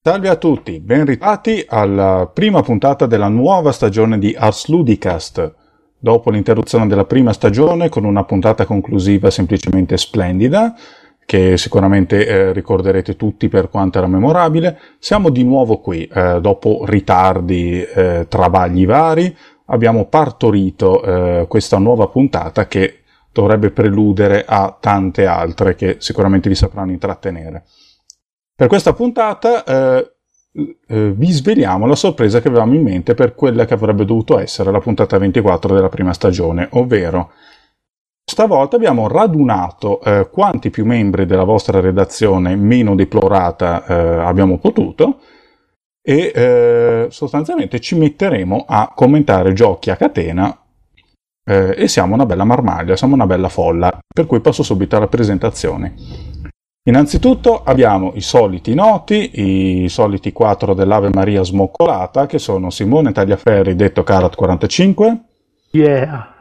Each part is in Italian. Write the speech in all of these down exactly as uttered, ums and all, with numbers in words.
Salve a tutti, ben ritrovati alla prima puntata della nuova stagione di Ars Ludicast. Dopo l'interruzione della prima stagione, con una puntata conclusiva semplicemente splendida, che sicuramente eh, ricorderete tutti per quanto era memorabile, siamo di nuovo qui. Eh, dopo ritardi, eh, travagli vari, abbiamo partorito eh, questa nuova puntata che dovrebbe preludere a tante altre che sicuramente vi sapranno intrattenere. Per questa puntata eh, eh, vi sveliamo la sorpresa che avevamo in mente per quella che avrebbe dovuto essere la puntata ventiquattro della prima stagione, ovvero stavolta abbiamo radunato eh, quanti più membri della vostra redazione meno deplorata eh, abbiamo potuto e eh, sostanzialmente ci metteremo a commentare giochi a catena eh, e siamo una bella marmaglia, siamo una bella folla, per cui passo subito alla presentazione. Innanzitutto abbiamo i soliti noti, i soliti quattro dell'Ave Maria smoccolata, che sono Simone Tagliaferri, detto Carat quarantacinque. Yeah!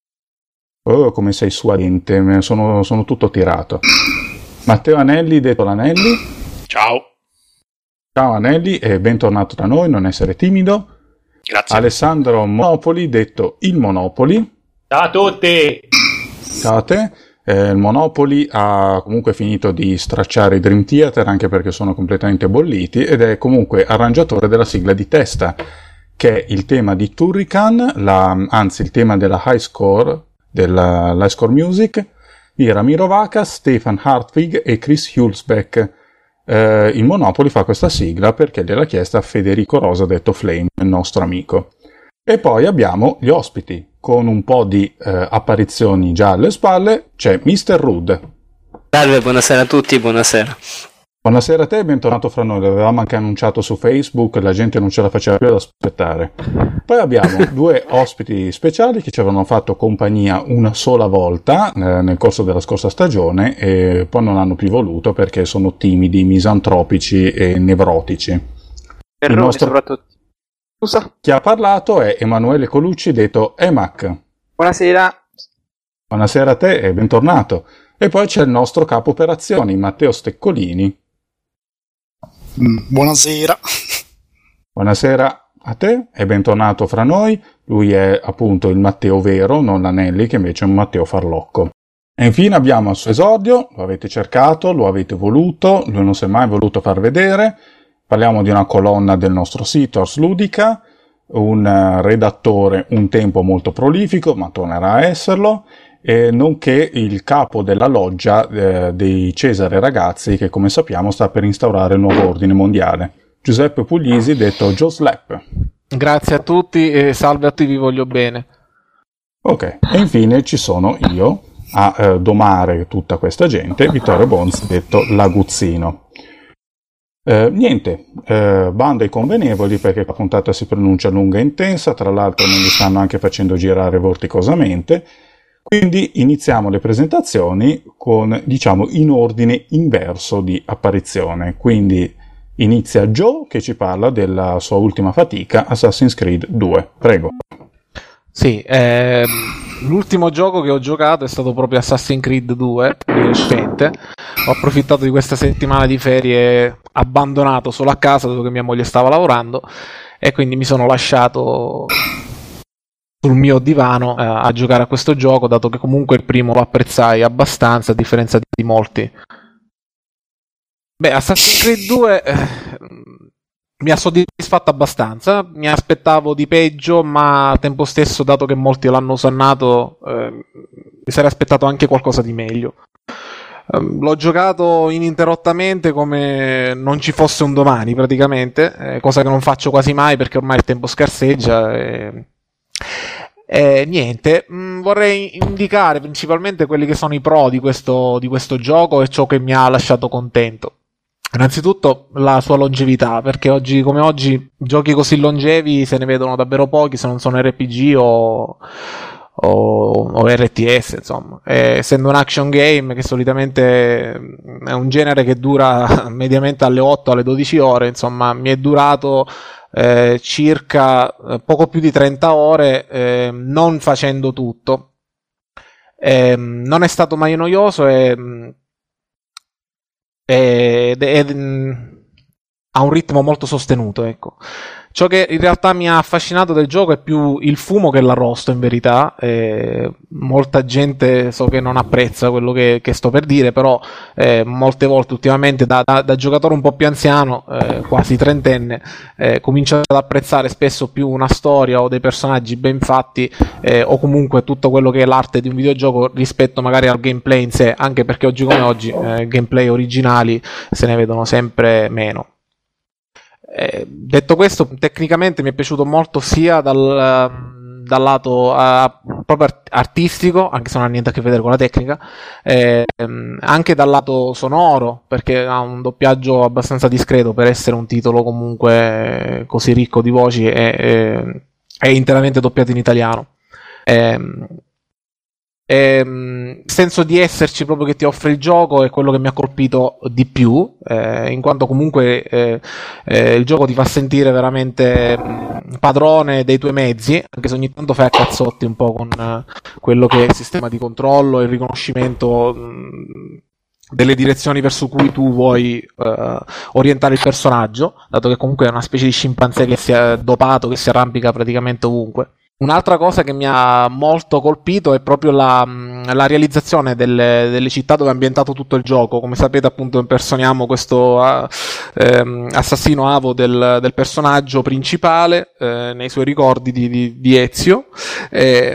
Oh, come sei suadente, sono, sono tutto tirato. Matteo Anelli, detto l'Anelli. Ciao. Ciao Anelli e bentornato da noi, non essere timido. Grazie. Alessandro Monopoli, detto il Monopoli. Ciao a tutti! Ciao a te. Eh, il Monopoli ha comunque finito di stracciare i Dream Theater, anche perché sono completamente bolliti, ed è comunque arrangiatore della sigla di testa, che è il tema di Turrican, la, anzi il tema della High Score, della High Score Music, di Ramiro Vaca, Stefan Hartwig e Chris Hulsbeck. Eh, il Monopoli fa questa sigla perché gliel'ha chiesta Federico Rosa, detto Flame, il nostro amico. E poi abbiamo gli ospiti. Con un po' di eh, apparizioni già alle spalle, c'è mister Rudd. Salve, buonasera a tutti, buonasera. Buonasera a te e bentornato fra noi. L'avevamo anche annunciato su Facebook, la gente non ce la faceva più ad aspettare. Poi abbiamo due ospiti speciali che ci avevano fatto compagnia una sola volta eh, nel corso della scorsa stagione e poi non hanno più voluto perché sono timidi, misantropici e nevrotici. Errori nostro... soprattutto. Scusa. Chi ha parlato è Emanuele Colucci, detto Emac. Buonasera. Buonasera a te e bentornato. E poi c'è il nostro capo operazioni, Matteo Steccolini. Mm, buonasera. Buonasera a te e bentornato fra noi. Lui è appunto il Matteo vero, non l'Anelli, che invece è un Matteo farlocco. E infine abbiamo al suo esordio, lo avete cercato, lo avete voluto, lui non si è mai voluto far vedere. Parliamo di una colonna del nostro sito Ars Ludica, un uh, redattore un tempo molto prolifico, ma tornerà a esserlo, e nonché il capo della loggia eh, dei Cesare Ragazzi, che come sappiamo sta per instaurare il nuovo ordine mondiale. Giuseppe Puglisi, detto Joe Slap. Grazie a tutti e salve a tutti, vi voglio bene. Ok, e infine ci sono io a eh, domare tutta questa gente, Vittorio Bonzi, detto Laguzzino. Eh, niente, eh, banda i convenevoli perché la puntata si pronuncia lunga e intensa, tra l'altro non li stanno anche facendo girare vorticosamente, quindi iniziamo le presentazioni con, diciamo, in ordine inverso di apparizione. Quindi inizia Joe che ci parla della sua ultima fatica, Assassin's Creed due, prego. Sì, ehm, l'ultimo gioco che ho giocato è stato proprio Assassin's Creed due, di recente. Ho approfittato di questa settimana di ferie abbandonato solo a casa dove mia moglie stava lavorando e quindi mi sono lasciato sul mio divano eh, a giocare a questo gioco, dato che comunque il primo lo apprezzai abbastanza a differenza di molti. Beh, Assassin's Creed due eh, mi ha soddisfatto abbastanza, mi aspettavo di peggio, ma al tempo stesso, dato che molti l'hanno osannato, eh, mi sarei aspettato anche qualcosa di meglio. Eh, l'ho giocato ininterrottamente come non ci fosse un domani, praticamente, eh, cosa che non faccio quasi mai perché ormai il tempo scarseggia. E, e niente, mh, vorrei indicare principalmente quelli che sono i pro di questo, di questo gioco e ciò che mi ha lasciato contento. Innanzitutto la sua longevità, perché oggi come oggi giochi così longevi se ne vedono davvero pochi, se non sono R P G o, o, o R T S, insomma. E, essendo un action game che solitamente è un genere che dura mediamente alle otto alle dodici ore, insomma mi è durato eh, circa eh, poco più di trenta ore, eh, non facendo tutto. Eh, non è stato mai noioso e Ed, ed, ha un ritmo molto sostenuto, ecco. Ciò che in realtà mi ha affascinato del gioco è più il fumo che l'arrosto, in verità. Eh, molta gente so che non apprezza quello che, che sto per dire, però eh, molte volte ultimamente da, da, da giocatore un po' più anziano, eh, quasi trentenne, eh, comincio ad apprezzare spesso più una storia o dei personaggi ben fatti, eh, o comunque tutto quello che è l'arte di un videogioco rispetto magari al gameplay in sé, anche perché oggi come oggi eh, gameplay originali se ne vedono sempre meno. Eh, detto questo, tecnicamente mi è piaciuto molto sia dal, dal lato uh, proprio artistico, anche se non ha niente a che vedere con la tecnica, eh, anche dal lato sonoro, perché ha un doppiaggio abbastanza discreto per essere un titolo comunque così ricco di voci e, e è interamente doppiato in italiano. Eh, Il senso di esserci proprio che ti offre il gioco è quello che mi ha colpito di più, eh, in quanto comunque eh, eh, il gioco ti fa sentire veramente padrone dei tuoi mezzi, anche se ogni tanto fai a cazzotti un po' con eh, quello che è il sistema di controllo e il riconoscimento mh, delle direzioni verso cui tu vuoi eh, orientare il personaggio, dato che comunque è una specie di scimpanzé che si è dopato, che si arrampica praticamente ovunque. Un'altra cosa che mi ha molto colpito è proprio la, la realizzazione delle, delle città dove è ambientato tutto il gioco. Come sapete, appunto, impersoniamo questo uh, ehm, assassino avo del, del personaggio principale eh, nei suoi ricordi di, di, di Ezio. Eh,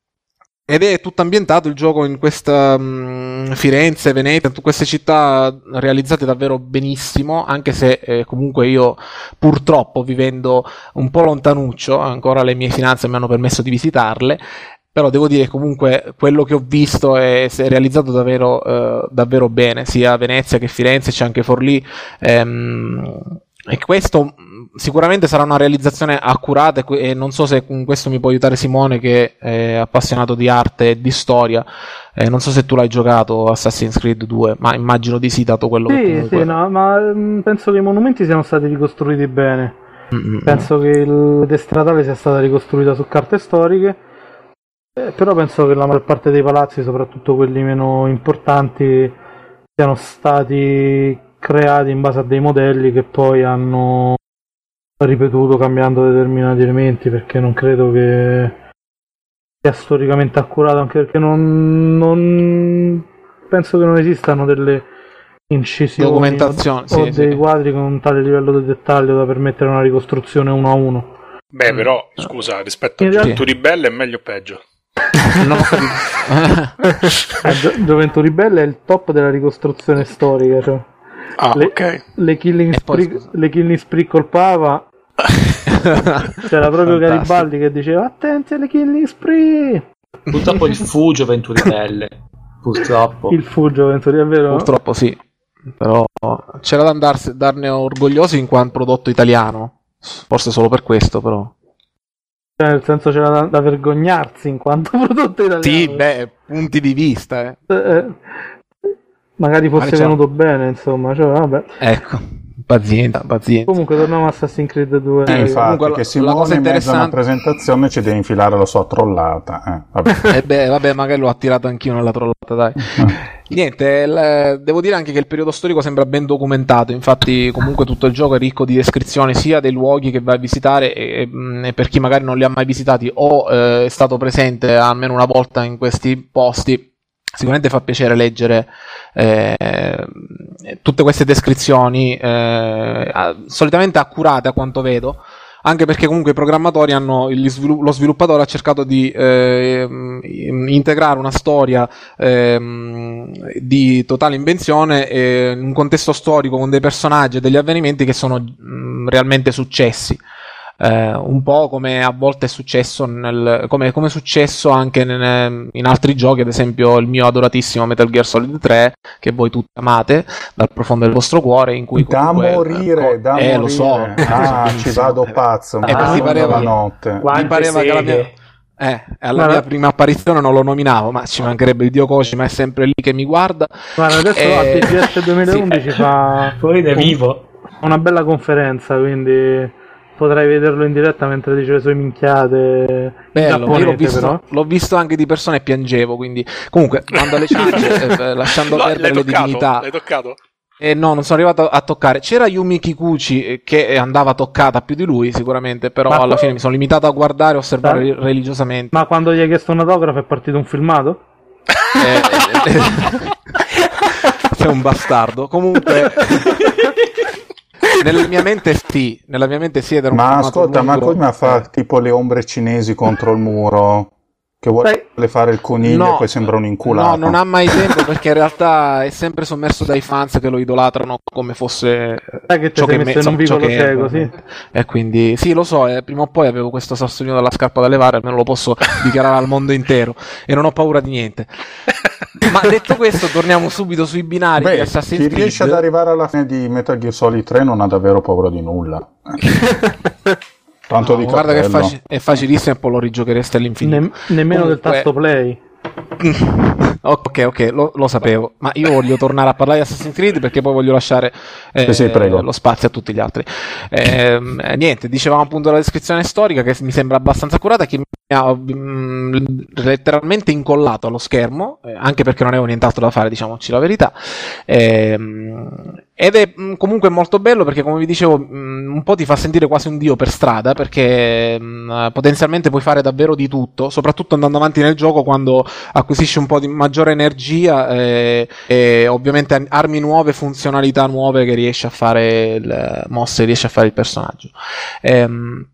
ed è tutto ambientato il gioco in questa um, Firenze, Venezia, tutte queste città realizzate davvero benissimo, anche se eh, comunque io purtroppo vivendo un po' lontanuccio, ancora le mie finanze mi hanno permesso di visitarle, però devo dire comunque quello che ho visto è, è realizzato davvero, eh, davvero bene, sia Venezia che Firenze, c'è anche Forlì, ehm, e questo sicuramente sarà una realizzazione accurata e non so se con questo mi può aiutare Simone che è appassionato di arte e di storia. Eh, non so se tu l'hai giocato Assassin's Creed due, ma immagino di sì, dato quello sì, che comunque... Sì, no, ma mh, penso che i monumenti siano stati ricostruiti bene. Mm-hmm. Penso che il destinatario sia stata ricostruita su carte storiche, eh, però penso che la maggior parte dei palazzi, soprattutto quelli meno importanti, siano stati creati in base a dei modelli che poi hanno ripetuto cambiando determinati elementi, perché non credo che sia storicamente accurato, anche perché non, non penso che non esistano delle incisioni documentazioni, o, sì, o dei sì. quadri con un tale livello di dettaglio da permettere una ricostruzione uno a uno. Beh, però scusa, rispetto a In Gioventù realtà... Ribelle è meglio o peggio? Non ho capito. eh, Gio- Gioventù Ribelle è il top della ricostruzione storica, cioè. Ah, le, ok. Le Killing, poi, Spree, le Killing Spree colpava. C'era proprio Garibaldi che diceva attenti alle Killing Spree. Purtroppo il fu Gioventù Ribelle. Purtroppo. Il fu Gioventù Ribelle, è vero? Purtroppo sì. Però c'era da andarsi, darne orgogliosi in quanto prodotto italiano. Forse solo per questo, però. Cioè, nel senso c'era da, da vergognarsi in quanto prodotto italiano. Sì, beh, punti di vista, eh. eh Magari fosse Magari venuto bene, insomma, cioè, vabbè. Ecco, pazienza, pazienza. Comunque torniamo a Assassin's Creed due. Eh, infatti, comunque, che Simone la cosa in mezzo a una interessante... presentazione ci deve infilare la sua trollata. Eh, vabbè. eh beh, vabbè, magari l'ho attirato anch'io nella trollata, dai. Niente, l- devo dire anche che il periodo storico sembra ben documentato, infatti comunque tutto il gioco è ricco di descrizioni sia dei luoghi che vai a visitare e, e per chi magari non li ha mai visitati o eh, è stato presente almeno una volta in questi posti. Sicuramente fa piacere leggere eh, tutte queste descrizioni, eh, solitamente accurate a quanto vedo, anche perché comunque i programmatori hanno, lo sviluppatore ha cercato di eh, integrare una storia eh, di totale invenzione eh, in un contesto storico con dei personaggi e degli avvenimenti che sono mh, realmente successi. Uh, un po' come a volte è successo nel, come, come è successo anche nel, in altri giochi, ad esempio il mio adoratissimo Metal Gear Solid tre, che voi tutti amate dal profondo del vostro cuore, in cui da comunque, morire, da eh, morire. lo so, ah, ci vado pazzo, eh, ma mi pareva, la notte. mi pareva che la mia, eh, alla Guarda. mia prima apparizione non lo nominavo, ma ci mancherebbe il dio Kojima, è sempre lì che mi guarda. Guarda, adesso Eh, a T G S duemilaundici sì. fa Fuori da vivo. una bella conferenza, quindi potrai vederlo in diretta mentre dice le sue minchiate. Bello, io l'ho visto, però. l'ho visto anche di persona e piangevo, quindi comunque, bando alle ciance, eh, lasciando L'hai perdere le toccato? divinità. L'hai toccato? E no, non sono arrivato a toccare. C'era Yumi Kikuchi che andava toccata più di lui sicuramente, però ma alla fine mi sono limitato a guardare e osservare eh? religiosamente. Ma quando gli hai chiesto un autografo è partito un filmato? Eh, eh, sei un bastardo. Comunque nella mia mente sì, nella mia mente sì, ed era un ma ascolta, lungo. Ma come fa tipo le ombre cinesi contro il muro? Che vuole Beh, fare il coniglio no, e poi sembra un inculato. No, non ha mai tempo perché in realtà è sempre sommerso dai fans che lo idolatrano come fosse Sai che ciò che messo in un vicolo cieco, sì. E quindi sì, lo so, eh, prima o poi avevo questo sassolino dalla scarpa da levare, almeno lo posso dichiarare al mondo intero e non ho paura di niente. Ma detto questo, torniamo subito sui binari Beh, di Assassin's chi Creed. Chi riesce ad arrivare alla fine di Metal Gear Solid tre non ha davvero paura di nulla. Tanto no, di guarda che è, faci- è facilissimo e poi lo rigiochereste all'infinito. Ne- nemmeno Comunque... del tasto play. ok, ok, lo, lo sapevo. Ma io voglio tornare a parlare di Assassin's Creed perché poi voglio lasciare eh, sì, lo spazio a tutti gli altri. Eh, niente, dicevamo appunto la descrizione storica che mi sembra abbastanza accurata, che mi ha mh, letteralmente incollato allo schermo, eh, anche perché non avevo nient'altro da fare, diciamoci la verità. Eh, ed è mh, comunque molto bello perché, come vi dicevo, mh, un po' ti fa sentire quasi un dio per strada, perché mh, potenzialmente puoi fare davvero di tutto, soprattutto andando avanti nel gioco quando acquisisci un po' di maggiore energia e, e ovviamente armi nuove, funzionalità nuove che riesci a fare, il, mosse riesci a fare il personaggio. Ehm,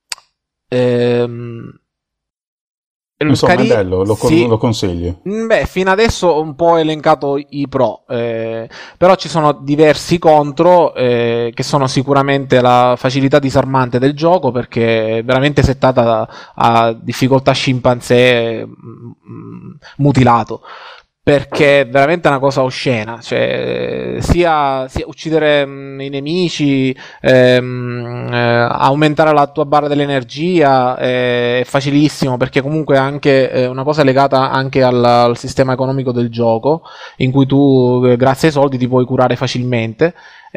ehm, Insomma, Cari- è bello, lo, con- sì. lo consiglio. Beh, fino adesso ho un po' elencato i pro, eh, però ci sono diversi contro, eh, che sono sicuramente la facilità disarmante del gioco, perché è veramente settata a difficoltà scimpanzé mh, mutilato. Perché è veramente una cosa oscena, cioè sia, sia uccidere mh, i nemici, ehm, eh, aumentare la tua barra dell'energia eh, è facilissimo, perché comunque è anche eh, una cosa legata anche al, al sistema economico del gioco, in cui tu eh, grazie ai soldi ti puoi curare facilmente.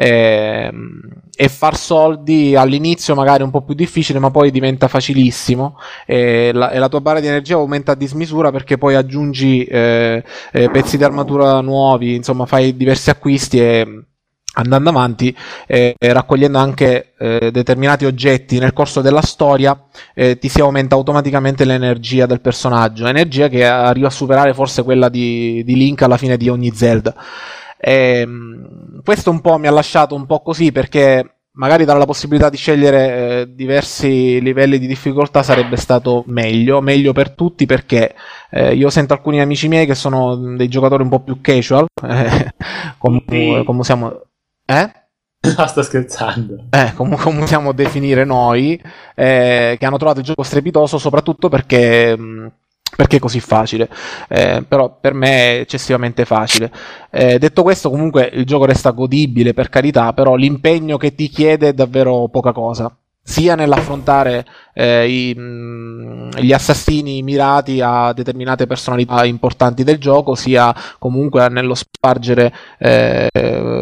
E, e far soldi all'inizio magari è un po' più difficile, ma poi diventa facilissimo e la, e la tua barra di energia aumenta a dismisura, perché poi aggiungi eh, eh, pezzi di armatura nuovi, insomma fai diversi acquisti e andando avanti eh, raccogliendo anche eh, determinati oggetti nel corso della storia eh, ti si aumenta automaticamente l'energia del personaggio, energia che arriva a superare forse quella di, di Link alla fine di ogni Zelda. E, questo un po' mi ha lasciato un po' così, perché magari dare la possibilità di scegliere eh, diversi livelli di difficoltà sarebbe stato meglio, meglio per tutti, perché eh, io sento alcuni amici miei che sono dei giocatori un po' più casual, eh, come, sì. come siamo... Eh? No, sto scherzando. Eh, come, come possiamo definire noi, eh, che hanno trovato il gioco strepitoso soprattutto perché... Mh, perché è così facile, eh, però per me è eccessivamente facile. Eh, detto questo, comunque il gioco resta godibile, per carità, però l'impegno che ti chiede è davvero poca cosa, sia nell'affrontare eh, i, mh, gli assassini mirati a determinate personalità importanti del gioco, sia comunque nello spargere eh,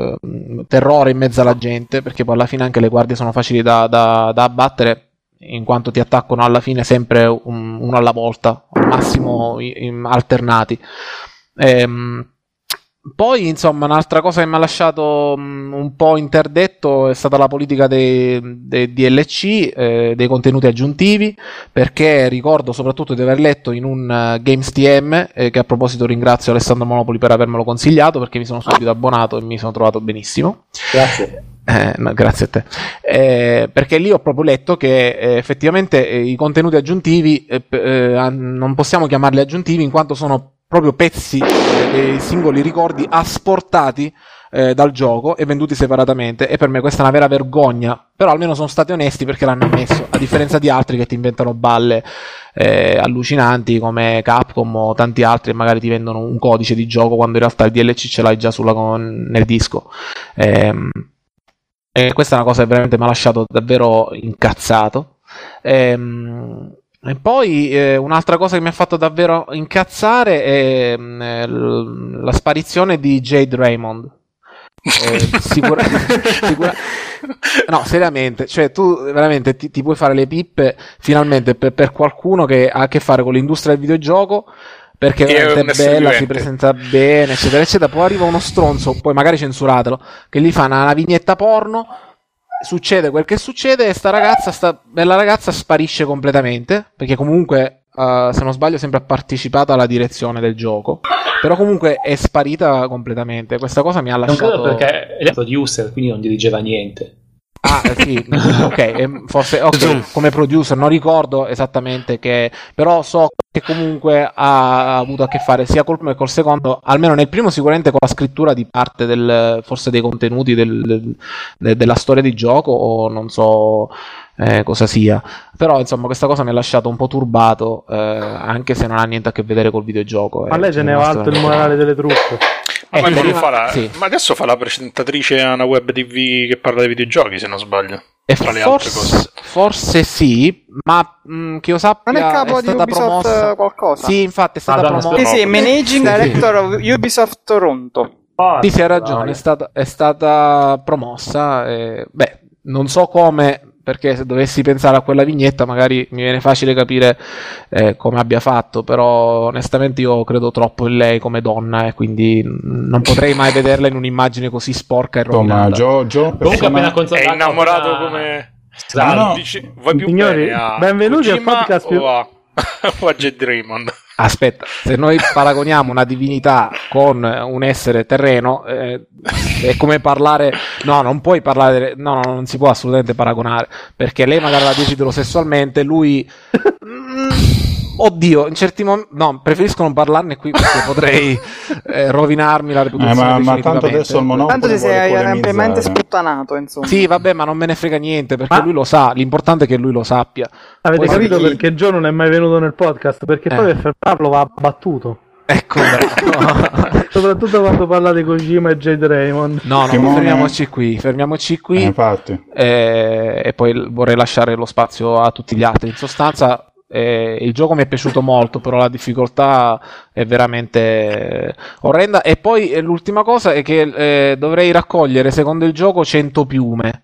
terrore in mezzo alla gente, perché poi alla fine anche le guardie sono facili da, da, da abbattere, in quanto ti attaccano alla fine sempre un, uno alla volta, al massimo in, in alternati. Ehm, poi insomma un'altra cosa che mi ha lasciato um, un po' interdetto è stata la politica dei, dei D L C, eh, dei contenuti aggiuntivi, perché ricordo soprattutto di aver letto in un uh, Games T M, eh, che a proposito ringrazio Alessandro Monopoli per avermelo consigliato, perché mi sono subito abbonato e mi sono trovato benissimo. Grazie. Eh, no, grazie a te, eh, perché lì ho proprio letto che eh, effettivamente eh, i contenuti aggiuntivi eh, eh, non possiamo chiamarli aggiuntivi in quanto sono proprio pezzi eh, dei singoli ricordi asportati eh, dal gioco e venduti separatamente, e per me questa è una vera vergogna, però almeno sono stati onesti perché l'hanno ammesso, a differenza di altri che ti inventano balle eh, allucinanti come Capcom o tanti altri che magari ti vendono un codice di gioco quando in realtà il D L C ce l'hai già sulla, nel disco. ehm E questa è una cosa che veramente mi ha lasciato davvero incazzato. Ehm, e poi eh, un'altra cosa che mi ha fatto davvero incazzare è eh, la sparizione di Jade Raymond. Eh, sicura, sicura, no, seriamente, cioè tu veramente ti, ti puoi fare le pippe finalmente per, per qualcuno che ha a che fare con l'industria del videogioco, perché È veramente un è essere bella, vivente. si presenta bene, eccetera, eccetera. Poi arriva uno stronzo, poi magari censuratelo, che gli fa una, una vignetta porno, succede quel che succede e sta ragazza, sta bella ragazza sparisce completamente, perché comunque, uh, se non sbaglio, sempre ha partecipato alla direzione del gioco, però comunque è sparita completamente. Questa cosa mi ha Non lasciato... credo perché è producer, quindi non dirigeva niente. Ah, sì, ok, ehm, forse ok, come producer non ricordo esattamente che, però so che comunque ha avuto a che fare sia col primo che col secondo, almeno nel primo sicuramente con la scrittura di parte del, forse dei contenuti del, del, de, della storia di gioco o non so eh, cosa sia, però insomma questa cosa mi ha lasciato un po' turbato, eh, anche se non ha niente a che vedere col videogioco. Ma eh, lei cioè, teneva rimasto alto il veramente- morale delle truppe. Ma, Eh, poi non prima- fa la- sì. ma adesso fa la presentatrice a una web T V che parla di videogiochi, se non sbaglio. E Tra le altre forse, cose. forse sì, ma mh, che io sappia Non è capo di stata Ubisoft promossa. qualcosa? Sì, infatti è stata Madonna, promossa. Sì, sì, no, Managing sì, sì. Director of Ubisoft Toronto. Sì, sì, hai ragione, è stata, è stata promossa. E, beh, non so come, perché se dovessi pensare a quella vignetta magari mi viene facile capire eh, come abbia fatto, però onestamente io credo troppo in lei come donna e quindi non potrei mai vederla in un'immagine così sporca e Insomma, rovinata. Gio, Gio Comunque persona- appena È controllato... innamorato appena- come... Scusate, No, no. Dici, vuoi più Signori, bene a benvenuti al Kojima podcast più- o a, o a Jet Draymond? Aspetta, se noi paragoniamo una divinità con un essere terreno, eh, è come parlare... No, non puoi parlare... No, no, non si può assolutamente paragonare, perché lei magari la desidero sessualmente, lui... Mm, oddio, in certi momenti... No, preferisco non parlarne qui perché potrei eh, rovinarmi la Eh, reputazione ma, ma tanto definitivamente. adesso il monopolo Tanto ti vuole sei ampiamente polemizzare. sputtanato, insomma. Sì, vabbè, ma non me ne frega niente, perché Ma- lui lo sa, l'importante è che lui lo sappia. Avete Poi capito chi- perché Joe non è mai venuto nel podcast? Perché Eh. poi per fermarlo va abbattuto. Ecco, bravo. Soprattutto quando parla di Kojima e Jade Raymond. No, no, Simone- fermiamoci qui, fermiamoci qui. Eh, infatti. eh, e poi vorrei lasciare lo spazio a tutti gli altri. In sostanza, eh, il gioco mi è piaciuto molto, però la difficoltà è veramente eh, orrenda. E poi eh, l'ultima cosa è che eh, dovrei raccogliere, secondo il gioco, cento piume.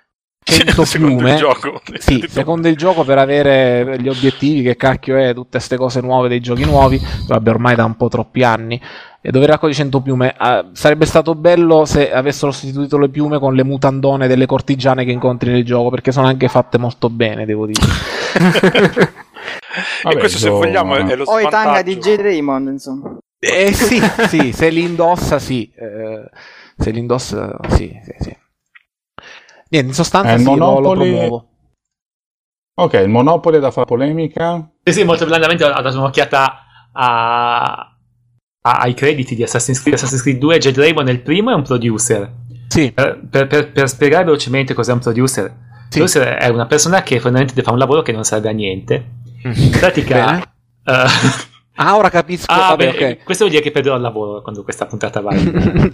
cento Secondo piume. il gioco. Sì, secondo il gioco per avere gli obiettivi, che cacchio è, tutte queste cose nuove dei giochi nuovi, vabbè ormai da un po' troppi anni, e dover raccogliere cento piume. Eh, sarebbe stato bello se avessero sostituito le piume con le mutandone delle cortigiane che incontri nel gioco, perché sono anche fatte molto bene, devo dire. Vabbè, e questo, se Gio- vogliamo, è lo O i tanga di svantaggio. Jade Raymond, insomma. Eh sì, sì, se li indossa sì, eh, se li indossa sì, sì, sì. Niente, in sostanza Eh, il sì, lo- lo, Monopoly- promuovo. Ok, il Monopoli è da fare polemica. Sì, sì, molto blandamente ho dato un'occhiata a... a- ai crediti di Assassin's Creed. Assassin's Creed due. Jade Raymond nel primo è un producer. Sì, Per, per- per- per spiegare velocemente cos'è un producer, Sì. producer è una persona che fondamentalmente fa un lavoro che non serve a niente. In pratica... Bene. eh, Ah, ora capisco. ah, vabbè, beh, ok. questo vuol dire che perderò il lavoro quando questa puntata va.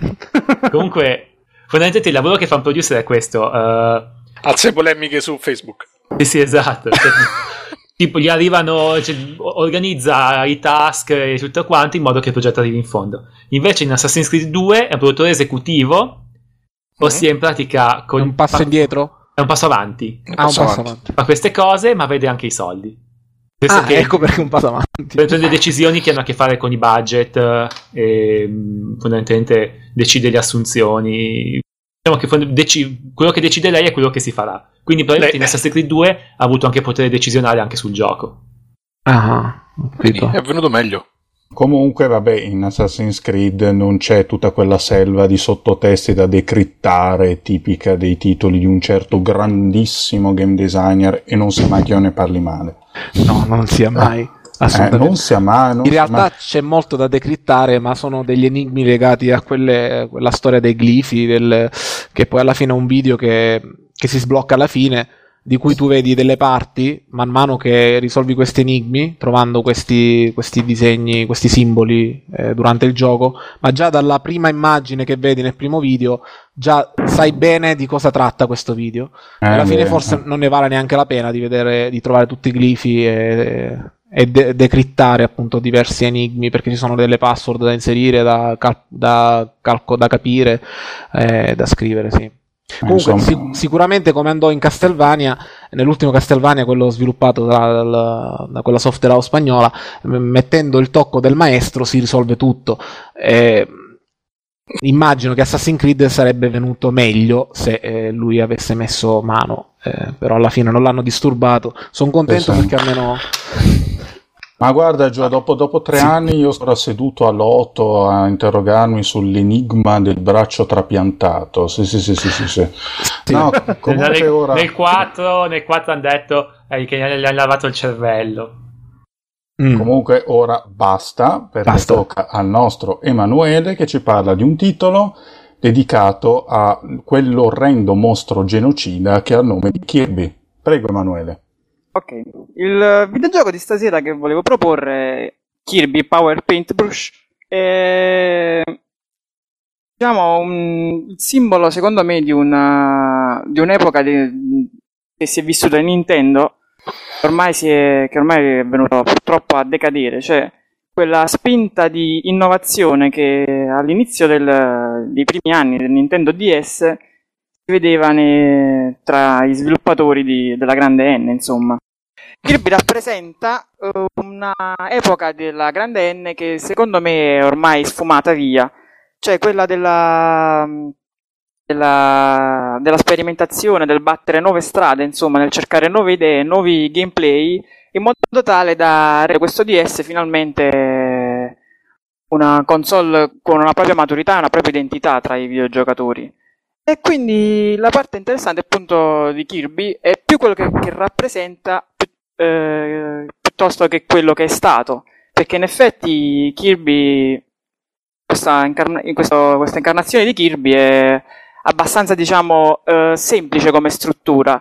Comunque, fondamentalmente il lavoro che fa un producer è questo. eh, Alza polemiche su Facebook. Sì, sì, esatto. Cioè, tipo, gli arrivano, cioè, organizza i task e tutto quanto in modo che il progetto arrivi in fondo. Invece in Assassin's Creed due è un produttore esecutivo, ossia in pratica con Un passo fa- indietro? è un passo avanti. Ah, un passo passo avanti. avanti. Fa queste cose, ma vede anche i soldi. Questo Ah, che ecco perché un passo avanti. prende decisioni che hanno a che fare con i budget eh, e mh, fondamentalmente decide le assunzioni. Diciamo che fond- deci- quello che decide lei è quello che si farà. Quindi probabilmente Lei- in Assassin's Creed due ha avuto anche potere decisionale anche sul gioco. Ah, ho Quindi capito. è venuto meglio. Comunque, vabbè, in Assassin's Creed non c'è tutta quella selva di sottotesti da decrittare, tipica dei titoli di un certo grandissimo game designer, e non sia mai che io ne parli male. No, non sia mai. Eh, Assolutamente. non sia mai... non In sia realtà mai- c'è molto da decrittare, ma sono degli enigmi legati a quelle, quella storia dei glifi, del, che poi alla fine è un video che, che si sblocca alla fine, di cui tu vedi delle parti man mano che risolvi questi enigmi, trovando questi, questi disegni, questi simboli eh, durante il gioco, ma già dalla prima immagine che vedi nel primo video già sai bene di cosa tratta questo video. Eh, Alla fine beh, forse eh. non ne vale neanche la pena di vedere, di trovare tutti i glifi e, e de- decrittare appunto diversi enigmi, perché ci sono delle password da inserire, da, cal- da, calco- da capire, eh, da scrivere, sì. Comunque, sic- sicuramente come andò in Castlevania, nell'ultimo Castlevania, quello sviluppato da, da, da quella software house spagnola, m- mettendo il tocco del maestro si risolve tutto. Eh, immagino che Assassin's Creed sarebbe venuto meglio se eh, lui avesse messo mano, eh, però alla fine non l'hanno disturbato. Sono contento esatto. perché almeno... Ma guarda Gio, dopo, dopo tre sì. anni io sono seduto all'otto a interrogarmi sull'enigma del braccio trapiantato. Sì, sì, sì, sì, sì. sì. No, comunque nel, ora... nel quattro nel quattro hanno detto eh, che gli hanno lavato il cervello. Mm. Comunque ora basta, perché basta. Tocca al nostro Emanuele che ci parla di un titolo dedicato a quell'orrendo mostro genocida che ha il nome di Kirby. Prego Emanuele. Ok, il videogioco di stasera che volevo proporre è Kirby Power Paintbrush. È, diciamo, un, il simbolo secondo me di, una, di un'epoca di, che si è vissuta in Nintendo, ormai si è, che ormai è venuto purtroppo a decadere, cioè quella spinta di innovazione che all'inizio del, dei primi anni del Nintendo D S si vedeva ne, tra gli sviluppatori di, della grande N, insomma. Kirby rappresenta uh, una epoca della grande N che secondo me è ormai sfumata via, cioè quella della, della, della sperimentazione, del battere nuove strade, insomma, nel cercare nuove idee, nuovi gameplay, in modo tale da rendere questo D S finalmente una console con una propria maturità e una propria identità tra i videogiocatori. E quindi la parte interessante appunto di Kirby è più quello che, che rappresenta eh, piuttosto che quello che è stato, perché in effetti Kirby, questa, incarna- in questo, questa incarnazione di Kirby è abbastanza diciamo eh, semplice come struttura.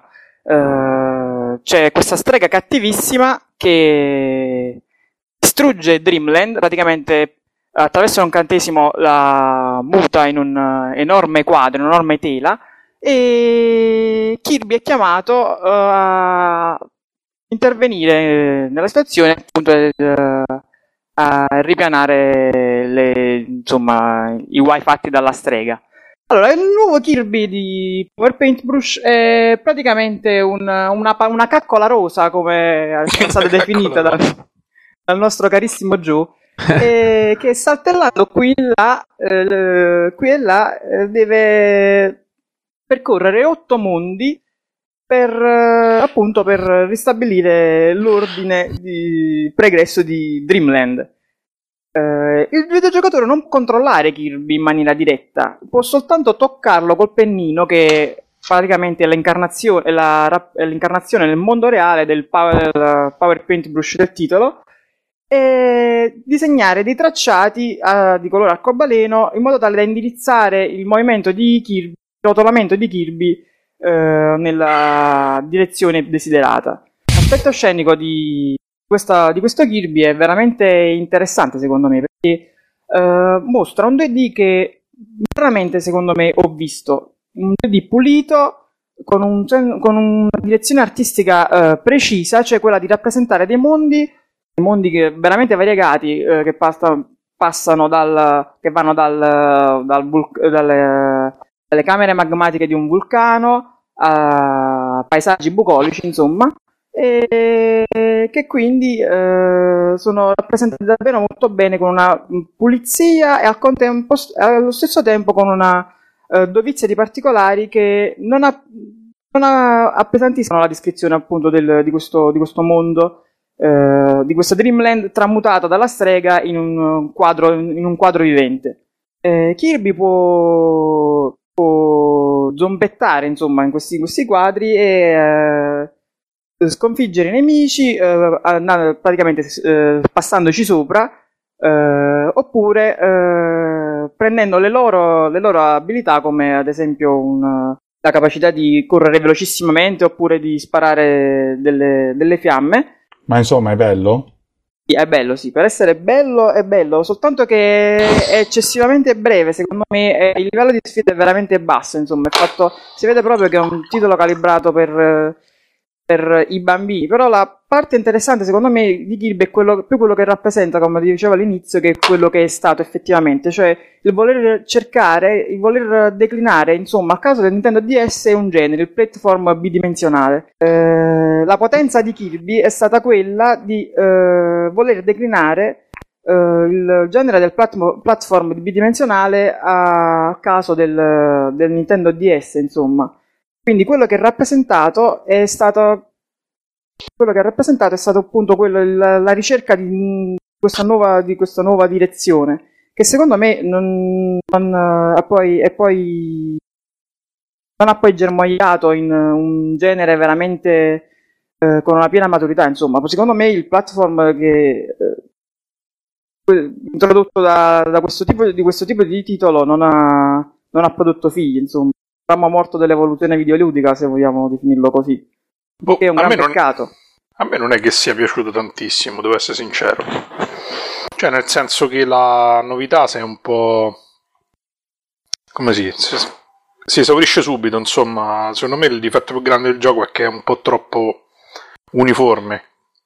Eh, c'è questa strega cattivissima che distrugge Dreamland, praticamente attraverso un incantesimo la muta in un enorme quadro, in un'enorme tela, e Kirby è chiamato uh, a intervenire nella situazione, appunto uh, a ripianare le, insomma, i guai fatti dalla strega. Allora, il nuovo Kirby di Power Paintbrush è praticamente un, una, una caccola rosa, come è stata definita dal, dal nostro carissimo Joe, e che saltellando qui e là, eh, qui e là eh, deve percorrere otto mondi per eh, appunto per ristabilire l'ordine di pregresso di Dreamland. Eh, il videogiocatore non può controllare Kirby in maniera diretta, può soltanto toccarlo col pennino, che praticamente è l'incarnazione, è la, è l'incarnazione nel mondo reale del Power, Power Paintbrush del titolo, e disegnare dei tracciati uh, di colore arcobaleno in modo tale da indirizzare il movimento di Kirby, il rotolamento di Kirby uh, nella direzione desiderata. L'aspetto scenico di, questa, di questo Kirby è veramente interessante secondo me, perché uh, mostra un due D che veramente secondo me ho visto, un due D pulito con, un, con una direzione artistica uh, precisa, cioè quella di rappresentare dei mondi mondi che veramente variegati, eh, che passano, passano dal, che vanno dal, dal vul- dalle, dalle camere magmatiche di un vulcano a paesaggi bucolici, insomma, e che quindi eh, sono rappresentati davvero molto bene, con una pulizia e al contempo, allo stesso tempo con una eh, dovizia di particolari che non, ha, non ha, appesantiscono la descrizione appunto del, di, questo, di questo mondo. Uh, di questa Dreamland tramutata dalla strega in un quadro, in un quadro vivente. Uh, Kirby può, può zombettare insomma in questi, in questi quadri e uh, sconfiggere i nemici uh, andando, praticamente uh, passandoci sopra uh, oppure uh, prendendo le loro, le loro abilità, come ad esempio un, la capacità di correre velocissimamente oppure di sparare delle, delle fiamme. Ma insomma è bello? Sì, è bello, sì, per essere bello è bello, soltanto che è eccessivamente breve, secondo me, e il livello di sfida è veramente basso, insomma, è fatto, si vede proprio che è un titolo calibrato per, per i bambini, però la parte interessante secondo me di Kirby è quello, più quello che rappresenta, come dicevo all'inizio, che è quello che è stato effettivamente, cioè il voler cercare, il voler declinare, insomma, a causa del Nintendo D S è un genere, il platform bidimensionale. Eh, la potenza di Kirby è stata quella di eh, voler declinare eh, il genere del plat- platform bidimensionale a caso del, del Nintendo D S, insomma. Quindi quello che è rappresentato è stato quello che ha rappresentato è stato appunto quello, la, la ricerca di questa nuova di questa nuova direzione, che secondo me non, non è poi è poi non ha poi germogliato in un genere veramente eh, con una piena maturità, insomma. Secondo me il platform che eh, introdotto da, da questo tipo di questo tipo di titolo non ha non ha prodotto figli, insomma. Ramo morto dell'evoluzione videoludica, se vogliamo definirlo così. Boh, è un gran peccato. Non, a me non è che sia piaciuto tantissimo, devo essere sincero. Cioè, nel senso che la novità sei un po'... come si... si, si esaurisce subito, insomma. Secondo me il difetto più grande del gioco è che è un po' troppo uniforme.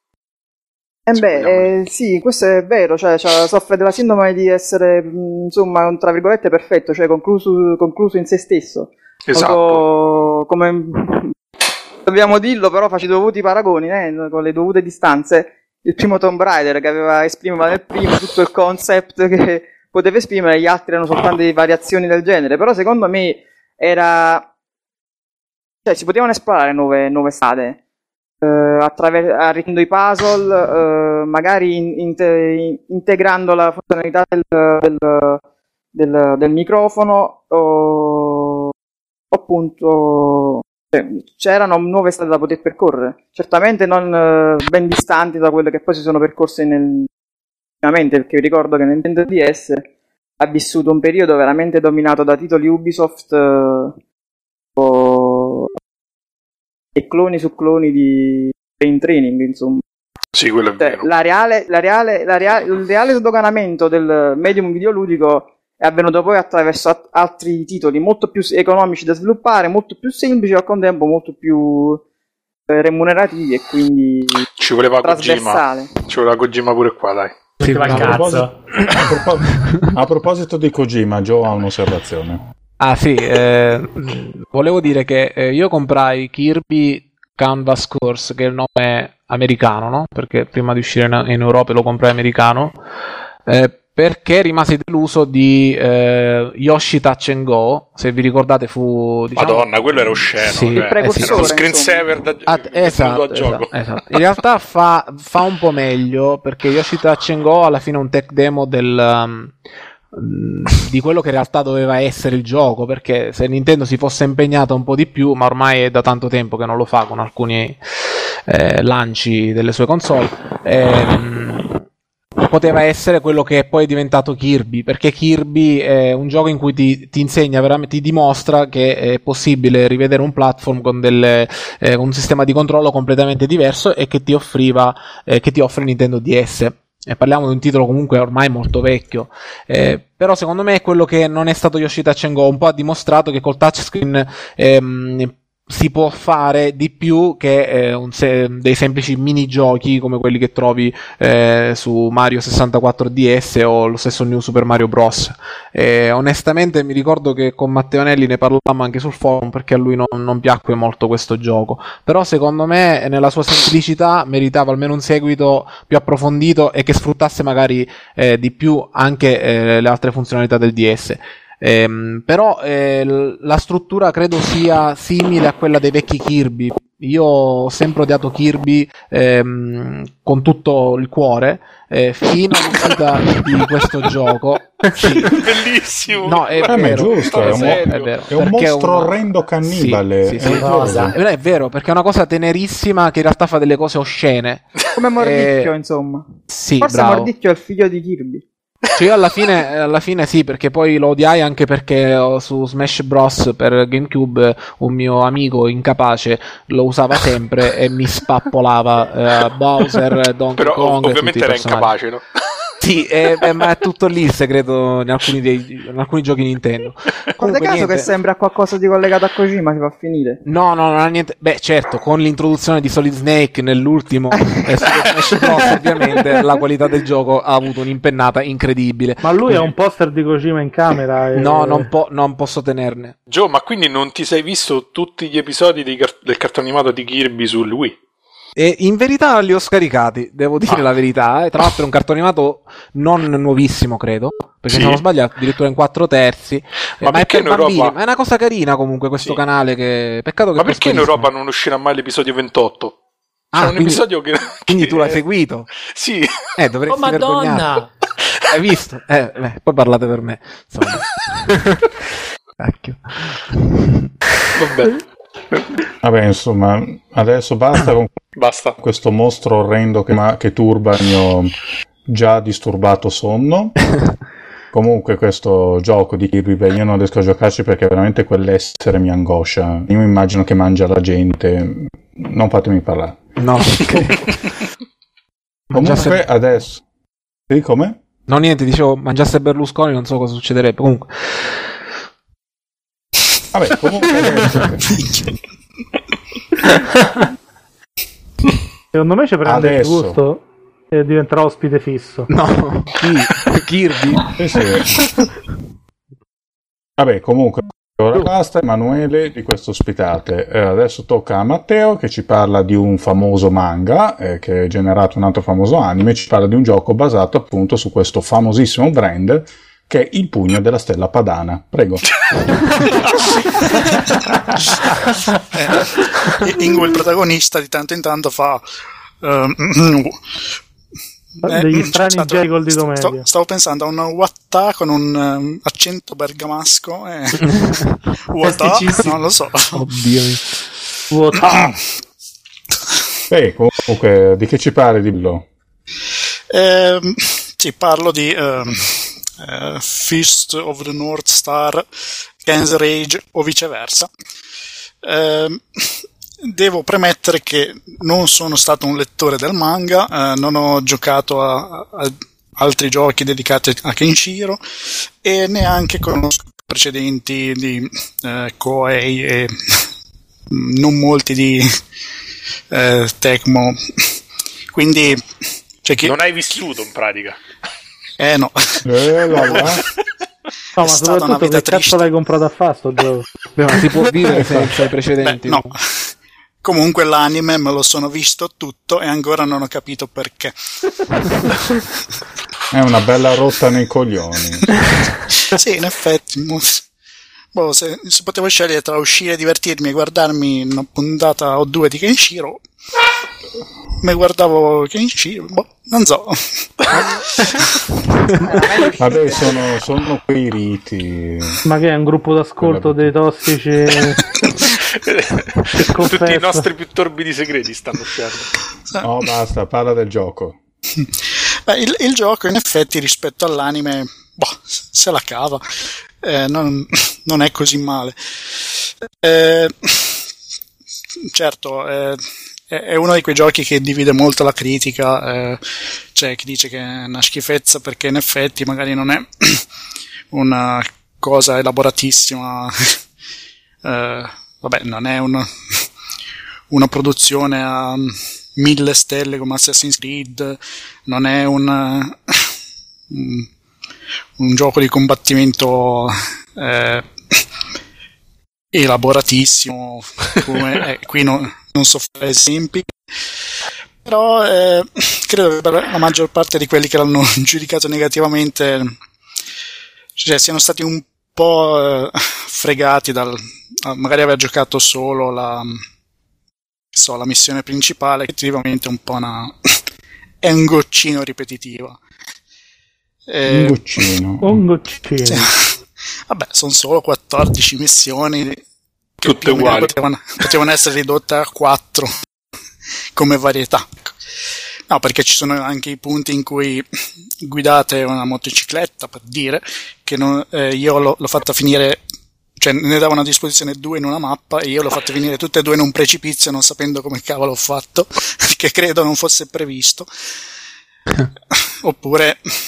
Eh beh, eh, sì, questo è vero, cioè, cioè soffre della sindrome di essere, insomma, un tra virgolette perfetto, cioè concluso, concluso in se stesso. Esatto. Molto, come dobbiamo dirlo, però facendo dovuti paragoni, eh, con le dovute distanze, il primo Tomb Raider che aveva esprimeva nel primo tutto il concept che poteva esprimere, gli altri erano soltanto delle variazioni del genere, però secondo me era, cioè si potevano esplorare nuove, nuove strade. Uh, attraver- arricchendo i puzzle, uh, magari in- in- integrando la funzionalità del, del, del, del microfono, o appunto cioè, c'erano nuove strade da poter percorrere, certamente non uh, ben distanti da quelle che poi si sono percorse nel... ultimamente, perché vi ricordo che Nintendo D S ha vissuto un periodo veramente dominato da titoli Ubisoft uh, o... e cloni su cloni di Brain Training, insomma. Sì, quello è cioè, vero. La reale, la reale, la reale, il reale sdoganamento del medium videoludico è avvenuto poi attraverso at- altri titoli molto più economici da sviluppare, molto più semplici, al contempo molto più eh, remunerativi e quindi ci voleva trasversale. Kojima. Ci voleva Kojima pure qua, dai. Sì, a, proposito, a, proposito, a proposito di Kojima, Joe ha un'osservazione. Ah sì, eh, volevo dire che eh, io comprai Kirby Canvas Course, che è il nome americano, no? Perché prima di uscire in, in Europa lo comprai americano, eh, perché rimasi deluso di eh, Yoshi Touch and Go, se vi ricordate fu... Diciamo, Madonna, quello era osceno, sì, cioè, eh, sì. era uno screensaver da, ah, esatto, da gioco. Esatto, esatto. In realtà fa, fa un po' meglio, perché Yoshi Touch and Go alla fine è un tech demo del... Um, di quello che in realtà doveva essere il gioco, perché se Nintendo si fosse impegnata un po' di più, ma ormai è da tanto tempo che non lo fa con alcuni eh, lanci delle sue console, ehm, poteva essere quello che poi è diventato Kirby, perché Kirby è un gioco in cui ti, ti insegna veramente, ti dimostra che è possibile rivedere un platform con delle, eh, un sistema di controllo completamente diverso e che ti offriva eh, che ti offre Nintendo D S. E parliamo di un titolo comunque ormai molto vecchio, eh, però secondo me è quello che non è stato Yoshi Touch and Go, un po' ha dimostrato che col touchscreen ehm, si può fare di più che eh, un se- dei semplici minigiochi come quelli che trovi eh, su Mario sessantaquattro D S o lo stesso New Super Mario Bros. Eh, onestamente mi ricordo che con Matteo Anelli ne parlavamo anche sul forum, perché a lui non, non piacque molto questo gioco, però secondo me nella sua semplicità meritava almeno un seguito più approfondito e che sfruttasse magari eh, di più anche eh, le altre funzionalità del D S. Ehm, però eh, la struttura credo sia simile a quella dei vecchi Kirby. Io ho sempre odiato Kirby ehm, con tutto il cuore eh, fino all'uscita di questo gioco. Sì. Bellissimo. No, è eh, vero, è giusto, è un, mo- è vero, è un mostro una... orrendo cannibale. Sì, sì, sì. È, Cosa? È vero, perché è una cosa tenerissima che in realtà fa delle cose oscene. Come Mordicchio, eh, insomma. Sì, forse bravo. Mordicchio è il figlio di Kirby. Cioè io alla fine, alla fine sì, perché poi lo odiai anche perché su Smash Bros per GameCube un mio amico incapace lo usava sempre e mi spappolava uh, Bowser, Donkey Però Kong. ovviamente era incapace, no? Sì, è, è, ma è tutto lì il segreto in alcuni, dei, in alcuni giochi Nintendo. Guarda caso niente. che sembra qualcosa di collegato a Kojima, si va a finire. No, no, non ha niente. Beh, certo, con l'introduzione di Solid Snake nell'ultimo e Super Smash Bros, ovviamente la qualità del gioco ha avuto un'impennata incredibile. Ma lui ha un poster di Kojima in camera e... No, non, po- non posso tenerne. Gio, ma quindi non ti sei visto tutti gli episodi di car- del cartone animato di Kirby sul Wii? E in verità li ho scaricati, devo dire ah. la verità. E tra l'altro è un cartone animato non nuovissimo, credo, perché sì. se non sbaglio addirittura in quattro terzi. Ma, ma è per bambini, Europa... ma è una cosa carina comunque questo sì. canale. Che peccato che ma perché in Europa non uscirà mai l'episodio ventotto? C'è ah, un quindi, episodio che, quindi che... tu l'hai seguito? Sì. Eh, dovresti oh Madonna! Hai visto? Eh, beh, poi parlate per me. Insomma. Cacchio. Vabbè. Vabbè, insomma, adesso basta con basta. questo mostro orrendo che, ma- che turba il mio già disturbato sonno. Comunque questo gioco di Kirby, beh, io non riesco a giocarci perché veramente quell'essere mi angoscia. Io mi immagino che mangia la gente. Non fatemi parlare. No, ok. Comunque adesso... Sì, come? No, niente, dicevo, mangiasse Berlusconi non so cosa succederebbe. Comunque... Vabbè, comunque adesso... Secondo me ci prende adesso... il gusto e diventerà ospite fisso. No, chi? Kirby? Sì, sì. Vabbè, comunque ora basta Emanuele di queste ospitate. Eh, adesso tocca a Matteo che ci parla di un famoso manga eh, che ha generato un altro famoso anime, ci parla di un gioco basato appunto su questo famosissimo brand che è il pugno della stella padana. Prego. eh, Ingo, il protagonista, di tanto in tanto fa um, degli eh, strani stato, jiggle di domenica. Stavo, stavo pensando a un wattà con un um, accento bergamasco. Eh. Wattà? Non lo so. Oddio. Wattà. Beh, comunque, di che ci parli, dillo? Eh, sì, parlo di... Um, Uh, Fist of the North Star, Games Rage o viceversa. Uh, devo premettere che non sono stato un lettore del manga, uh, non ho giocato a, a altri giochi dedicati a Kenshiro e neanche conosco i precedenti di uh, Koei e non molti di uh, Tecmo. Quindi cioè che, non hai vissuto in pratica. Eh no. Eh, là, là. No, ma soprattutto che cazzo l'hai comprato a fare sto gioco? Beh, ma si può vivere senza i precedenti. Beh, no. Comunque l'anime me lo sono visto tutto e ancora non ho capito perché. È una bella rotta nei coglioni. Sì, in effetti. Boh, se, se potevo scegliere tra uscire, divertirmi e guardarmi una puntata o due di Kenshiro, mi guardavo Kenshiro, boh, non so. Vabbè, sono, sono quei riti. Ma che è un gruppo d'ascolto dei tossici? Tutti i nostri più torbidi segreti stanno uscendo. No, basta, parla del gioco. Beh, il, il gioco in effetti rispetto all'anime, boh, se la cava. Eh, non, non è così male. Eh, certo, eh, è uno di quei giochi che divide molto la critica. Eh, c'è chi dice che è una schifezza perché in effetti magari non è una cosa elaboratissima. Eh, vabbè, non è una, una produzione a mille stelle come Assassin's Creed, non è una, un, un gioco di combattimento eh, elaboratissimo, come, eh, qui no, non so fare esempi, però eh, credo che per la maggior parte di quelli che l'hanno giudicato negativamente, cioè, siano stati un po' eh, fregati dal magari aver giocato solo la so, la missione principale, che effettivamente è un po' una è un goccino ripetitiva. Eh, un goccino. Un goccino. Sì. Vabbè, sono solo quattordici missioni, tutte uguali. Potevano, potevano essere ridotte a quattro come varietà. No, perché ci sono anche i punti in cui guidate una motocicletta, per dire, che non, eh, io l'ho, l'ho fatta finire, cioè ne davano a disposizione due in una mappa e io l'ho fatta finire tutte e due in un precipizio, non sapendo come cavolo ho fatto, che credo non fosse previsto. Oppure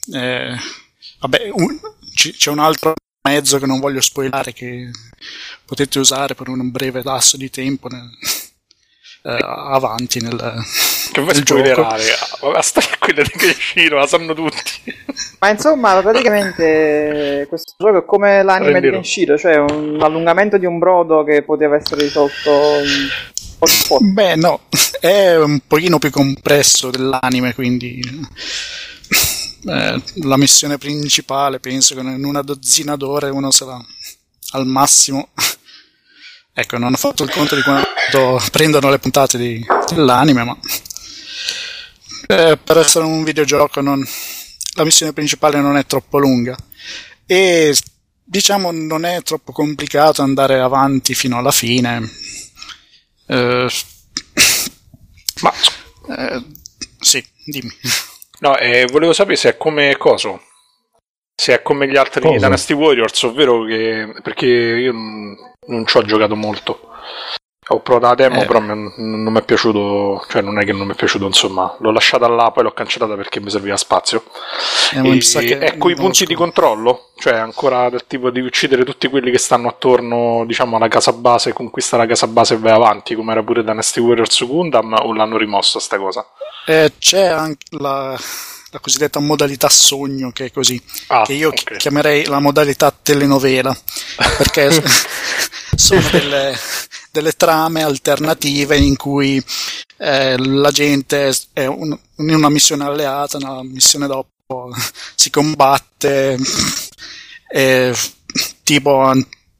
eh, vabbè, un, c- c'è un altro mezzo che non voglio spoilerare, che potete usare per un breve lasso di tempo nel, eh, avanti nel, che vuoi nel spoilerare? Basta che quella di Kenshiro la sanno tutti. Ma insomma, praticamente questo gioco è come l'anime Renderò. di Kenshiro, cioè un allungamento di un brodo che poteva essere risolto in pochi spot. Beh, no, è un pochino più compresso dell'anime, quindi eh, la missione principale penso che in una dozzina d'ore uno se la al massimo. Ecco, non ho fatto il conto di quanto prendono le puntate di, dell'anime, ma eh, per essere un videogioco non, la missione principale non è troppo lunga e diciamo non è troppo complicato andare avanti fino alla fine. Eh, Ma eh, sì, dimmi. no, eh, volevo sapere se è come coso. Se è come gli altri Cosa? Dynasty Warriors, ovvero che. Perché io non, non ci ho giocato molto. Ho provato la demo, Eh. però non, non mi è piaciuto. Cioè, non è che non mi è piaciuto, insomma. L'ho lasciata là, poi l'ho cancellata perché mi serviva spazio. Eh, ma mi E sa che è coi non punti lo di scopro. controllo, cioè ancora del tipo di uccidere tutti quelli che stanno attorno, diciamo, alla casa base, conquista la casa base e vai avanti, come era pure Dynasty Warriors Gundam, o l'hanno rimossa sta cosa? Eh, c'è anche la, la cosiddetta modalità sogno, che è così, Ah, che io ok. chiamerei la modalità telenovela, perché sono delle, delle trame alternative in cui eh, la gente è un- in una missione alleata, nella missione dopo si combatte, e, tipo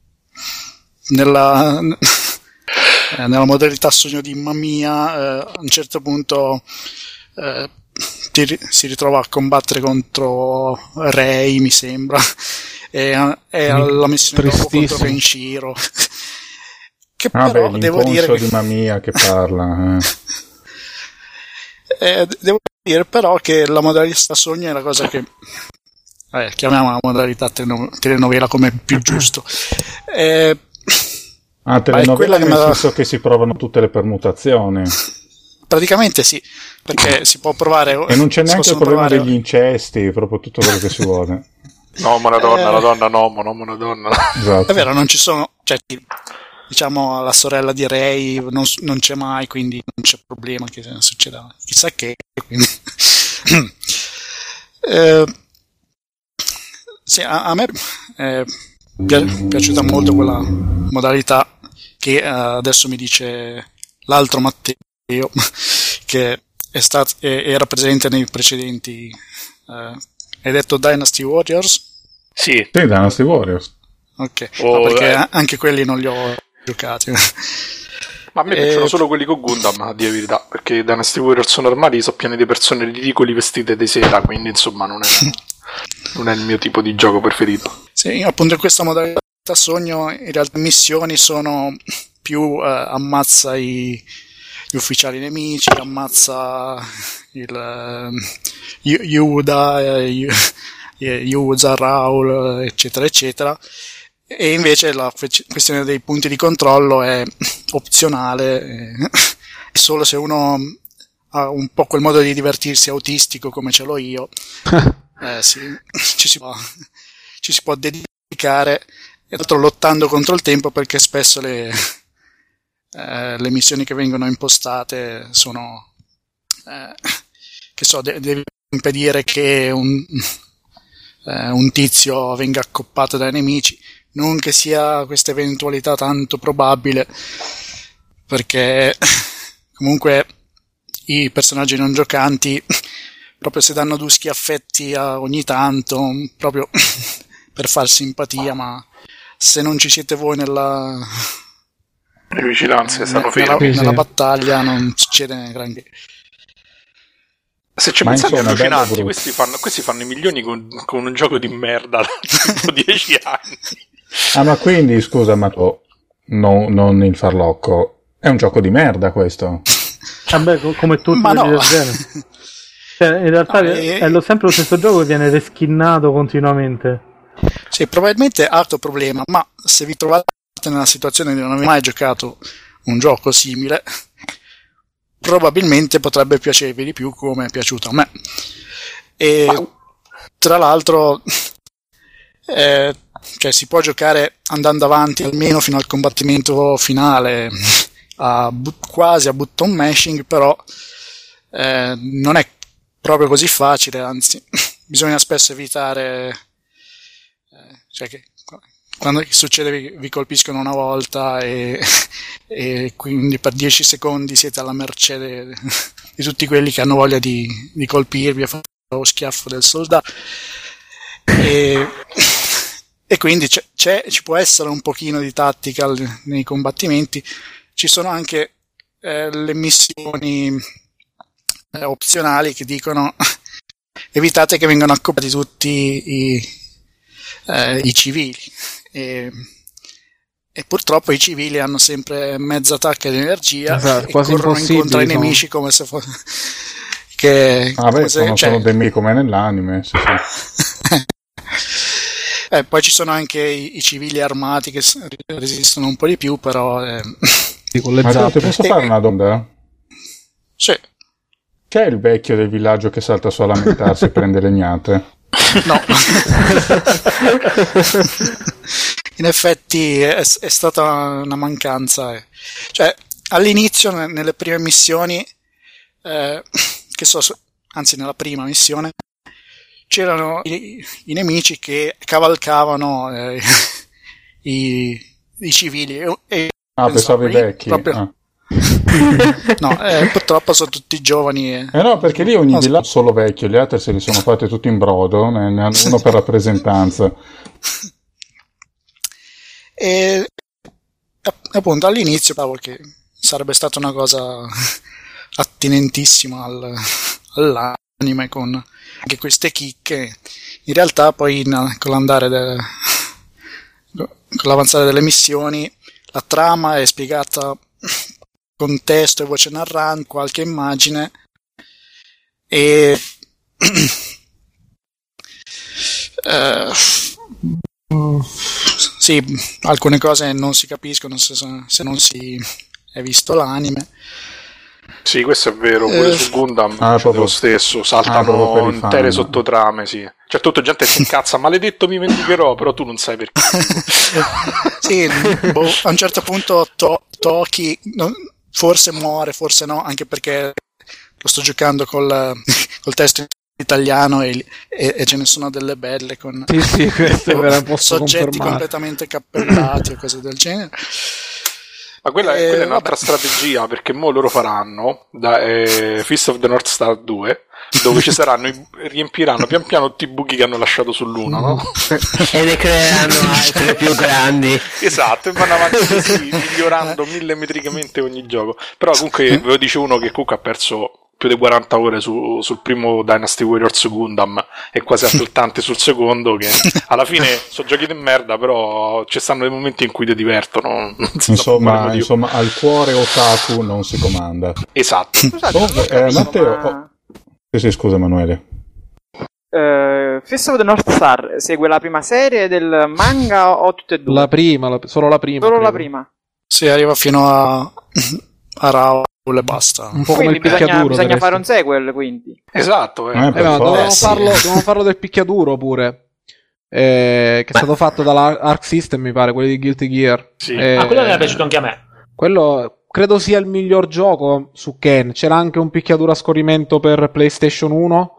nella, eh, nella modalità sogno di Mamma Mia, eh, a un certo punto eh, ti ri- si ritrova a combattere contro Rei, mi sembra, e, e alla missione dopo contro Tristissimo. Kenshiro. Che Ah, però beh, devo dire l'inconscio che, di Mamia che parla. Eh. eh, devo dire però che la modalità sogno è la cosa che eh, chiamiamola modalità teleno- telenovela come più giusto. Eh, Ah, Ma è telenovela quella che nel me la- senso che si provano tutte le permutazioni. praticamente sì, perché si può provare E non c'è si neanche il possono problema provare- degli incesti, proprio tutto quello che si vuole. No, ma una donna, Eh. la donna, no, ma non una donna. Esatto. È vero, non ci sono, cioè, diciamo, la sorella di Rey non, non c'è mai, quindi non c'è problema che succeda chissà che. Quindi. eh, sì, a, a me è pi- piaciuta molto quella modalità che eh, adesso mi dice l'altro Matteo, che è stato, è- era presente nei precedenti. Eh, hai detto Dynasty Warriors? Sì, Sì, Dynasty Warriors. Ok, Oh, no, perché eh. a- anche quelli non li ho giocati. ma a me Eh, piacciono solo quelli con Gundam, a dire la verità, perché Dynasty Warriors normali sono pieni di persone ridicoli vestite di seta, quindi insomma non è, non è il mio tipo di gioco preferito. Sì, appunto in questa modalità sogno in realtà le missioni sono più eh, ammazza i, gli ufficiali nemici, ammazza il eh, Yu- Yuda, eh, Yu- eh, Yuza, Raul, eccetera, eccetera. E invece la que- questione dei punti di controllo è opzionale, eh, solo se uno ha un po' quel modo di divertirsi autistico come ce l'ho io, eh, sì, ci, si può, ci si può dedicare, e tra l'altro lottando contro il tempo, perché spesso le, eh, le missioni che vengono impostate sono, eh, che so, de- devi impedire che un, eh, un tizio venga accoppato dai nemici. Non che sia questa eventualità tanto probabile, perché comunque i personaggi non giocanti proprio se danno due schiaffetti a ogni tanto, proprio per far simpatia, ma se non ci siete voi nella, Le vigilanze stanno nella, fermi. Sì, nella sì. battaglia non succede granché. Se ci Ma pensate è insomma, è bello allucinanti, brutto. questi fanno, questi fanno i milioni con, con un gioco di merda da tipo dieci anni. Ah, ma quindi, scusa, ma oh, no, non il farlocco. È un gioco di merda questo. Vabbè, co- come tutti Ma quelli no. del genere. Cioè, in realtà No, è, e- è lo, sempre lo stesso gioco che viene reskinnato continuamente. Sì, probabilmente è altro problema, ma se vi trovate nella situazione di non aver mai giocato un gioco simile, probabilmente potrebbe piacervi di più come è piaciuto a me. E tra l'altro eh, cioè si può giocare andando avanti almeno fino al combattimento finale a but- quasi a button mashing, però eh, non è proprio così facile, anzi bisogna spesso evitare eh, cioè che quando succede vi, vi colpiscono una volta e, e quindi per dieci secondi siete alla mercé di, di tutti quelli che hanno voglia di, di colpirvi e fare lo schiaffo del soldato, e, e quindi c'è, c'è, ci può essere un pochino di tactical nei combattimenti. Ci sono anche eh, le missioni eh, opzionali che dicono evitate che vengano accoppiati tutti i, eh, i civili, e, e purtroppo i civili hanno sempre mezza tacca di energia, esatto, e quasi corrono incontro ai nemici come se fosse che ah, come beh, se, sono, cioè... sono dei come nell'anime, sì, sì. eh, poi ci sono anche i, i civili armati che resistono un po' di più, però eh... con le ma zappe. ti posso fare una domanda? Sì. C'è il vecchio del villaggio che salta su a lamentarsi e prende legnate? No. In effetti è, è stata una mancanza, cioè all'inizio nelle prime missioni eh, che so, anzi nella prima missione c'erano i, i nemici che cavalcavano eh, i, i civili e, e ah pensavo i vecchi proprio... ah. No, eh, purtroppo sono tutti giovani e... eh no, perché lì ogni no, villaggio solo vecchio, gli altri se li sono fatti tutti in brodo, ne, ne hanno uno per rappresentanza. E appunto all'inizio pensavo che sarebbe stata una cosa attinentissima al, all'anime, con anche queste chicche. In realtà poi in, con l'andare de, con l'avanzare delle missioni la trama è spiegata con testo e voce narrante, qualche immagine, e uh, sì, alcune cose non si capiscono se, se non si è visto l'anime. Sì, questo è vero, pure eh, su Gundam ah, c'è lo stesso, saltano ah, intere sottotrame, sì. C'è tutta gente che si incazza, maledetto mi vendicherò, però tu non sai perché. Sì, boh, a un certo punto to- Toki no, forse muore, forse no, anche perché lo sto giocando col, col testo italiano e, e, e ce ne sono delle belle con sì, sì, questo è soggetti confermare. completamente cappellati o cose del genere. Ma quella, eh, quella è un'altra vabbè. strategia, perché mo loro faranno da eh, Fist of the North Star due, dove ci saranno riempiranno pian piano tutti i buchi che hanno lasciato sull'uno, no? E ne creeranno altri più grandi. Esatto, e vanno avanti così, migliorando millimetricamente ogni gioco. Però comunque ve lo dice uno che comunque ha perso più di quaranta ore su, sul primo Dynasty Warriors Gundam e quasi altrettanti sul secondo, che alla fine sono giochi di merda, però ci stanno dei momenti in cui ti divertono. Insomma, insomma, al cuore otaku non si comanda. Esatto. Scusate, oh, eh, Matteo, ma... oh. sì, sì, scusa Emanuele. Uh, Fist of the North Star segue la prima serie del manga o tutte e due? La prima, la, solo la prima. Solo credo. la prima. Si arriva fino a a Raul e basta. Un po' quindi come il bisogna, picchiaduro. bisogna fare un sequel, quindi. Esatto. Eh. Eh, eh, ma dovevamo, sì. farlo, dovevamo farlo del picchiaduro pure. Eh, che è stato fatto dalla Arc System, mi pare, quelli di Guilty Gear. Sì. Eh, Ah, quello mi era piaciuto anche a me. Quello credo sia il miglior gioco su Ken. C'era anche un picchiaduro a scorrimento per PlayStation uno.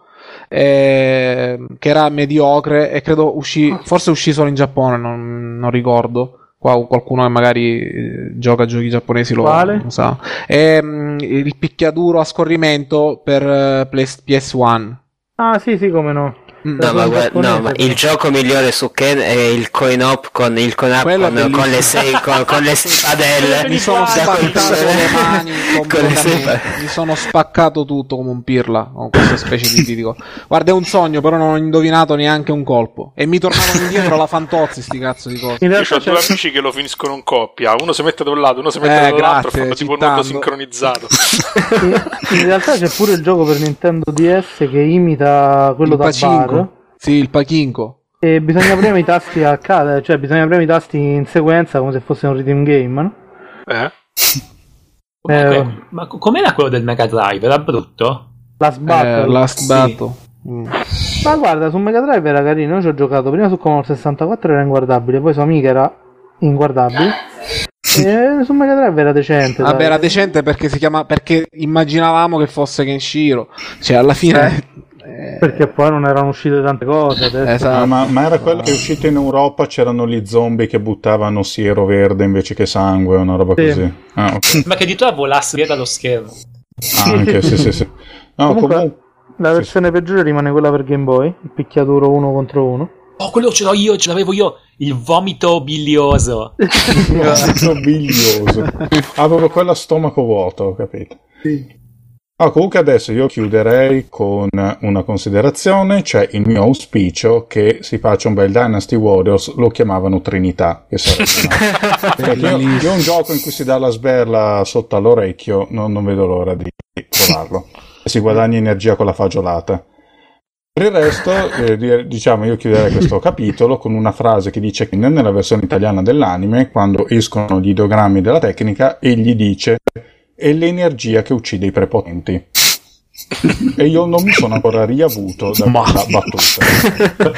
Eh, che era mediocre e credo uscì, forse uscì solo in Giappone, non, non ricordo. Qua qualcuno che magari eh, gioca a giochi giapponesi lo, lo sa. E, mh, il picchiaduro a scorrimento per uh, P S uno. Ah sì sì, come no. No, ma, guarda, no, ma il gioco migliore su Ken è il coin op con il coin up con, con le sei con, con le sei padelle. Mi sono spaccato le mani completamente. Mi sono spaccato tutto come un pirla con questa specie di titico. Guarda, è un sogno, però non ho indovinato neanche un colpo. E mi tornavano indietro la Fantozzi, sti cazzo di cose. Io ho due amici che lo finiscono in coppia. Uno si mette da un lato, uno si mette eh, dall'altro, grazie, fanno tipo un nudo sincronizzato. In realtà c'è pure il gioco per Nintendo D S che imita quello il da Pacinco. bar. Sì, il Pachinko. E bisogna premere i tasti a cada, cioè bisogna premere i tasti in sequenza come se fosse un rhythm game, no? Eh? Comunque, Eh, ma com'era quello del Mega Drive? Era brutto? Last Battle. Eh, last Sì. Battle. Mm. Ma guarda, su Mega Drive era carino, io ci ho giocato prima su Commodore sessantaquattro, era inguardabile, poi su Amiga era inguardabile. E su Mega Drive era decente. Vabbè, dai. era decente perché si chiama perché immaginavamo che fosse Kenshiro. Cioè, alla fine eh, perché poi non erano uscite tante cose. Esatto. Ah, ma, ma era quello che è uscito in Europa, c'erano gli zombie che buttavano siero verde invece che sangue, una roba sì. così. Ah, okay. Ma che addirittura volasse via dallo schermo. Ah, anche sì, sì, sì. No, comunque, comunque la versione sì, peggiore rimane quella per Game Boy, il picchiaduro uno contro uno. Oh, quello ce l'ho io, ce l'avevo io. Il vomito bilioso. Il vomito bilioso. Avevo quella stomaco vuoto, ho capito. Sì. Ah, comunque adesso io chiuderei con una considerazione, c'è il mio auspicio che si faccia un bel Dynasty Warriors, lo chiamavano Trinità, che sarebbe io, io un gioco in cui si dà la sberla sotto all'orecchio, non, non vedo l'ora di provarlo, e si guadagna energia con la fagiolata. Per il resto, eh, diciamo, io chiuderei questo capitolo con una frase che dice che nella versione italiana dell'anime, quando escono gli ideogrammi della tecnica, egli dice: è l'energia che uccide i prepotenti. E io non mi sono ancora riavuto da quella battuta.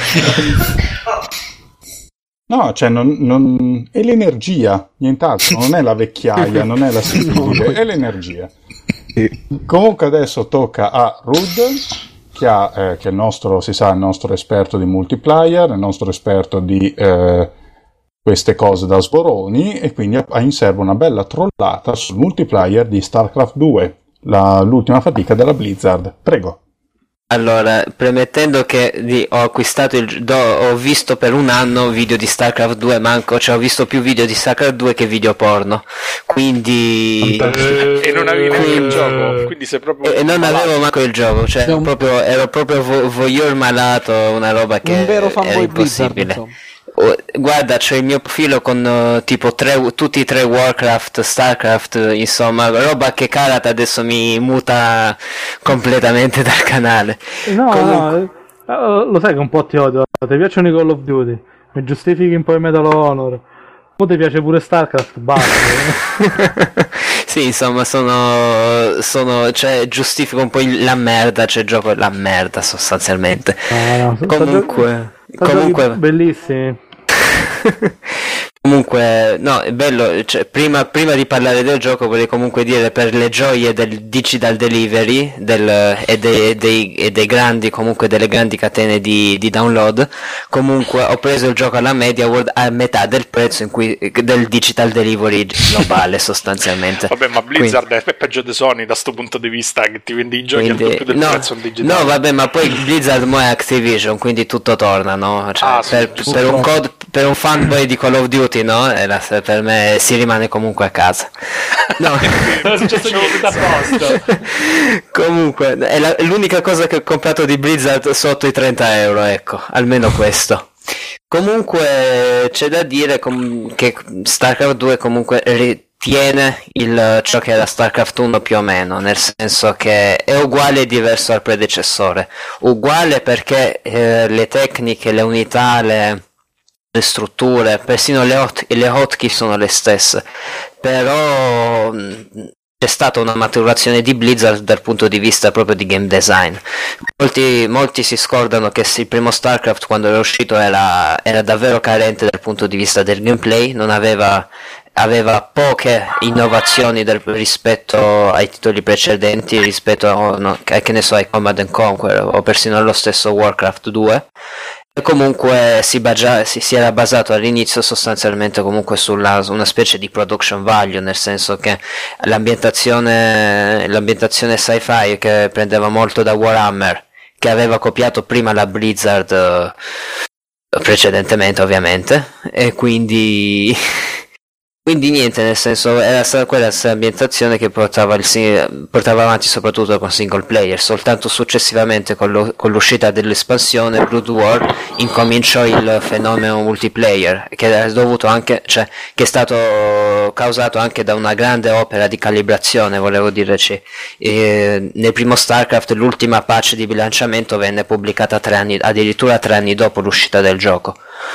No, cioè non, non... è l'energia, nient'altro, non è la vecchiaia, non è la simile, è l'energia. Comunque adesso tocca a Rud, che, ha, eh, che è il nostro, si sa, il nostro esperto di multiplayer, il nostro esperto di eh, queste cose da sboroni, e quindi ha in serbo una bella trollata sul multiplayer di StarCraft due, la, l'ultima fatica della Blizzard. Prego. Allora, premettendo che di, ho acquistato il do, ho visto per un anno video di StarCraft due, manco, cioè ho visto più video di StarCraft due che video porno. Quindi eh, e non avevi neanche il gioco, quindi sei proprio e non avevo manco il gioco, cioè ero proprio, ero proprio vo, voyeur malato, una roba che un vero era fanboy impossibile. Blizzard, Guarda, c'ho il mio profilo con uh, tipo tre, tutti e tre Warcraft, Starcraft, insomma, roba che Karat adesso mi muta completamente dal canale. No, Comunque... no, lo sai che un po' ti odio, ti piacciono i Call of Duty, mi giustifichi un po' il Medal of Honor, poi ti piace pure StarCraft, basta. Sì, insomma, sono, sono, cioè, giustifico un po' il, la merda, cioè gioco la merda sostanzialmente. No, no, comunque, comunque bellissimi. Comunque, no, è bello, cioè, prima, prima di parlare del gioco vorrei comunque dire, per le gioie del digital delivery del, e, dei, dei, e dei grandi, comunque delle grandi catene di, di download, comunque ho preso il gioco alla Media World a metà del prezzo in cui, del digital delivery globale sostanzialmente. Vabbè, ma Blizzard quindi, è peggio di Sony da sto punto di vista, che ti vendi i giochi quindi, al doppio del no, prezzo al digitale. No, vabbè, ma poi Blizzard mo è Activision, quindi tutto torna, no? Cioè, ah, per, sì, per, un code, per un fanboy di Call of Duty, no? Per me si rimane comunque a casa. No, non è successo niente a posto. Comunque è, la, è l'unica cosa che ho comprato di Blizzard sotto i trenta euro, ecco, almeno questo. Comunque c'è da dire com- che StarCraft due comunque ritiene il, ciò che era StarCraft uno più o meno, nel senso che è uguale e diverso al predecessore. Uguale perché eh, le tecniche, le unità, le le strutture, persino le, hot, le hotkey sono le stesse, però mh, c'è stata una maturazione di Blizzard dal punto di vista proprio di game design. Molti, molti si scordano che il primo StarCraft quando era uscito era, era davvero carente dal punto di vista del gameplay, non aveva aveva poche innovazioni del, rispetto ai titoli precedenti, rispetto a, no, che ne so, ai Command and Conquer o persino allo stesso Warcraft due. E comunque si, bagia, si, si era basato all'inizio sostanzialmente comunque sulla una specie di production value, nel senso che l'ambientazione, l'ambientazione sci-fi che prendeva molto da Warhammer, che aveva copiato prima la Blizzard uh, precedentemente ovviamente, e quindi quindi niente, nel senso era stata quella ambientazione che portava, il, portava avanti soprattutto con single player. Soltanto successivamente con, lo, con l'uscita dell'espansione Brood War incominciò il fenomeno multiplayer, che è dovuto anche, cioè che è stato causato anche da una grande opera di calibrazione, volevo dirci. E nel primo StarCraft l'ultima patch di bilanciamento venne pubblicata tre anni, addirittura tre anni dopo l'uscita del gioco.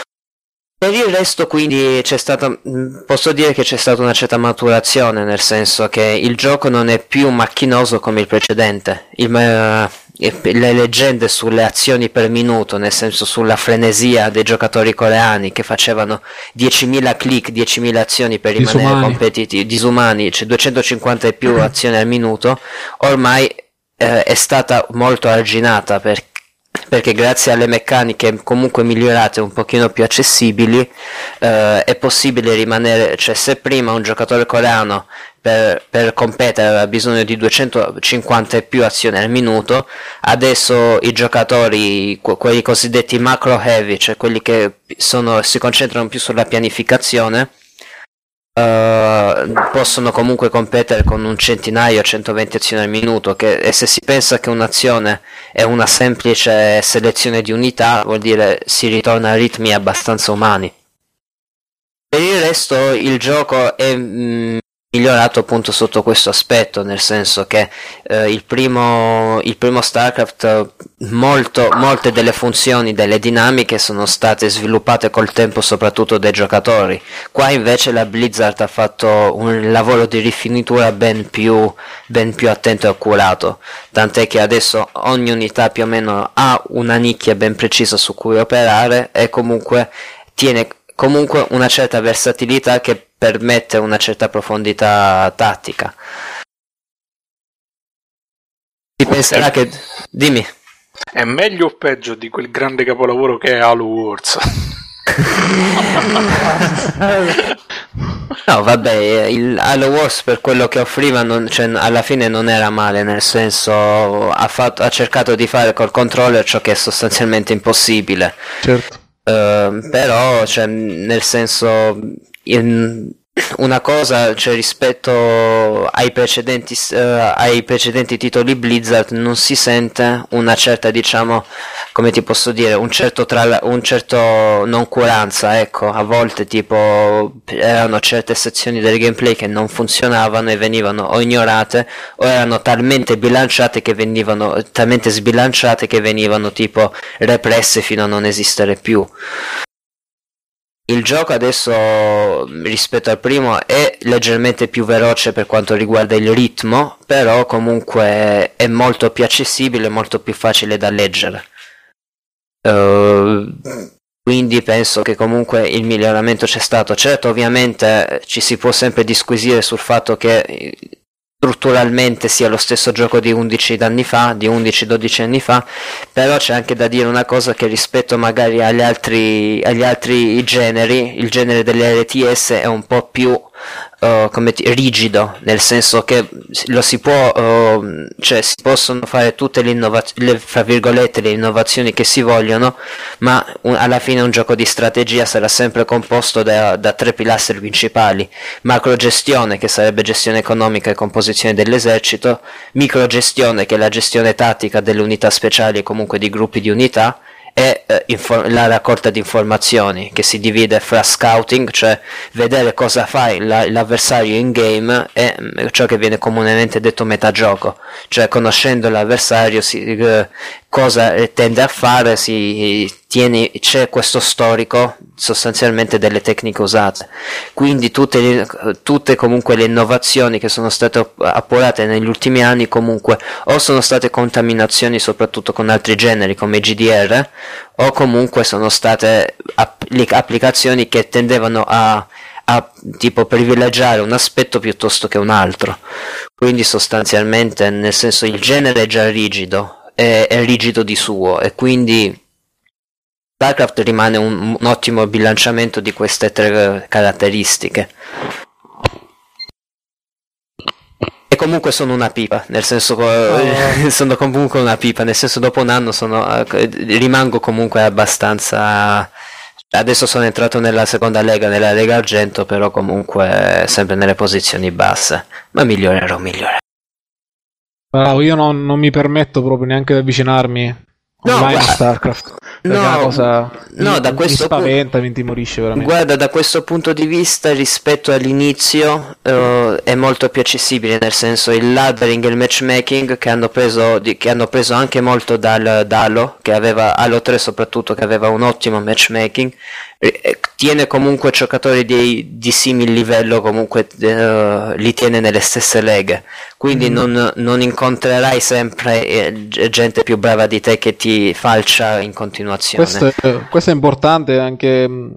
Per il resto quindi c'è stata, posso dire che c'è stata una certa maturazione, nel senso che il gioco non è più macchinoso come il precedente. Il, le leggende sulle azioni per minuto, nel senso sulla frenesia dei giocatori coreani che facevano diecimila click, diecimila azioni per rimanere disumani. competitivi, disumani, cioè duecentocinquanta e più azioni al minuto, ormai eh, è stata molto arginata per, perché grazie alle meccaniche comunque migliorate, un pochino più accessibili, eh, è possibile rimanere, cioè se prima un giocatore coreano Per, per competere aveva bisogno di duecentocinquanta e più azioni al minuto, adesso i giocatori, quelli cosiddetti macro heavy, cioè quelli che sono, si concentrano più sulla pianificazione, uh, possono comunque competere con un centinaio, centoventi azioni al minuto, che, e se si pensa che un'azione è una semplice selezione di unità, vuol dire si ritorna a ritmi abbastanza umani. Per il resto il gioco è mh, migliorato appunto sotto questo aspetto, nel senso che eh, il primo il primo StarCraft, molto, molte delle funzioni, delle dinamiche sono state sviluppate col tempo soprattutto dai giocatori. Qua invece la Blizzard ha fatto un lavoro di rifinitura ben più, ben più attento e accurato, tant'è che adesso ogni unità più o meno ha una nicchia ben precisa su cui operare e comunque tiene comunque una certa versatilità che permette una certa profondità tattica. Si penserà che... Dimmi. È meglio o peggio di quel grande capolavoro che è Halo Wars? No, vabbè, il Halo Wars per quello che offriva non, cioè, alla fine non era male, nel senso ha, fatto, ha cercato di fare col controller ciò che è sostanzialmente impossibile. Certo. Uh, però, cioè, nel senso... In una cosa, cioè rispetto ai precedenti uh, ai precedenti titoli Blizzard non si sente una certa, diciamo, come ti posso dire, un certo tra un certo noncuranza, ecco. A volte tipo erano certe sezioni del gameplay che non funzionavano e venivano o ignorate o erano talmente bilanciate che venivano talmente sbilanciate che venivano tipo represse fino a non esistere più. Il gioco adesso rispetto al primo è leggermente più veloce per quanto riguarda il ritmo, però comunque è molto più accessibile, molto più facile da leggere. Uh, quindi penso che comunque il miglioramento c'è stato. Certo, ovviamente ci si può sempre disquisire sul fatto che strutturalmente sia lo stesso gioco di undici anni fa, di undici dodici anni fa, però c'è anche da dire una cosa, che rispetto magari agli altri agli altri generi, il genere delle R T S è un po' più uh, come ti, rigido, nel senso che lo si può uh, cioè si possono fare tutte le innovazioni, fra virgolette, le innovazioni che si vogliono, ma un, alla fine un gioco di strategia sarà sempre composto da, da tre pilastri principali: macrogestione, che sarebbe gestione economica e composizione dell'esercito; microgestione, che è la gestione tattica delle unità speciali e comunque di gruppi di unità; e eh, infor- la raccolta di informazioni, che si divide fra scouting, cioè vedere cosa fa la- l'avversario in game, e mh, ciò che viene comunemente detto metagioco, cioè conoscendo l'avversario si, eh, cosa tende a fare, si tiene, c'è questo storico sostanzialmente delle tecniche usate. Quindi tutte, le, tutte comunque le innovazioni che sono state appurate negli ultimi anni comunque o sono state contaminazioni soprattutto con altri generi come i G D R, o comunque sono state app- applicazioni che tendevano a a tipo privilegiare un aspetto piuttosto che un altro. Quindi sostanzialmente, nel senso, il genere è già rigido, è, è rigido di suo, e quindi StarCraft rimane un, un ottimo bilanciamento di queste tre caratteristiche. E comunque sono una pipa, nel senso, oh. sono comunque una pipa, nel senso, dopo un anno sono, rimango comunque abbastanza. Adesso sono entrato nella seconda lega, nella Lega Argento, però comunque sempre nelle posizioni basse, ma migliorerò, migliorerò. Bravo, io non, non mi permetto proprio neanche di avvicinarmi online a StarCraft. Perché No, è una cosa no, mi, da mi questo spaventa, mi intimorisce veramente. Guarda, da questo punto di vista, rispetto all'inizio, eh, è molto più accessibile, nel senso il laddering e il matchmaking che hanno preso, di, che hanno preso anche molto dal, da Halo, che aveva, Halo tre soprattutto, che aveva un ottimo matchmaking, eh, tiene comunque giocatori di, di simil livello, comunque eh, li tiene nelle stesse leghe, quindi mm. non, non incontrerai sempre eh, gente più brava di te che ti falcia in continuazione. Questo è, questo è importante anche.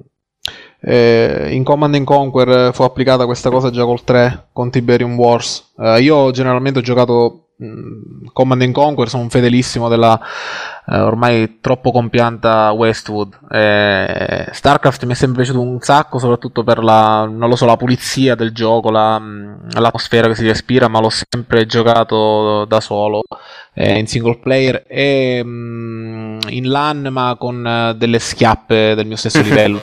Eh, in Command and Conquer fu applicata questa cosa già col tre con Tiberium Wars. Eh, io generalmente ho giocato mh, Command and Conquer, sono un fedelissimo della eh, ormai troppo compianta Westwood. Eh, Starcraft mi è sempre piaciuto un sacco, soprattutto per la, non lo so, la pulizia del gioco, la, l'atmosfera che si respira, ma l'ho sempre giocato da solo, eh, in single player e mh, in LAN, ma con uh, delle schiappe del mio stesso livello.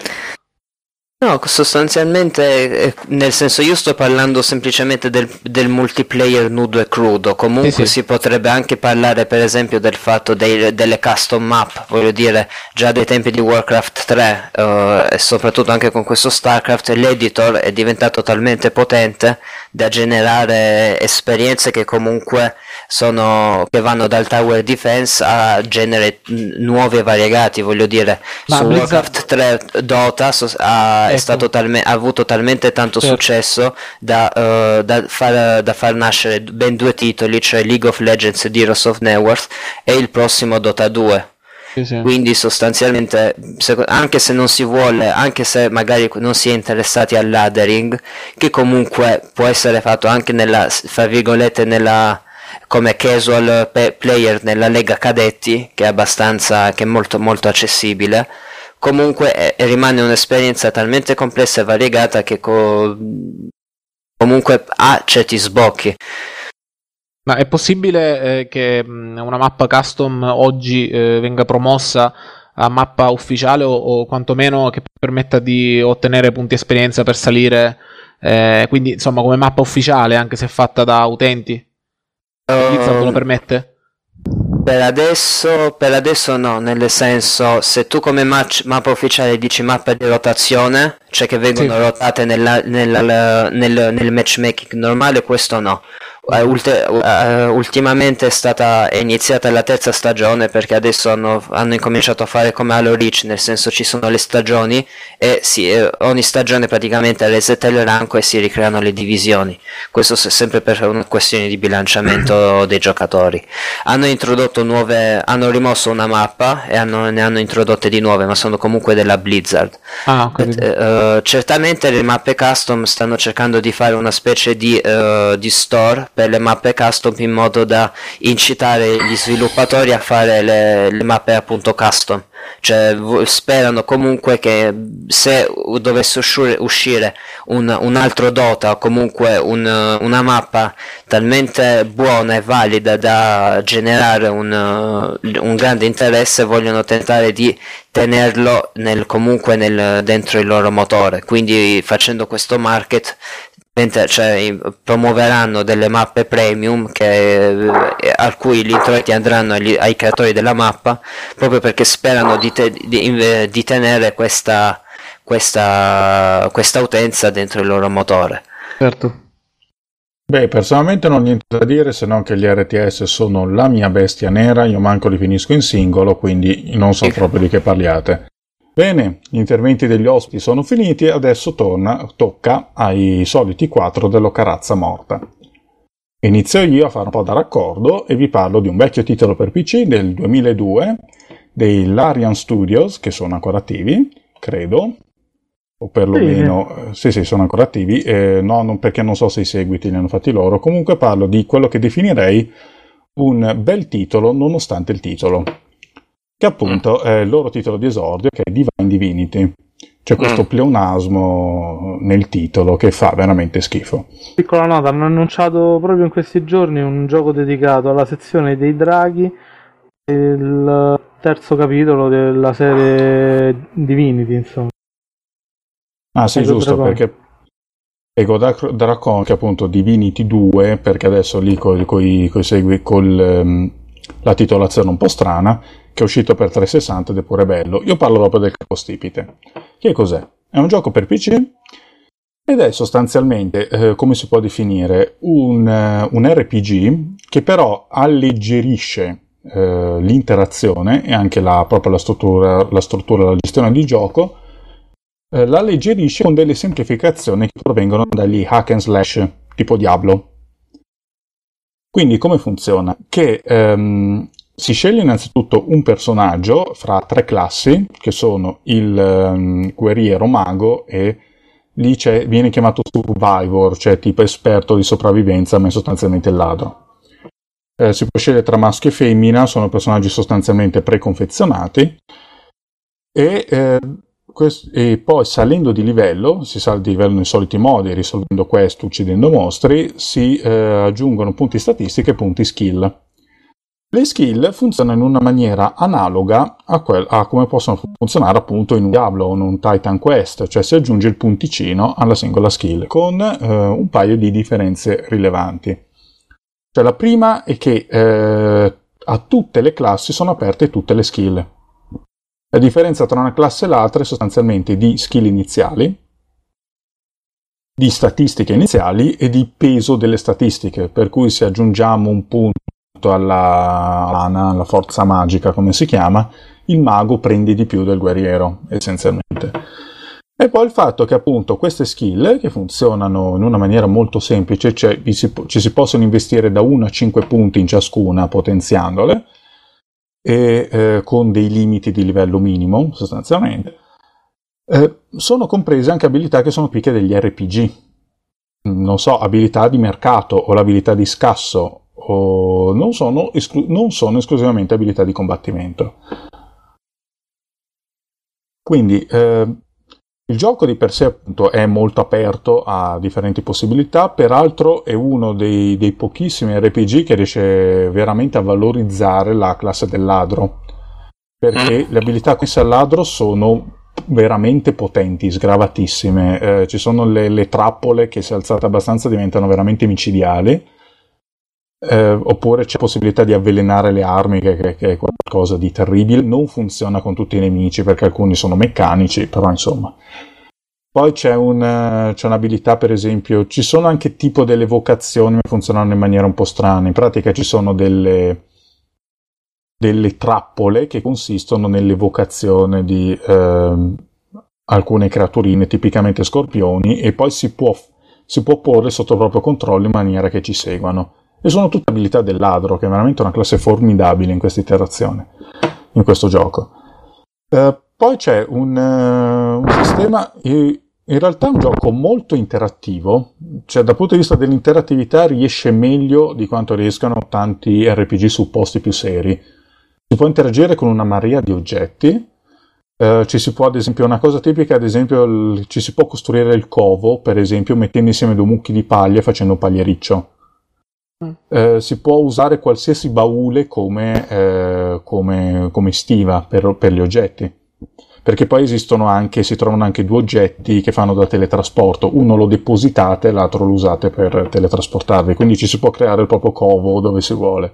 No, sostanzialmente, nel senso, io sto parlando semplicemente del, del multiplayer nudo e crudo. Comunque sì, sì. Si potrebbe anche parlare, per esempio, del fatto dei, delle custom map. Voglio dire, già dai tempi di Warcraft tre uh, e soprattutto anche con questo Starcraft, l'editor è diventato talmente potente da generare esperienze che comunque sono, che vanno dal tower defense a genere nuovi e variegati. Voglio dire, ma su Blizzard... Warcraft tre Dota so, ha È, ecco. stato talme- ha avuto talmente tanto certo. successo da, uh, da, far, da far nascere ben due titoli, cioè League of Legends ed Heroes of Newerth e il prossimo Dota due. Sì, sì. Quindi sostanzialmente, se, anche se non si vuole, anche se magari non si è interessati al laddering, che comunque può essere fatto anche nella, fra virgolette, nella come casual player nella Lega Cadetti, che è abbastanza, che è molto molto accessibile. Comunque eh, rimane un'esperienza talmente complessa e variegata che co- comunque ha certi sbocchi. Ma è possibile eh, che mh, una mappa custom oggi eh, venga promossa a mappa ufficiale o, o quantomeno che permetta di ottenere punti esperienza per salire, eh, quindi insomma come mappa ufficiale anche se fatta da utenti? Uh, Blizzard lo permette? Per adesso, per adesso no, nel senso, se tu come match, mappa ufficiale dici mappa di rotazione, cioè che vengono sì. rotate nella, nella, nel, nel matchmaking normale, questo no. Uh, ulti- uh, ultimamente è stata è iniziata la terza stagione, perché adesso hanno, hanno incominciato a fare come Halo Reach, nel senso ci sono le stagioni e sì, ogni stagione praticamente resetta il ranco e si ricreano le divisioni. Questo è sempre per una questione di bilanciamento dei giocatori. Hanno introdotto nuove, hanno rimosso una mappa e hanno, ne hanno introdotte di nuove, ma sono comunque della Blizzard. Ah, okay. uh, certamente le mappe custom stanno cercando di fare una specie di, uh, di store per le mappe custom, in modo da incitare gli sviluppatori a fare le, le mappe appunto custom. Cioè sperano comunque che se dovesse uscire, uscire un, un altro Dota o comunque un, una mappa talmente buona e valida da generare un, un grande interesse, vogliono tentare di tenerlo nel, comunque nel, dentro il loro motore, quindi facendo questo market, cioè promuoveranno delle mappe premium che, eh, a cui gli introiti andranno agli, ai creatori della mappa, proprio perché sperano di, te, di, di tenere questa, questa, questa utenza dentro il loro motore. Certo. Beh, personalmente non ho niente da dire, se non che gli R T S sono la mia bestia nera, io manco li finisco in singolo, quindi non so proprio di che parliate. Bene, gli interventi degli ospiti sono finiti, adesso torna, tocca ai soliti quattro dello Carazza Morta. Inizio io a fare un po' da raccordo e vi parlo di un vecchio titolo per P C del duemiladue dei Larian Studios, che sono ancora attivi, credo, o perlomeno, sì, sì, sì sono ancora attivi, eh, no, non, perché non so se i seguiti li hanno fatti loro. Comunque parlo di quello che definirei un bel titolo nonostante il titolo, che appunto è il loro titolo di esordio, che è Divine Divinity. C'è questo mm. pleonasmo nel titolo che fa veramente schifo. Piccola nota, hanno annunciato proprio in questi giorni un gioco dedicato alla sezione dei draghi, il terzo capitolo della serie Divinity, insomma. Ah sì, Ego giusto, Dragon. Perché Ego Dragon, che appunto Divinity due, perché adesso lì coi, coi, coi segui, col, um, la titolazione un po' strana, che è uscito per trecentosessanta ed è pure bello. Io parlo proprio del capostipite. Che cos'è? È un gioco per P C ed è sostanzialmente, eh, come si può definire, un, uh, un R P G che però alleggerisce uh, l'interazione e anche la, proprio la struttura, la struttura, la gestione di gioco, uh, la alleggerisce con delle semplificazioni che provengono dagli hack and slash tipo Diablo. Quindi come funziona? Che um, si sceglie innanzitutto un personaggio fra tre classi, che sono il um, guerriero, mago e lì c'è, viene chiamato survivor, cioè tipo esperto di sopravvivenza, ma è sostanzialmente il ladro. Eh, si può scegliere tra maschio e femmina, sono personaggi sostanzialmente preconfezionati e, eh, quest- e poi salendo di livello, si sale di livello nei soliti modi, risolvendo quest, uccidendo mostri, si eh, aggiungono punti statistiche e punti skill. Le skill funzionano in una maniera analoga a, quel, a come possono funzionare appunto in un Diablo o in un Titan Quest, cioè si aggiunge il punticino alla singola skill, con eh, un paio di differenze rilevanti. Cioè la prima è che eh, a tutte le classi sono aperte tutte le skill. La differenza tra una classe e l'altra è sostanzialmente di skill iniziali, di statistiche iniziali e di peso delle statistiche, per cui se aggiungiamo un punto alla mana, alla forza magica come si chiama, il mago prende di più del guerriero essenzialmente. E poi il fatto che appunto queste skill che funzionano in una maniera molto semplice, cioè ci si, ci si possono investire da uno a cinque punti in ciascuna potenziandole e eh, con dei limiti di livello minimo sostanzialmente, eh, sono comprese anche abilità che sono tipiche degli R P G, non so, abilità di mercato o l'abilità di scasso, o non sono, esclu- non sono esclusivamente abilità di combattimento. Quindi eh, il gioco di per sé appunto è molto aperto a differenti possibilità, peraltro è uno dei, dei pochissimi R P G che riesce veramente a valorizzare la classe del ladro, perché le abilità messe al ladro sono veramente potenti, sgravatissime. Eh, ci sono le, le trappole che se alzate abbastanza diventano veramente micidiali. Eh, oppure c'è la possibilità di avvelenare le armi che, che, che è qualcosa di terribile. Non funziona con tutti i nemici perché alcuni sono meccanici, però insomma. Poi c'è, un, c'è un'abilità, per esempio, ci sono anche tipo delle vocazioni che funzionano in maniera un po' strana. In pratica ci sono delle delle trappole che consistono nell'evocazione di eh, alcune creaturine, tipicamente scorpioni, e poi si può, si può porre sotto proprio controllo in maniera che ci seguano. E sono tutte abilità del ladro, che è veramente una classe formidabile in questa iterazione, in questo gioco. Uh, poi c'è un, uh, un sistema, in realtà è un gioco molto interattivo, cioè dal punto di vista dell'interattività riesce meglio di quanto riescano tanti R P G su posti più seri. Si può interagire con una marea di oggetti, uh, ci si può, ad esempio, una cosa tipica, ad esempio, il, ci si può costruire il covo, per esempio, mettendo insieme due mucchi di paglia e facendo un pagliericcio. Eh, si può usare qualsiasi baule come, eh, come, come stiva per, per gli oggetti, perché poi esistono anche, si trovano anche due oggetti che fanno da teletrasporto, uno lo depositate e l'altro lo usate per teletrasportarvi, quindi ci si può creare il proprio covo dove si vuole.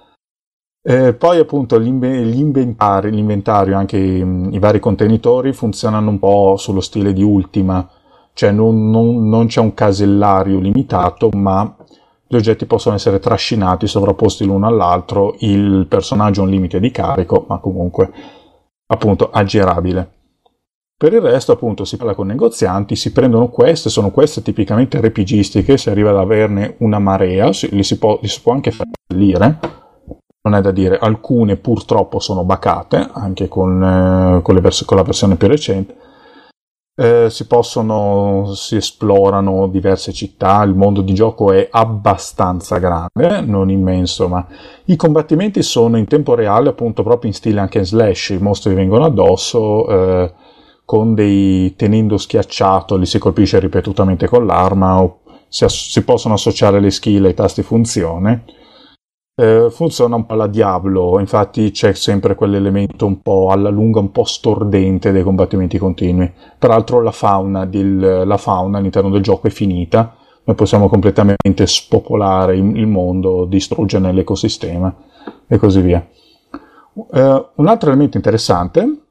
Eh, poi appunto l'inventario, l'inventario, anche i, i vari contenitori funzionano un po' sullo stile di Ultima, cioè non, non, non c'è un casellario limitato, ma gli oggetti possono essere trascinati, sovrapposti l'uno all'altro, il personaggio ha un limite di carico, ma comunque appunto aggirabile. Per il resto appunto si parla con negozianti, si prendono queste, sono queste tipicamente RPGistiche, si arriva ad averne una marea, si, li, si può, li si può anche fallire, non è da dire, alcune purtroppo sono bacate, anche con, eh, con, le vers- con la versione più recente. Eh, si possono, si esplorano diverse città, il mondo di gioco è abbastanza grande, non immenso, ma i combattimenti sono in tempo reale, appunto proprio in stile anche slash, i mostri vengono addosso, eh, con dei, tenendo schiacciato li si colpisce ripetutamente con l'arma, o si, ass- si possono associare le skill ai tasti funzione. Eh, funziona un po' alla Diablo, infatti c'è sempre quell'elemento un po' alla lunga, un po' stordente dei combattimenti continui. Peraltro la fauna, del, la fauna all'interno del gioco è finita, noi possiamo completamente spopolare il, il mondo, distruggere l'ecosistema e così via. Uh, un altro elemento interessante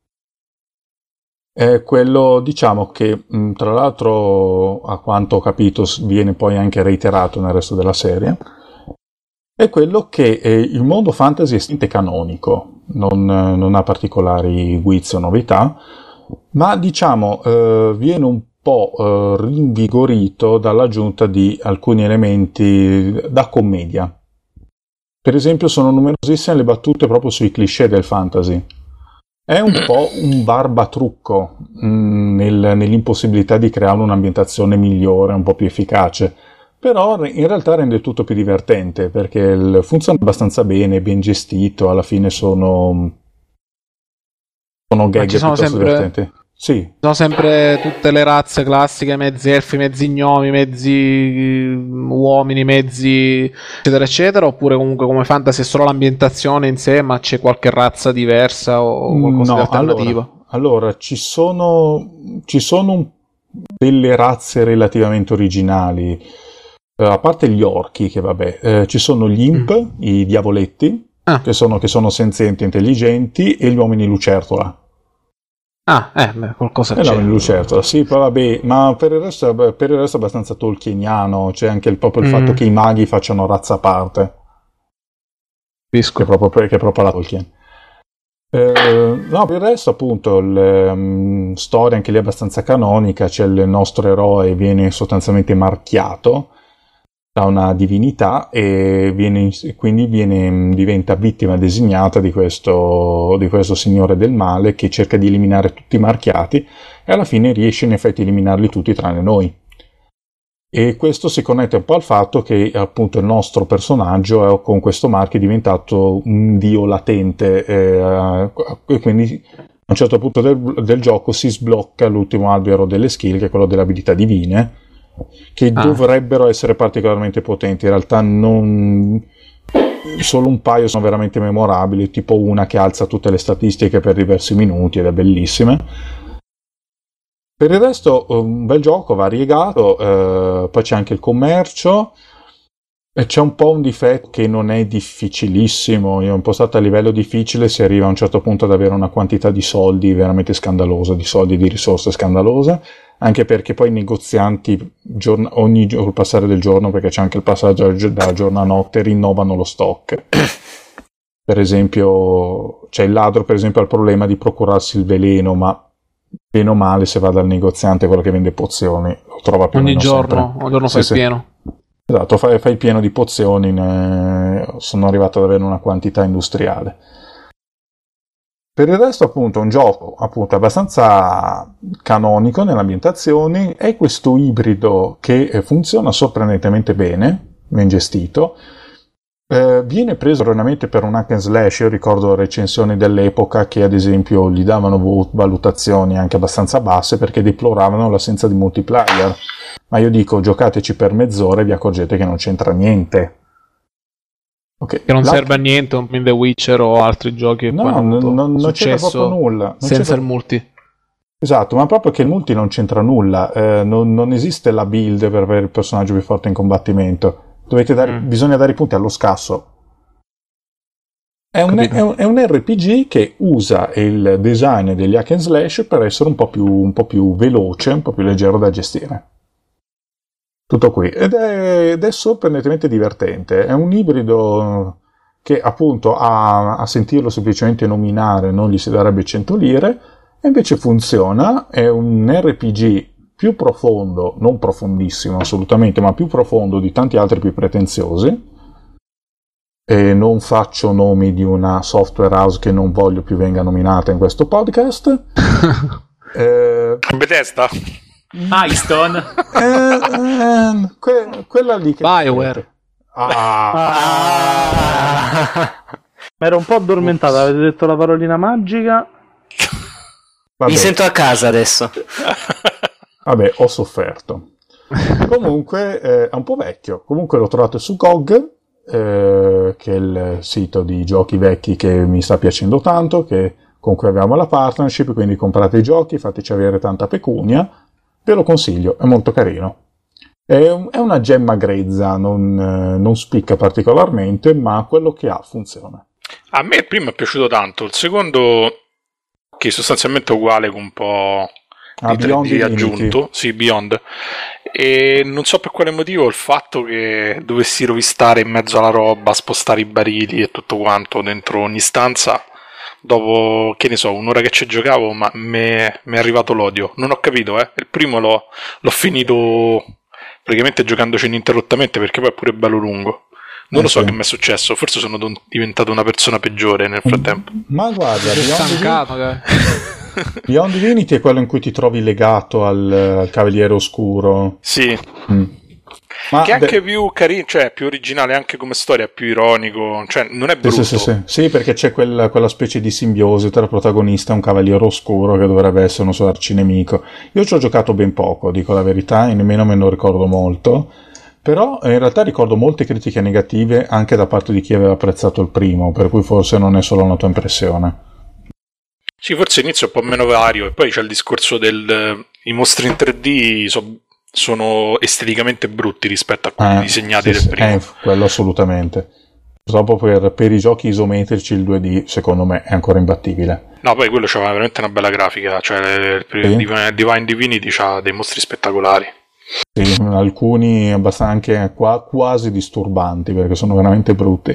è quello, diciamo, che mh, tra l'altro, a quanto ho capito, viene poi anche reiterato nel resto della serie, è quello che eh, il mondo fantasy è estremamente canonico, non, non ha particolari guizzi o novità, ma diciamo eh, viene un po' eh, rinvigorito dall'aggiunta di alcuni elementi da commedia. Per esempio sono numerosissime le battute proprio sui cliché del fantasy. È un po' un barbatrucco mh, nel, nell'impossibilità di creare un'ambientazione migliore, un po' più efficace. Però in realtà rende tutto più divertente, perché il, funziona abbastanza bene, ben gestito, alla fine sono, sono gag sono piuttosto sempre, divertenti. Sì. Sono sempre tutte le razze classiche, mezzi elfi, mezzi gnomi, mezzi uomini, mezzi eccetera eccetera, oppure comunque come fantasy è solo l'ambientazione in sé, ma c'è qualche razza diversa o qualcosa no, di alternativo? Allora, allora ci sono, ci sono delle razze relativamente originali. A parte gli orchi, che vabbè, eh, ci sono gli imp, mm. i diavoletti, ah. che, sono, che sono senzienti, intelligenti, e gli uomini lucertola. Ah, eh, beh, qualcosa c'è. Gli uomini lucertola, sì, poi vabbè, ma per il resto, per il resto è abbastanza tolkieniano, c'è anche il, proprio il mm. fatto che i maghi facciano razza a parte. Capisco. Che è proprio, che è proprio la Tolkien. Eh, no, per il resto appunto la um, storia anche lì è abbastanza canonica, c'è il nostro eroe, viene sostanzialmente marchiato da una divinità e viene, quindi viene, diventa vittima designata di questo, di questo signore del male che cerca di eliminare tutti i marchiati e alla fine riesce in effetti a eliminarli tutti tranne noi. E questo si connette un po' al fatto che appunto il nostro personaggio è, con questo marchio è diventato un dio latente eh, e quindi a un certo punto del, del gioco si sblocca l'ultimo albero delle skill, che è quello delle abilità divine, che ah. dovrebbero essere particolarmente potenti. In realtà non, solo un paio sono veramente memorabili, tipo una che alza tutte le statistiche per diversi minuti ed è bellissima. Per il resto un bel gioco variegato, eh, poi c'è anche il commercio e c'è un po' un difetto che non è difficilissimo, è un po' stato a livello difficile, si arriva a un certo punto ad avere una quantità di soldi veramente scandalosa, di soldi e di risorse scandalose, anche perché poi i negozianti giorn- ogni giorno, col passare del giorno, perché c'è anche il passaggio da giorno a notte, rinnovano lo stock. Per esempio c'è il ladro, per esempio, ha il problema di procurarsi il veleno, ma bene o male se va dal negoziante, quello che vende pozioni, lo trova più ogni o meno giorno, sempre. ogni giorno sì, fai sì. pieno. Esatto, fai, fai pieno di pozioni, ne... sono arrivato ad avere una quantità industriale. Per il resto appunto è un gioco appunto abbastanza canonico nelle ambientazioni, è questo ibrido che funziona sorprendentemente bene, ben gestito. Eh, viene preso erroneamente per un hack and slash. Io ricordo recensioni dell'epoca che ad esempio gli davano valutazioni anche abbastanza basse perché deploravano l'assenza di multiplayer, ma io dico giocateci per mezz'ora e vi accorgete che non c'entra niente. Okay. Che non La... serve a niente come The Witcher o altri giochi. No, non, non, non c'entra proprio nulla non senza c'entra... il multi. Esatto, ma proprio che il multi non c'entra nulla, eh, non, non esiste la build per avere il personaggio più forte in combattimento. Dovete dare, mm. bisogna dare i punti allo scasso. È un, è, un, è un R P G che usa il design degli hack and slash per essere un po' più, un po' più veloce, un po' più leggero da gestire. Tutto qui. Ed è, ed è sorprendentemente divertente. È un ibrido che appunto a, a sentirlo semplicemente nominare non gli si darebbe cento lire, e invece funziona. È un R P G più profondo, non profondissimo assolutamente, ma più profondo di tanti altri più pretenziosi. E non faccio nomi di una software house che non voglio più venga nominata in questo podcast. eh, Bethesda? Milestone? eh, eh, que- quella lì che... BioWare. Ah. Ah. Ero un po' addormentata, avete detto la parolina magica. Vabbè. Mi sento a casa adesso. Vabbè, ho sofferto. Comunque eh, è un po' vecchio. Comunque l'ho trovato su G O G, eh, che è il sito di giochi vecchi che mi sta piacendo tanto, che, con cui abbiamo la partnership, quindi comprate i giochi, fateci avere tanta pecunia. Ve lo consiglio, è molto carino. È, un, è una gemma grezza, non, eh, non spicca particolarmente, ma quello che ha funziona. A me il primo è piaciuto tanto, il secondo che sostanzialmente è uguale con un po' Ah, di, Beyond di Divinity. aggiunto, sì, Beyond. E non so per quale motivo il fatto che dovessi rovistare in mezzo alla roba, spostare i barili e tutto quanto dentro ogni stanza, dopo, che ne so, un'ora che ci giocavo, ma mi è arrivato l'odio. Non ho capito, eh. Il primo l'ho, l'ho finito praticamente giocandoci ininterrottamente, perché poi è pure bello lungo. Non Eh, lo so sì. che mi è successo, forse sono don- diventato una persona peggiore nel frattempo. Ma guarda, Sei Beyond, stancato, eh. Divinity, Beyond Divinity è quello in cui ti trovi legato al, al Cavaliere Oscuro. Sì, Mm. Ma che è anche de- più carino, cioè più originale anche come storia, più ironico, cioè non è Sì, brutto. sì, sì, sì. Sì, perché c'è quella, quella specie di simbiosi tra il protagonista e un cavaliere oscuro che dovrebbe essere un suo arcinemico. Io ci ho giocato ben poco, dico la verità, e nemmeno me ne ricordo molto. Però eh, in realtà ricordo molte critiche negative anche da parte di chi aveva apprezzato il primo, per cui forse non è solo una tua impressione. Sì, forse inizio un po' meno vario, e poi c'è il discorso del i mostri in tre D so- sono esteticamente brutti rispetto a quelli Eh, disegnati sì, del sì, primo. eh, quello assolutamente. Purtroppo per, per i giochi isometrici il due D secondo me è ancora imbattibile. No, poi quello c'aveva veramente una bella grafica, cioè il Sì. Divine Divine Divinity c'ha dei mostri spettacolari. Sì, alcuni abbastanza anche qua, quasi disturbanti perché sono veramente brutti.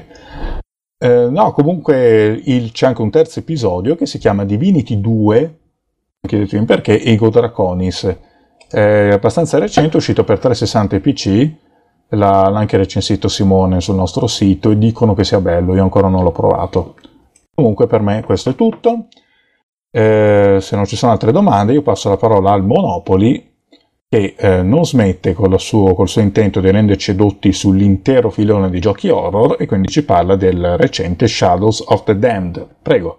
Eh, no, comunque il- c'è anche un terzo episodio che si chiama Divinity due, chiedetemi perché, Ego Draconis. È abbastanza recente, è uscito per trecentosessanta e P C, l'ha, l'ha anche recensito Simone sul nostro sito e dicono che sia bello, io ancora non l'ho provato. Comunque per me questo è tutto. Eh, se non ci sono altre domande io passo la parola al Monopoly, che eh, non smette con il suo, col suo intento di renderci edotti sull'intero filone di giochi horror e quindi ci parla del recente Shadows of the Damned. Prego.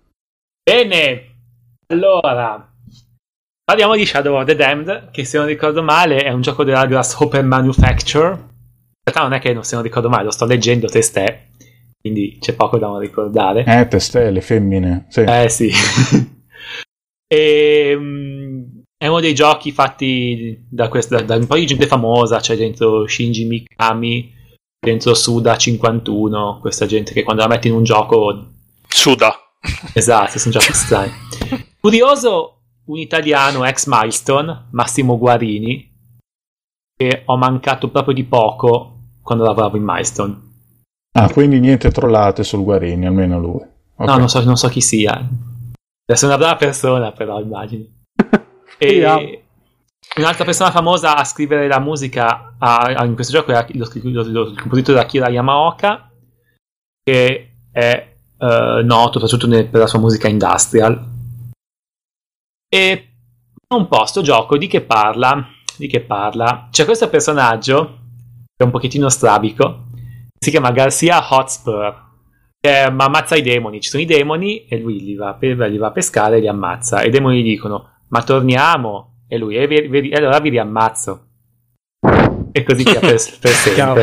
Bene, allora parliamo di Shadow of the Damned, che se non ricordo male è un gioco della Grasshopper Manufacture. In realtà non è che non se non ricordo male, lo sto leggendo testè, quindi c'è poco da non ricordare. Eh, testè, le femmine. Sì. Eh sì. e, um, è uno dei giochi fatti da, questa, da un po' di gente famosa, c'è dentro Shinji Mikami, dentro Suda cinquantuno, questa gente che quando la metti in un gioco... Suda. Esatto, sono giochi strani. Curioso, un italiano ex Milestone, Massimo Guarini, che ho mancato proprio di poco quando lavoravo in Milestone. Ah, quindi niente trollate sul Guarini, almeno lui. Ok. No, non so, non so chi sia. Deve essere una brava persona, però, immagino. E un'altra persona famosa a scrivere la musica a, a, in questo gioco è lo, lo, lo, il compositore Akira Yamaoka, che è uh, noto soprattutto nel, per la sua musica industrial. E un po' sto gioco di che parla? Di che parla? C'è questo personaggio che è un pochettino strabico, si chiama Garcia Hotspur, che ammazza i demoni. Ci sono i demoni e lui li va, li va a pescare e li ammazza. E i demoni gli dicono: ma torniamo, e lui, e, vi, vi, e allora vi riammazzo, e così via per, per sempre.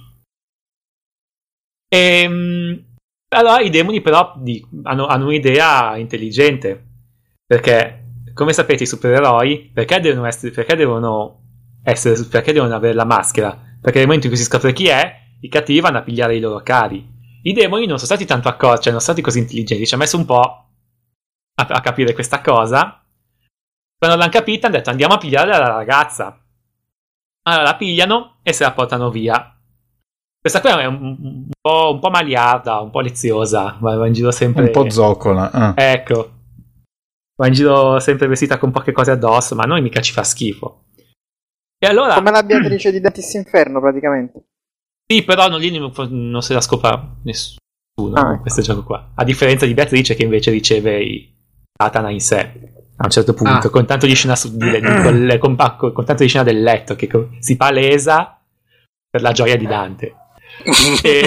E, allora i demoni però di, hanno, hanno un'idea intelligente, perché come sapete i supereroi perché devono essere, perché devono essere, perché devono avere la maschera? Perché nel momento in cui si scopre chi è, i cattivi vanno a pigliare i loro cari. I demoni non sono stati tanto accorti, cioè non sono stati così intelligenti, ci ha messo un po' a, a capire questa cosa. Quando l'hanno capita hanno detto: andiamo a pigliare la ragazza. Allora la pigliano e se la portano via. Questa qui è un, un, po', un po' maliarda, un po' leziosa, va, va in giro sempre... Un po' zoccola. Ah. Ecco. Va in giro sempre vestita con poche cose addosso, ma a noi mica ci fa schifo. E allora... Come la Beatrice di Dantis Inferno, praticamente. Sì, però non, lì non, non se la scopre nessuno, ah, in questo gioco qua. A differenza di Beatrice che invece riceve i Satana in sé. A un certo punto, ah. con tanto di scena su, di, di, con, con, con, con tanto di scena del letto che con, si palesa per la gioia di Dante. e,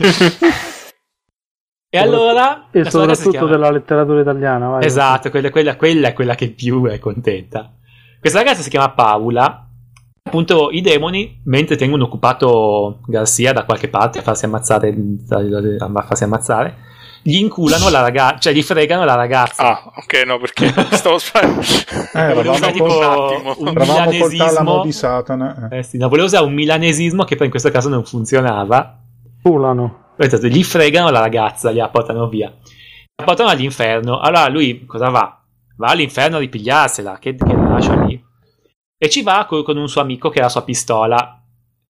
e allora e soprattutto chiama... della letteratura italiana, vai, esatto, quella, quella, quella è quella che più è contenta. Questa ragazza si chiama Paula. Appunto i demoni, mentre tengono occupato Garcia da qualche parte a farsi ammazzare, a farsi ammazzare, gli inculano la ragazza, cioè gli fregano la ragazza. Ah, ok, no, perché stavo sparando. Eh, volevo usare tipo un, un milanesismo di Satana. Eh. Eh sì, no, volevo usare un milanesismo che poi in questo caso non funzionava. Culano. gli fregano la ragazza, la portano via, la portano all'inferno. Allora lui cosa va? Va all'inferno a ripigliarsela, che, che la lascia lì, e ci va con, con un suo amico che ha la sua pistola,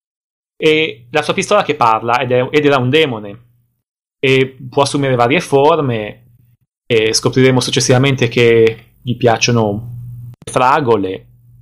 e la sua pistola che parla ed, è, ed era un demone e può assumere varie forme, e scopriremo successivamente che gli piacciono le fragole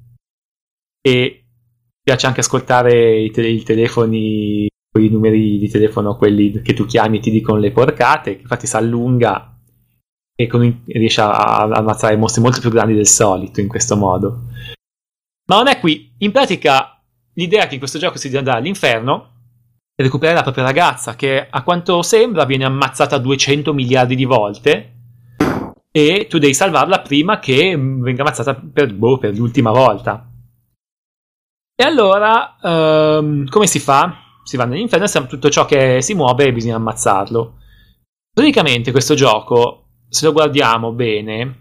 e piace anche ascoltare i, tele, i telefoni, i numeri di telefono, quelli che tu chiami e ti dicono le porcate, infatti si allunga e con, riesce a, a ammazzare mostri molto più grandi del solito in questo modo. Ma non è qui. In pratica l'idea è che in questo gioco si deve andare all'inferno e recuperare la propria ragazza, che a quanto sembra viene ammazzata duecento miliardi di volte, e tu devi salvarla prima che venga ammazzata per, boh, per l'ultima volta. E allora um, come si fa? Si va nell'inferno, tutto ciò che si muove bisogna ammazzarlo. Praticamente questo gioco, se lo guardiamo bene,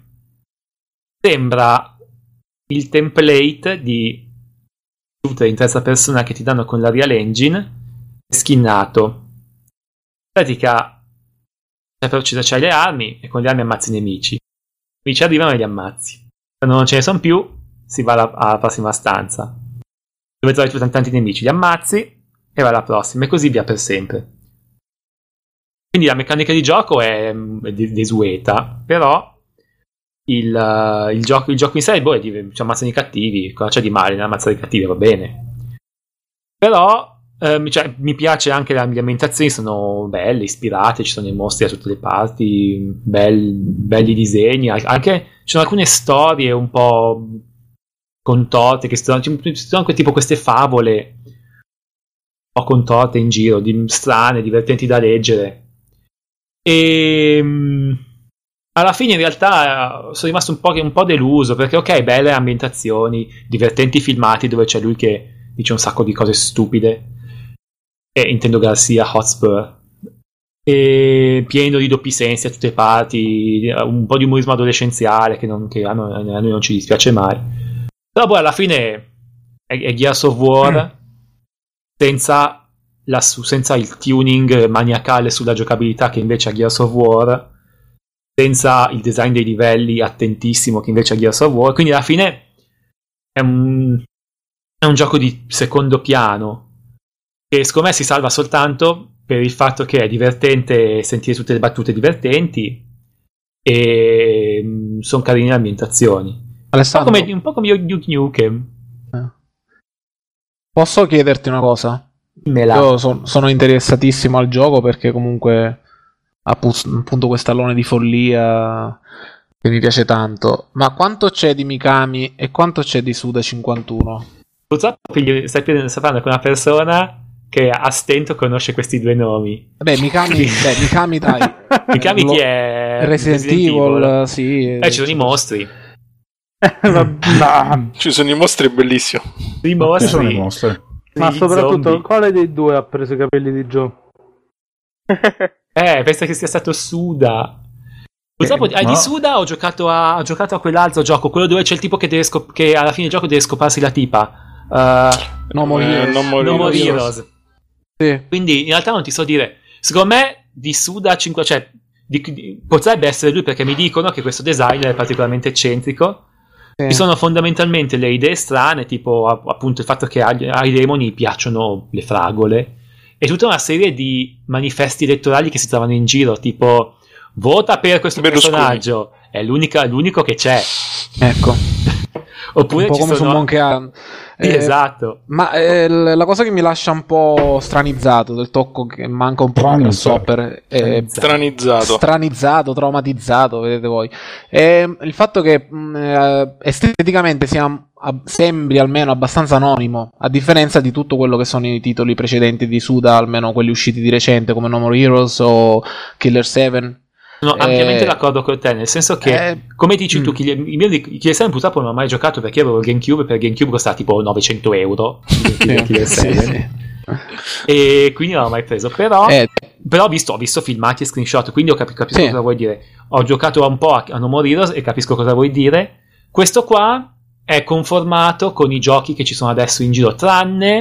sembra il template di shooter in terza persona che ti danno con la Real Engine skinnato. In pratica c'hai le armi e con le armi ammazzi i nemici. I nemici arrivano e li ammazzi. Quando non ce ne sono più, si va alla, alla prossima stanza, dove trovi tu tanti nemici, li ammazzi e va alla prossima, e così via per sempre. Quindi la meccanica di gioco è, è desueta, però il, uh, il, gioco, il gioco in sé, boh, è di, cioè, ammazzano i cattivi, cosa c'è di male nell'ammazzare i cattivi, va bene. Però um, cioè, mi piace anche, le ambientazioni sono belle, ispirate, ci sono i mostri da tutte le parti, belli, belli disegni, anche ci sono alcune storie un po' contorte, che sono, ci sono anche tipo queste favole un po' contorte in giro, di, strane, divertenti da leggere. E alla fine in realtà sono rimasto un po', un po' deluso, perché ok, belle ambientazioni, divertenti filmati dove c'è lui che dice un sacco di cose stupide, e intendo Garcia Hotspur, e pieno di doppi sensi a tutte le parti, un po' di umorismo adolescenziale che, non, che a, noi, a noi non ci dispiace mai, però poi alla fine è, è Gears of War mm. senza La, senza il tuning maniacale sulla giocabilità che invece ha Gears of War, senza il design dei livelli attentissimo che invece ha Gears of War, quindi alla fine è un, è un gioco di secondo piano che secondo me si salva soltanto per il fatto che è divertente sentire tutte le battute divertenti e sono carine le ambientazioni. Alessandro, un po' come, un po' come Duke Nukem. Posso chiederti una cosa? Io son, sono interessatissimo al gioco perché comunque ha appunto quest'allone di follia che mi piace tanto. Ma quanto c'è di Mikami e quanto c'è di Suda cinquantuno? Purtroppo stai parlando con una persona che a stento conosce questi due nomi. Beh, Mikami, beh, Mikami dai. Mikami Lo, chi è? Resident, Resident Evil, Evil, sì. Eh, ci sono i mostri. No. Ci sono i mostri, bellissimo. I mostri. Ci sono i mostri. Ma sì, soprattutto, zombie. Quale dei due ha preso i capelli di Joe? eh, pensa che sia stato Suda. Purtroppo, eh, hai no. di Suda ho giocato a, ho giocato a quell'altro gioco, quello dove c'è il tipo che, deve scop- che alla fine del gioco deve scoparsi la tipa. Uh, No More Heroes. No More No More Heroes. Heroes. Sì. Quindi in realtà non ti so dire. Secondo me di Suda cinque, cioè di, di, potrebbe essere lui, perché mi dicono che questo designer è particolarmente eccentrico. Ci sono fondamentalmente le idee strane, tipo appunto il fatto che ai, ai demoni piacciono le fragole, e tutta una serie di manifesti elettorali che si trovano in giro, tipo vota per questo Berlusconi. personaggio, è l'unica, l'unico che c'è, ecco. Oppure un po' ci come sono... su Monkey Island. Eh, esatto. Ma eh, la cosa che mi lascia un po' stranizzato del tocco, che manca un po' di Grasshopper, è stranizzato stranizzato, traumatizzato, vedete voi, è il fatto che mh, esteticamente sia, sembri almeno abbastanza anonimo, a differenza di tutto quello che sono i titoli precedenti di Suda, almeno quelli usciti di recente come No More Heroes o Killer seven. Sono ampiamente eh, d'accordo con te, nel senso che, eh, come dici mm. tu, i miei Killer seven purtroppo non ho mai giocato perché avevo il GameCube, e per GameCube costava tipo novecento euro. Killer seven. Sì, sì. E quindi non l'ho mai preso, però, eh. però ho, visto, ho visto filmati e screenshot, quindi ho cap- capisco sì. cosa vuoi dire. Ho giocato un po' a, a No More Heroes e capisco cosa vuoi dire. Questo qua è conformato con i giochi che ci sono adesso in giro, tranne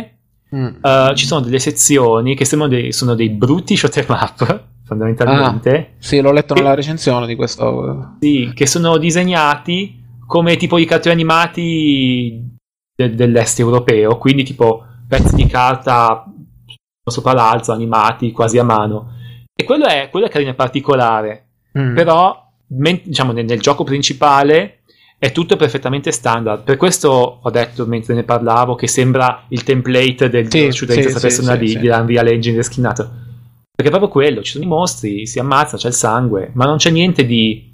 mm. uh, ci sono delle sezioni che sembrano dei, sono dei brutti shot 'em up fondamentalmente. Ah, sì, l'ho letto che, nella recensione di questo. Sì, che sono disegnati come tipo i cartoni animati de- dell'est europeo, quindi tipo pezzi di carta sopra l'altro, animati quasi a mano. E quello è, quello è carino e particolare. Mm. Però, men- diciamo, nel, nel gioco principale è tutto perfettamente standard. Per questo ho detto mentre ne parlavo che sembra il template del sì, shooter sì, in terza sì, persona sì, di, sì. di Unreal Engine schinato. Perché è proprio quello, ci sono i mostri, si ammazza, c'è il sangue, ma non c'è niente di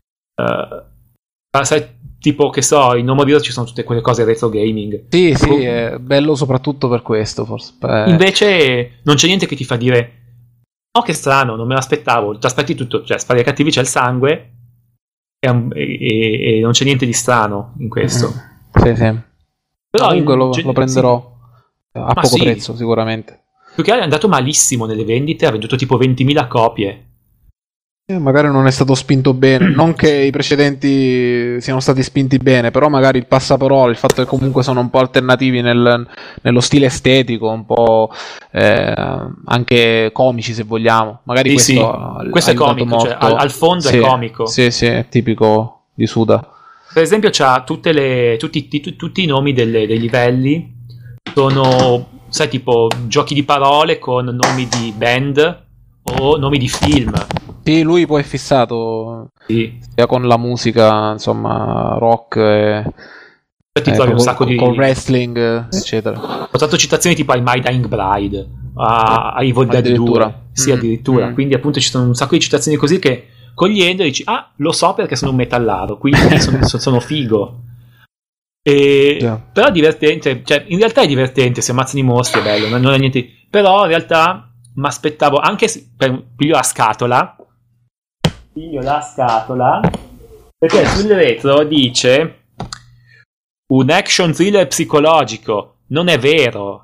uh, sai, tipo che so, in No More Heroes ci sono tutte quelle cose retro gaming. Sì, sì, Com- è bello soprattutto per questo forse. Eh. Invece non c'è niente che ti fa dire oh che strano, non me l'aspettavo, ti aspetti tutto, cioè spari ai cattivi, c'è il sangue e, e, e non c'è niente di strano in questo. Mm. Sì, sì. Però comunque lo, lo prenderò sì. a ma poco sì. prezzo sicuramente. Più che è andato malissimo nelle vendite, ha venduto tipo ventimila copie. Eh, magari non è stato spinto bene, non che i precedenti siano stati spinti bene, però magari il passaparola, il fatto che comunque sono un po' alternativi nel, nello stile estetico, un po' eh, anche comici se vogliamo. Magari sì, questo, sì. questo è comico, molto... cioè, al, al fondo sì, è comico. Sì, sì, è tipico di Suda. Per esempio c'ha tutte le, tutti, tutti, tutti i nomi delle, dei livelli, sono... sai, tipo giochi di parole con nomi di band o nomi di film. Sì, lui poi è fissato sì. sia con la musica, insomma, rock e ti eh, trovi con, un sacco con, di con wrestling, eccetera. Ho fatto citazioni tipo ai My Dying Bride, a, a Evil Dead due. Sì, mm. addirittura. Mm. Quindi appunto ci sono un sacco di citazioni così che cogliendo dici "Ah, lo so perché sono un metallaro, quindi sono, sono figo". E, yeah. Però è divertente, cioè in realtà è divertente, se ammazzano i mostri è bello, non è niente, però in realtà mi aspettavo anche se, per, piglio la scatola piglio la scatola perché sul retro dice un action thriller psicologico. Non è vero.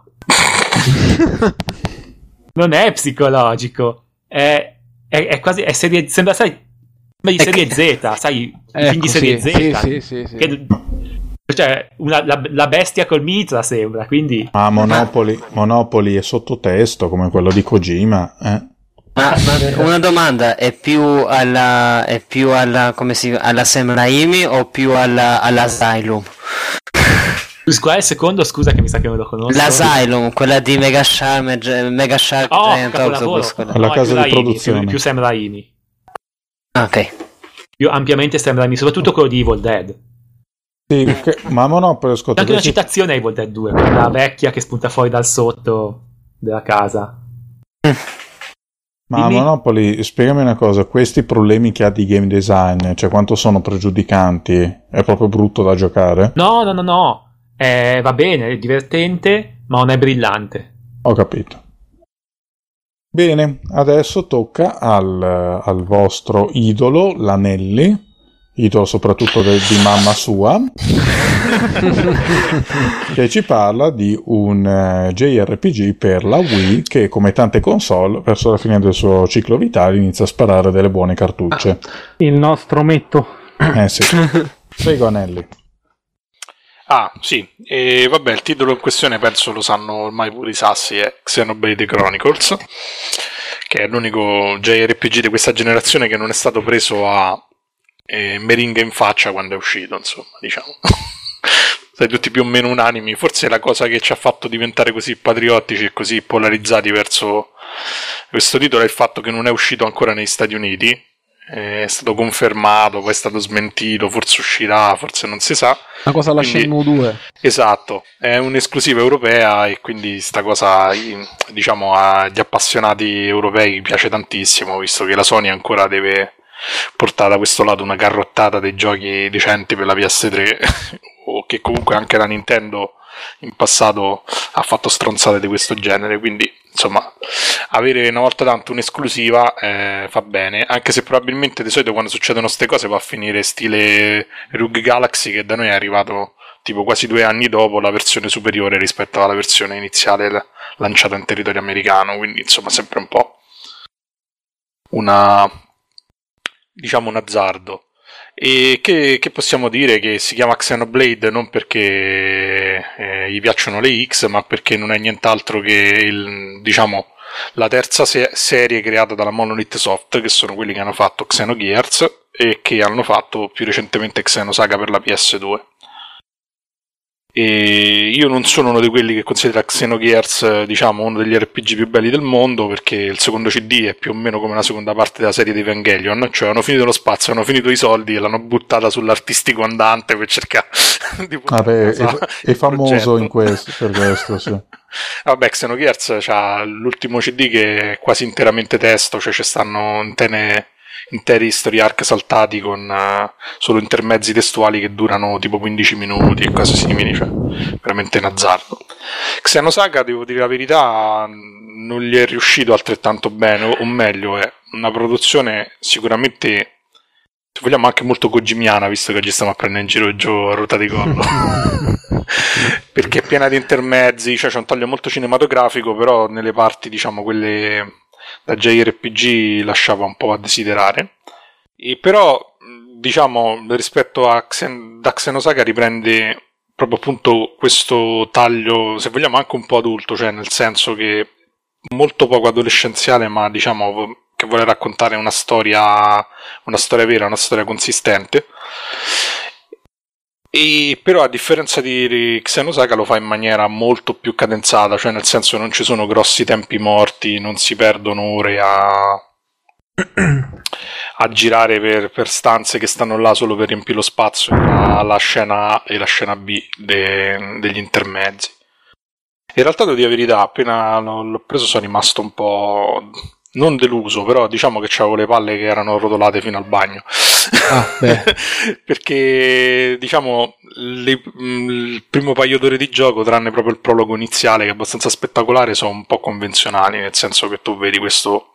Non è psicologico, è, è, è quasi è serie, sembra sai di serie Z, sai, ecco, film di serie sì, Z sì, sì, sì, sì. Che, cioè una, la, la bestia col mitra sembra, quindi ah, Monopoly, Monopoly è sottotesto come quello di Kojima, eh? Ma, ma una domanda, è più alla è più alla come si alla Sam Raimi o più alla all'Asylum? Qual è il secondo? Scusa che mi sa che me lo conosco. L'Asylum, quella di Mega Shark, Mega Shark oh, Giant Octopus, la casa di Raimi, produzione più, più Sam Raimi. Ok. Più ampiamente Sam Raimi, soprattutto quello di Evil Dead. Sì, che, ma Monopoly, ascolta, c'è anche una citazione a Evil Dead due, quella vecchia che spunta fuori dal sotto della casa. Ma Dimmi. Monopoly, spiegami una cosa, questi problemi che ha di game design, cioè quanto sono pregiudicanti, è proprio brutto da giocare? No, no, no, no, eh, va bene, è divertente, ma non è brillante. Ho capito. Bene, adesso tocca al, al vostro idolo, l'Anelli, idolo soprattutto de, di mamma sua, che ci parla di un uh, J R P G per la Wii che, come tante console, verso la fine del suo ciclo vitale inizia a sparare delle buone cartucce. Il nostro Metto. Eh sì. Prego, Anelli. Ah, sì, e vabbè, il titolo in questione penso lo sanno ormai pure i sassi, è Xenoblade Chronicles, che è l'unico J R P G di questa generazione che non è stato preso a eh, meringhe in faccia quando è uscito, insomma, diciamo. Sei tutti più o meno unanimi, forse la cosa che ci ha fatto diventare così patriottici e così polarizzati verso questo titolo è il fatto che non è uscito ancora negli Stati Uniti, è stato confermato, poi è stato smentito, forse uscirà, forse non si sa. Una cosa alla Shenmue due. Esatto, è un'esclusiva europea e quindi sta cosa, diciamo, agli appassionati europei piace tantissimo, visto che la Sony ancora deve portare da questo lato una carrottata dei giochi decenti per la P S tre o che comunque anche la Nintendo in passato ha fatto stronzate di questo genere, quindi insomma avere una volta tanto un'esclusiva eh, fa bene, anche se probabilmente di solito quando succedono queste cose va a finire stile Rogue Galaxy, che da noi è arrivato tipo quasi due anni dopo la versione superiore rispetto alla versione iniziale lanciata in territorio americano, quindi insomma sempre un po' una, diciamo, un azzardo. E che, che possiamo dire? Che si chiama Xenoblade non perché eh, gli piacciono le X, ma perché non è nient'altro che il, diciamo, la terza se- serie creata dalla Monolith Soft, che sono quelli che hanno fatto Xenogears e che hanno fatto più recentemente Xenosaga per la P S due. E io non sono uno di quelli che considera Xenogears, diciamo, uno degli R P G più belli del mondo, perché il secondo C D è più o meno come la seconda parte della serie di Evangelion, cioè hanno finito lo spazio, hanno finito i soldi e l'hanno buttata sull'artistico andante per cercare di Vabbè, portare a casa è, è famoso progetto. in questo, per questo, sì. Vabbè, Xenogears c'ha l'ultimo C D che è quasi interamente testo, cioè ci stanno intene, interi story arc saltati con uh, solo intermezzi testuali che durano tipo quindici minuti e cose simili, cioè veramente un azzardo. Xenosaga, devo dire la verità, non gli è riuscito altrettanto bene, o, o meglio, è una produzione sicuramente, se vogliamo, anche molto kojimiana, visto che ci stiamo a prendere in giro giù a ruota di collo. Perché è piena di intermezzi, cioè c'è un taglio molto cinematografico, però nelle parti, diciamo, quelle da J R P G lasciava un po' a desiderare. E però, diciamo, rispetto a Xen- da Xenosaga riprende proprio appunto questo taglio, se vogliamo anche un po' adulto, cioè nel senso che molto poco adolescenziale, ma diciamo che vuole raccontare una storia, una storia vera, una storia consistente. E però a differenza di Xenosaga lo fa in maniera molto più cadenzata, cioè nel senso non ci sono grossi tempi morti, non si perdono ore a, a girare per, per stanze che stanno là solo per riempire lo spazio tra la scena A e la scena B de, degli intermezzi. In realtà, devo dire la verità, appena l'ho preso sono rimasto un po' non deluso, però diciamo che c'avevo le palle che erano rotolate fino al bagno. Ah, beh. Perché diciamo le, il primo paio d'ore di gioco, tranne proprio il prologo iniziale che è abbastanza spettacolare, sono un po' convenzionali, nel senso che tu vedi questo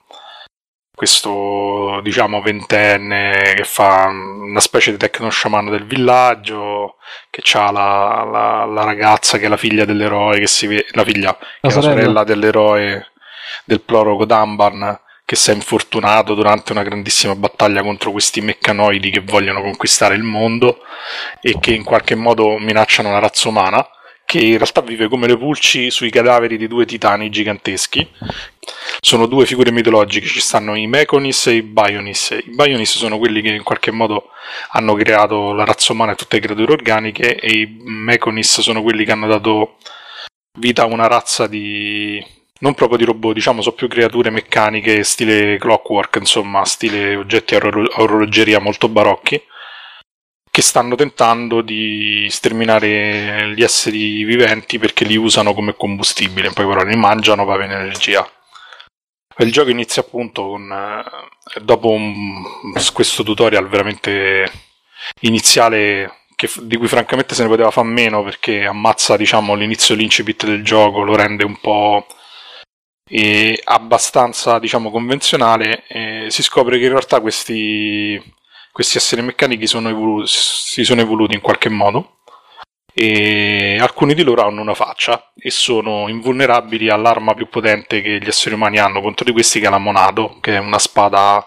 questo diciamo ventenne che fa una specie di tecnosciamano del villaggio, che ha la, la, la ragazza che è la figlia dell'eroe, che si vede, la figlia che è la sorella dell'eroe del prologo Dambarn, che si è infortunato durante una grandissima battaglia contro questi meccanoidi che vogliono conquistare il mondo e che in qualche modo minacciano la razza umana, che in realtà vive come le pulci sui cadaveri di due titani giganteschi. Sono due figure mitologiche, ci stanno i Mechonis e i Bionis. I Bionis sono quelli che in qualche modo hanno creato la razza umana e tutte le creature organiche, e i Mechonis sono quelli che hanno dato vita a una razza di... non proprio di robot, diciamo, sono più creature meccaniche stile Clockwork, insomma, stile oggetti a orologeria molto barocchi, che stanno tentando di sterminare gli esseri viventi perché li usano come combustibile, poi però li mangiano per avere energia. Il gioco inizia appunto con, eh, dopo un, questo tutorial veramente iniziale, che, di cui francamente se ne poteva fare meno, perché ammazza, diciamo, l'inizio, l'incipit del gioco, lo rende un po' e abbastanza, diciamo, convenzionale. E si scopre che in realtà questi, questi esseri meccanici sono evoluti, si sono evoluti in qualche modo, e alcuni di loro hanno una faccia e sono invulnerabili all'arma più potente che gli esseri umani hanno contro di questi, che è la Monado, che è una spada,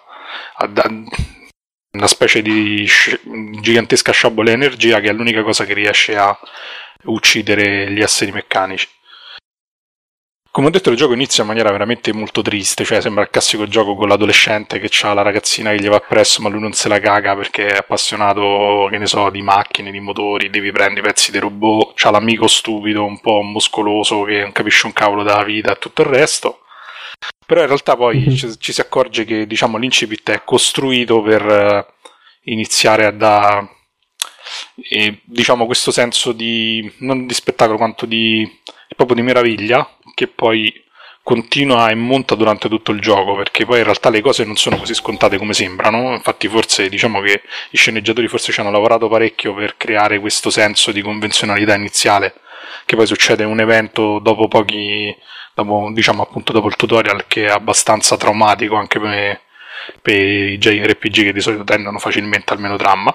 una specie di gigantesca sciabola di energia, che è l'unica cosa che riesce a uccidere gli esseri meccanici. Come ho detto, il gioco inizia in maniera veramente molto triste, cioè sembra il classico gioco con l'adolescente che ha la ragazzina che gli va appresso, ma lui non se la caga perché è appassionato, che ne so, di macchine, di motori, devi prendere i pezzi dei robot, c'ha l'amico stupido, un po' muscoloso, che non capisce un cavolo della vita e tutto il resto. Però in realtà poi mm-hmm. ci, ci si accorge che, diciamo, l'incipit è costruito per uh, iniziare a dare, eh, diciamo, questo senso di, non di spettacolo quanto di, proprio di meraviglia, che poi continua e monta durante tutto il gioco, perché poi in realtà le cose non sono così scontate come sembrano. Infatti forse, diciamo che i sceneggiatori forse ci hanno lavorato parecchio per creare questo senso di convenzionalità iniziale, che poi succede un evento dopo pochi, dopo, diciamo appunto dopo il tutorial, che è abbastanza traumatico anche per, per i J R P G che di solito tendono facilmente al melodramma.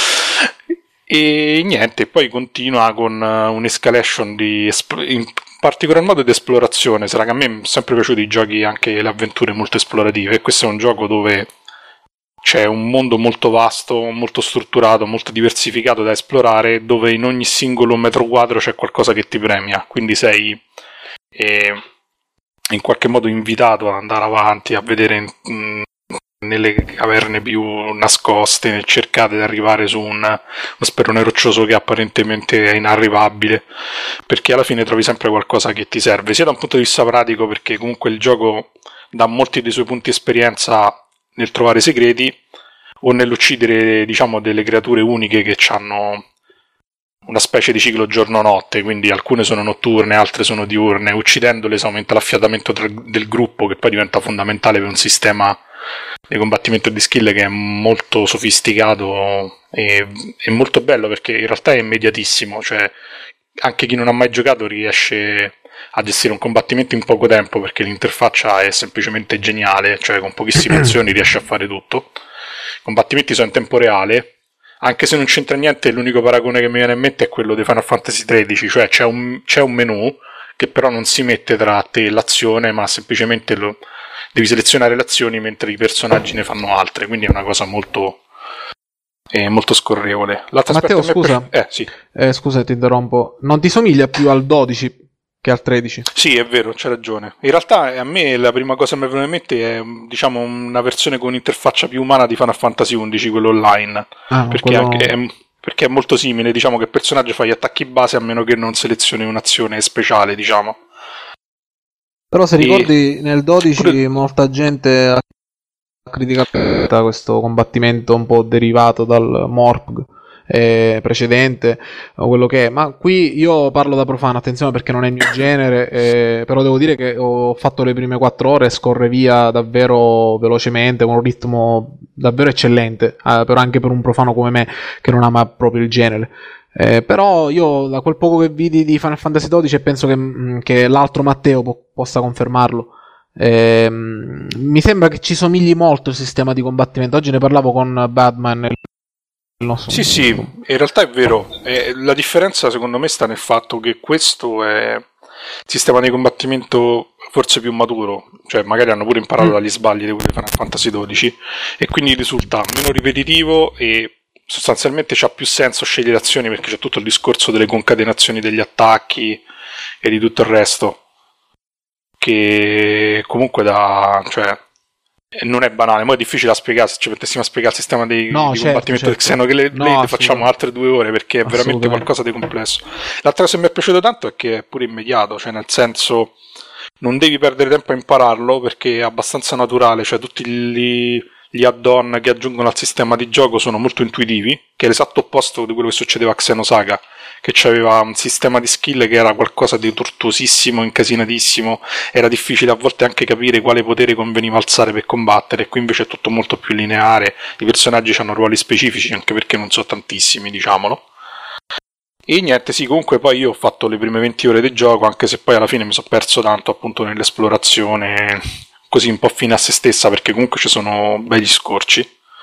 E niente, poi continua con un'escalation di in particolar modo di esplorazione. Sarà che a me sono sempre piaciuti i giochi, anche le avventure molto esplorative, e questo è un gioco dove c'è un mondo molto vasto, molto strutturato, molto diversificato da esplorare, dove in ogni singolo metro quadro c'è qualcosa che ti premia, quindi sei eh, in qualche modo invitato ad andare avanti, a vedere mh, nelle caverne più nascoste, nel cercare di arrivare su un, uno sperone roccioso che apparentemente è inarrivabile, perché alla fine trovi sempre qualcosa che ti serve, sia da un punto di vista pratico, perché comunque il gioco dà molti dei suoi punti esperienza nel trovare segreti o nell'uccidere, diciamo, delle creature uniche che hanno una specie di ciclo giorno-notte, quindi alcune sono notturne, altre sono diurne. Uccidendole si aumenta l'affiatamento tra, del gruppo, che poi diventa fondamentale per un sistema di combattimento di skill che è molto sofisticato e, e molto bello, perché in realtà è immediatissimo, cioè anche chi non ha mai giocato riesce a gestire un combattimento in poco tempo, perché l'interfaccia è semplicemente geniale, cioè con pochissime azioni riesce a fare tutto. I combattimenti sono in tempo reale, anche se non c'entra niente. L'unico paragone che mi viene in mente è quello di Final Fantasy tredici, cioè c'è un, c'è un menu che però non si mette tra te e l'azione, ma semplicemente lo, devi selezionare le azioni mentre i personaggi ne fanno altre, quindi è una cosa molto è molto scorrevole. L'altro Matteo, aspetto scusa, pre- eh, sì. eh, scusa, ti interrompo. Non ti somiglia più al dodici che al tredici? Sì, è vero, c'è ragione. In realtà a me la prima cosa che mi viene in mente è, diciamo, una versione con un'interfaccia più umana di Final Fantasy undici, quello online, ah, perché, quello... anche è, perché è molto simile, diciamo che il personaggio fa gli attacchi base a meno che non selezioni un'azione speciale, diciamo. Però se E... ricordi nel dodici Pure... molta gente ha criticato questo combattimento un po' derivato dal Morpg eh, precedente o quello che è, ma qui io parlo da profano, attenzione, perché non è il mio genere, eh, però devo dire che ho fatto le prime quattro ore e scorre via davvero velocemente, con un ritmo davvero eccellente, eh, però anche per un profano come me che non ama proprio il genere. Eh, però io da quel poco che vidi di Final Fantasy dodici, e penso che, che l'altro Matteo po- possa confermarlo, eh, mi sembra che ci somigli molto il sistema di combattimento. Oggi ne parlavo con Batman. Nostro... Sì, sì, in realtà è vero. Eh, la differenza secondo me sta nel fatto che questo è il sistema di combattimento forse più maturo, cioè magari hanno pure imparato mm. dagli sbagli di Final Fantasy dodici, e quindi risulta meno ripetitivo e sostanzialmente c'ha più senso scegliere azioni, perché c'è tutto il discorso delle concatenazioni degli attacchi e di tutto il resto, che comunque da, cioè, non è banale. Mo' è difficile da spiegare, se ci mettessimo a spiegare il sistema dei, no, di certo, combattimento certo. del Xenoblade no, facciamo altre due ore, perché è veramente qualcosa di complesso. L'altra cosa che mi è piaciuto tanto è che è pure immediato, cioè nel senso non devi perdere tempo a impararlo, perché è abbastanza naturale, cioè tutti gli, gli add-on che aggiungono al sistema di gioco sono molto intuitivi, che è l'esatto opposto di quello che succedeva a Xenosaga, che aveva un sistema di skill che era qualcosa di tortuosissimo, incasinatissimo, era difficile a volte anche capire quale potere conveniva alzare per combattere, e qui invece è tutto molto più lineare, i personaggi hanno ruoli specifici, anche perché non so tantissimi, diciamolo. E niente, sì, comunque poi io ho fatto le prime venti ore di gioco, anche se poi alla fine mi sono perso tanto appunto nell'esplorazione, così un po' fine a se stessa, perché comunque ci sono begli scorci.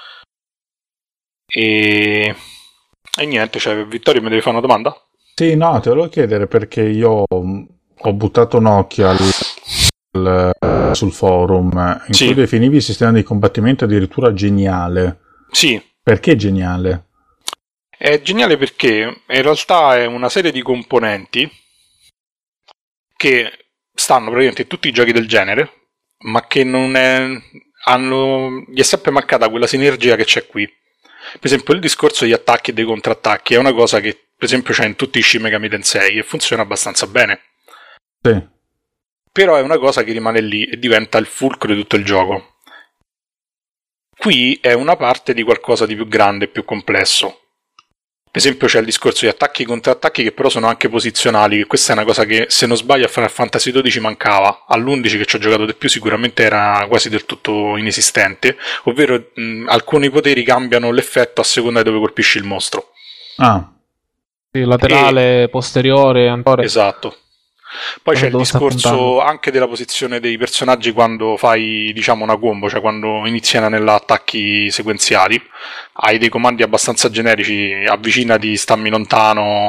E... E niente, cioè, Vittorio, mi devi fare una domanda? Sì, no, te lo volevo chiedere perché io ho buttato un occhio al, al, sul forum in sì. cui definivi il sistema di combattimento addirittura geniale. Sì. Perché geniale? È geniale perché in realtà è una serie di componenti che stanno praticamente in tutti i giochi del genere, ma che non è... hanno... gli è sempre mancata quella sinergia che c'è qui. Per esempio il discorso degli attacchi e dei contrattacchi è una cosa che per esempio c'è in tutti i Shin Megami Tensei e funziona abbastanza bene. Sì. Però è una cosa che rimane lì e diventa il fulcro di tutto il gioco. Qui è una parte di qualcosa di più grande e più complesso. Per esempio c'è il discorso di attacchi e contrattacchi che però sono anche posizionali, che questa è una cosa che se non sbaglio a Final Fantasy dodici mancava, all'undici che ci ho giocato di più sicuramente era quasi del tutto inesistente, ovvero mh, alcuni poteri cambiano l'effetto a seconda di dove colpisci il mostro. Ah, sì, laterale, e... posteriore, ancora. Esatto. Poi c'è il discorso anche della posizione dei personaggi quando fai, diciamo, una combo, cioè quando iniziano nell'attacchi sequenziali. Hai dei comandi abbastanza generici, avvicinati, stammi lontano,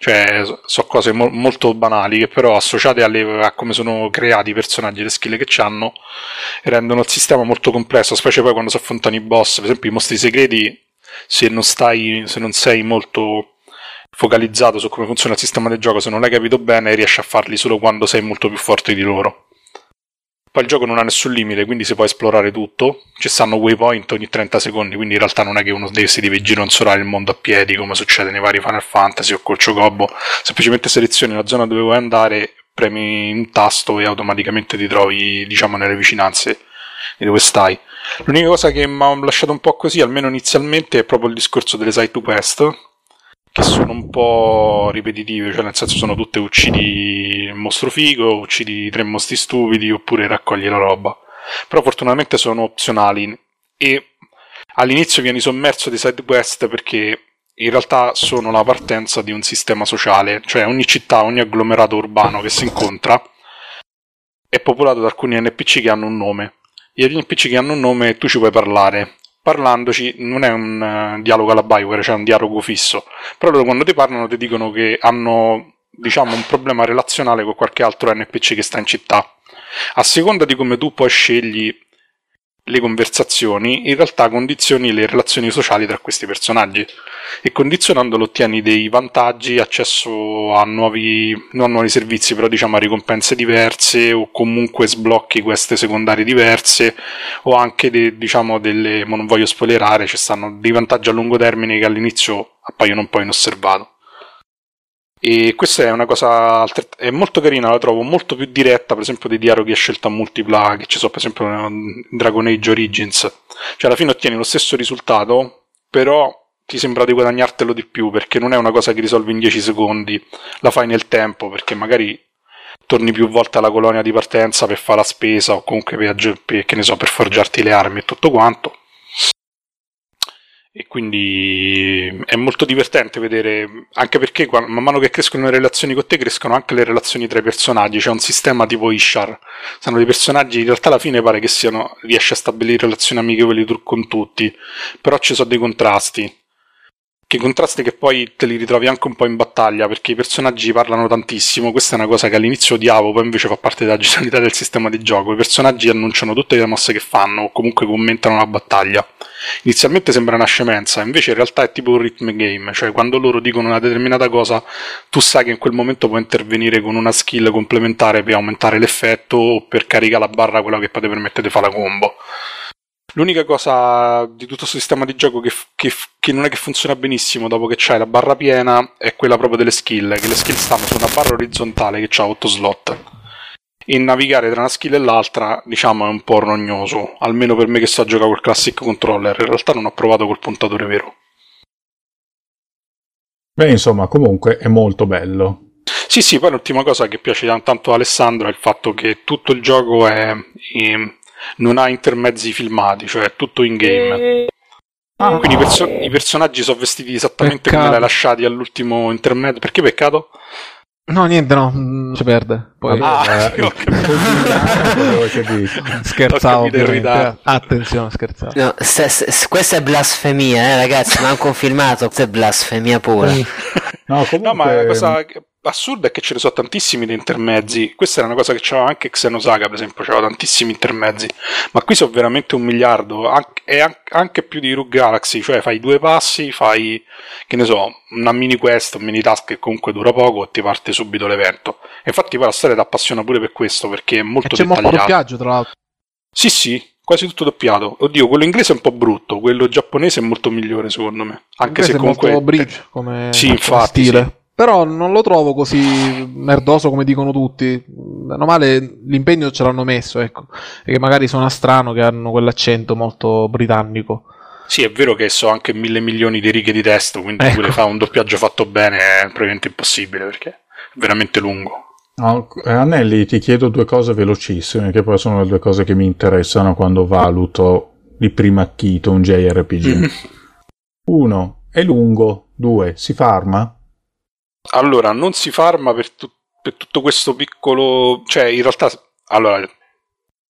Cioè, sono cose mo- molto banali che però associate alle, a come sono creati i personaggi e le skill che hanno rendono il sistema molto complesso, specie poi quando si affrontano i boss. Per esempio i mostri segreti, se non stai, se non sei molto focalizzato su come funziona il sistema del gioco, se non l'hai capito bene, riesci a farli solo quando sei molto più forte di loro. Poi il gioco non ha nessun limite, quindi si può esplorare tutto. Ci stanno waypoint ogni trenta secondi, quindi in realtà non è che uno deve, si deve gironzolare il mondo a piedi come succede nei vari Final Fantasy o col Chocobo. Semplicemente selezioni la zona dove vuoi andare, premi un tasto e automaticamente ti trovi, diciamo, nelle vicinanze di dove stai. L'unica cosa che mi ha lasciato un po' così, almeno inizialmente, è proprio il discorso delle side quest, che sono un po' ripetitive, cioè nel senso sono tutte uccidi il mostro figo, uccidi tre mostri stupidi oppure raccogli la roba. Però fortunatamente sono opzionali e all'inizio vieni sommerso di side quest perché in realtà sono la partenza di un sistema sociale, cioè ogni città, ogni agglomerato urbano che si incontra è popolato da alcuni N P C che hanno un nome. E gli N P C che hanno un nome tu ci puoi parlare. Parlandoci non è un uh, dialogo alla Bioware, cioè un dialogo fisso, però loro quando ti parlano ti dicono che hanno, diciamo, un problema relazionale con qualche altro N P C che sta in città. A seconda di come tu poi scegli le conversazioni, in realtà condizioni le relazioni sociali tra questi personaggi e condizionandolo ottieni dei vantaggi, accesso a nuovi, non a nuovi servizi, però diciamo a ricompense diverse o comunque sblocchi queste secondarie diverse o anche de, diciamo delle, ma non voglio spoilerare, ci stanno dei vantaggi a lungo termine che all'inizio appaiono un po' inosservato. E questa è una cosa altret- è molto carina, la trovo molto più diretta per esempio dei dialoghi a scelta multipla che ci sono per esempio in Dragon Age Origins, cioè alla fine ottieni lo stesso risultato però ti sembra di guadagnartelo di più perché non è una cosa che risolvi in dieci secondi, la fai nel tempo perché magari torni più volte alla colonia di partenza per fare la spesa o comunque per, per, che ne so, per forgiarti le armi e tutto quanto. E quindi è molto divertente vedere, anche perché man mano che crescono le relazioni con te crescono anche le relazioni tra i personaggi, c'è un sistema tipo Ishar, sono dei personaggi in realtà alla fine pare che siano, riesci a stabilire relazioni amichevoli con tutti, però ci sono dei contrasti, che contrasti che poi te li ritrovi anche un po' in battaglia perché i personaggi parlano tantissimo. Questa è una cosa che all'inizio odiavo, poi invece fa parte della genialità del sistema di gioco. I personaggi annunciano tutte le mosse che fanno o comunque commentano la battaglia. Inizialmente sembra una scemenza, invece in realtà è tipo un rhythm game, cioè quando loro dicono una determinata cosa tu sai che in quel momento puoi intervenire con una skill complementare per aumentare l'effetto o per caricare la barra, quella che poi ti permette di fare la combo. L'unica cosa di tutto questo sistema di gioco che, che, che non è che funziona benissimo dopo che c'hai la barra piena è quella proprio delle skill, che le skill stanno su una barra orizzontale che ha otto slot e navigare tra una skill e l'altra diciamo è un po' rognoso, almeno per me che so giocare col classic controller. In realtà non ho provato col puntatore vero. Beh, insomma, comunque è molto bello. Sì, sì, poi l'ultima cosa che piace tanto a Alessandro è il fatto che tutto il gioco è... è non ha intermezzi filmati, cioè è tutto in game. Ah, quindi i, perso- i personaggi sono vestiti esattamente peccato. Come l'hai lasciati all'ultimo intermezzo. Perché peccato? No, niente, no, non si perde. Poi ah, eh, scherzavo, ovviamente. Attenzione, scherzavo. No, se, se, questa è blasfemia, eh, ragazzi, non hanno confermato, questa è blasfemia pura. No, comunque... no, ma la cosa assurda è che ce ne sono tantissimi di intermezzi. Questa era una cosa che c'aveva anche Xenosaga, per esempio, c'aveva tantissimi intermezzi, ma qui sono veramente un miliardo, e anche più di Rogue Galaxy, cioè fai due passi, fai, che ne so, una mini quest, un mini task che comunque dura poco e ti parte subito l'evento. E infatti poi la storia ti appassiona pure per questo, perché è molto e c'è dettagliato. molto doppiaggio, tra l'altro. Sì, sì, quasi tutto doppiato. Oddio, quello inglese è un po' brutto, quello giapponese è molto migliore secondo me. Anche se comunque è molto bridge come, sì, infatti, stile. Sì. Però non lo trovo così merdoso come dicono tutti. Meno male l'impegno ce l'hanno messo, ecco. E che magari suona strano che hanno quell'accento molto britannico. Sì, è vero che so anche mille milioni di righe di testo, quindi ecco. Pure fa un doppiaggio fatto bene è probabilmente impossibile perché è veramente lungo. No, Anelli, ti chiedo due cose velocissime, che poi sono le due cose che mi interessano quando valuto di primo acchito un J R P G. Mm-hmm. Uno, è lungo. Due, si farma? Allora, non si farma per, tu- per tutto questo piccolo... Cioè, in realtà... Allora,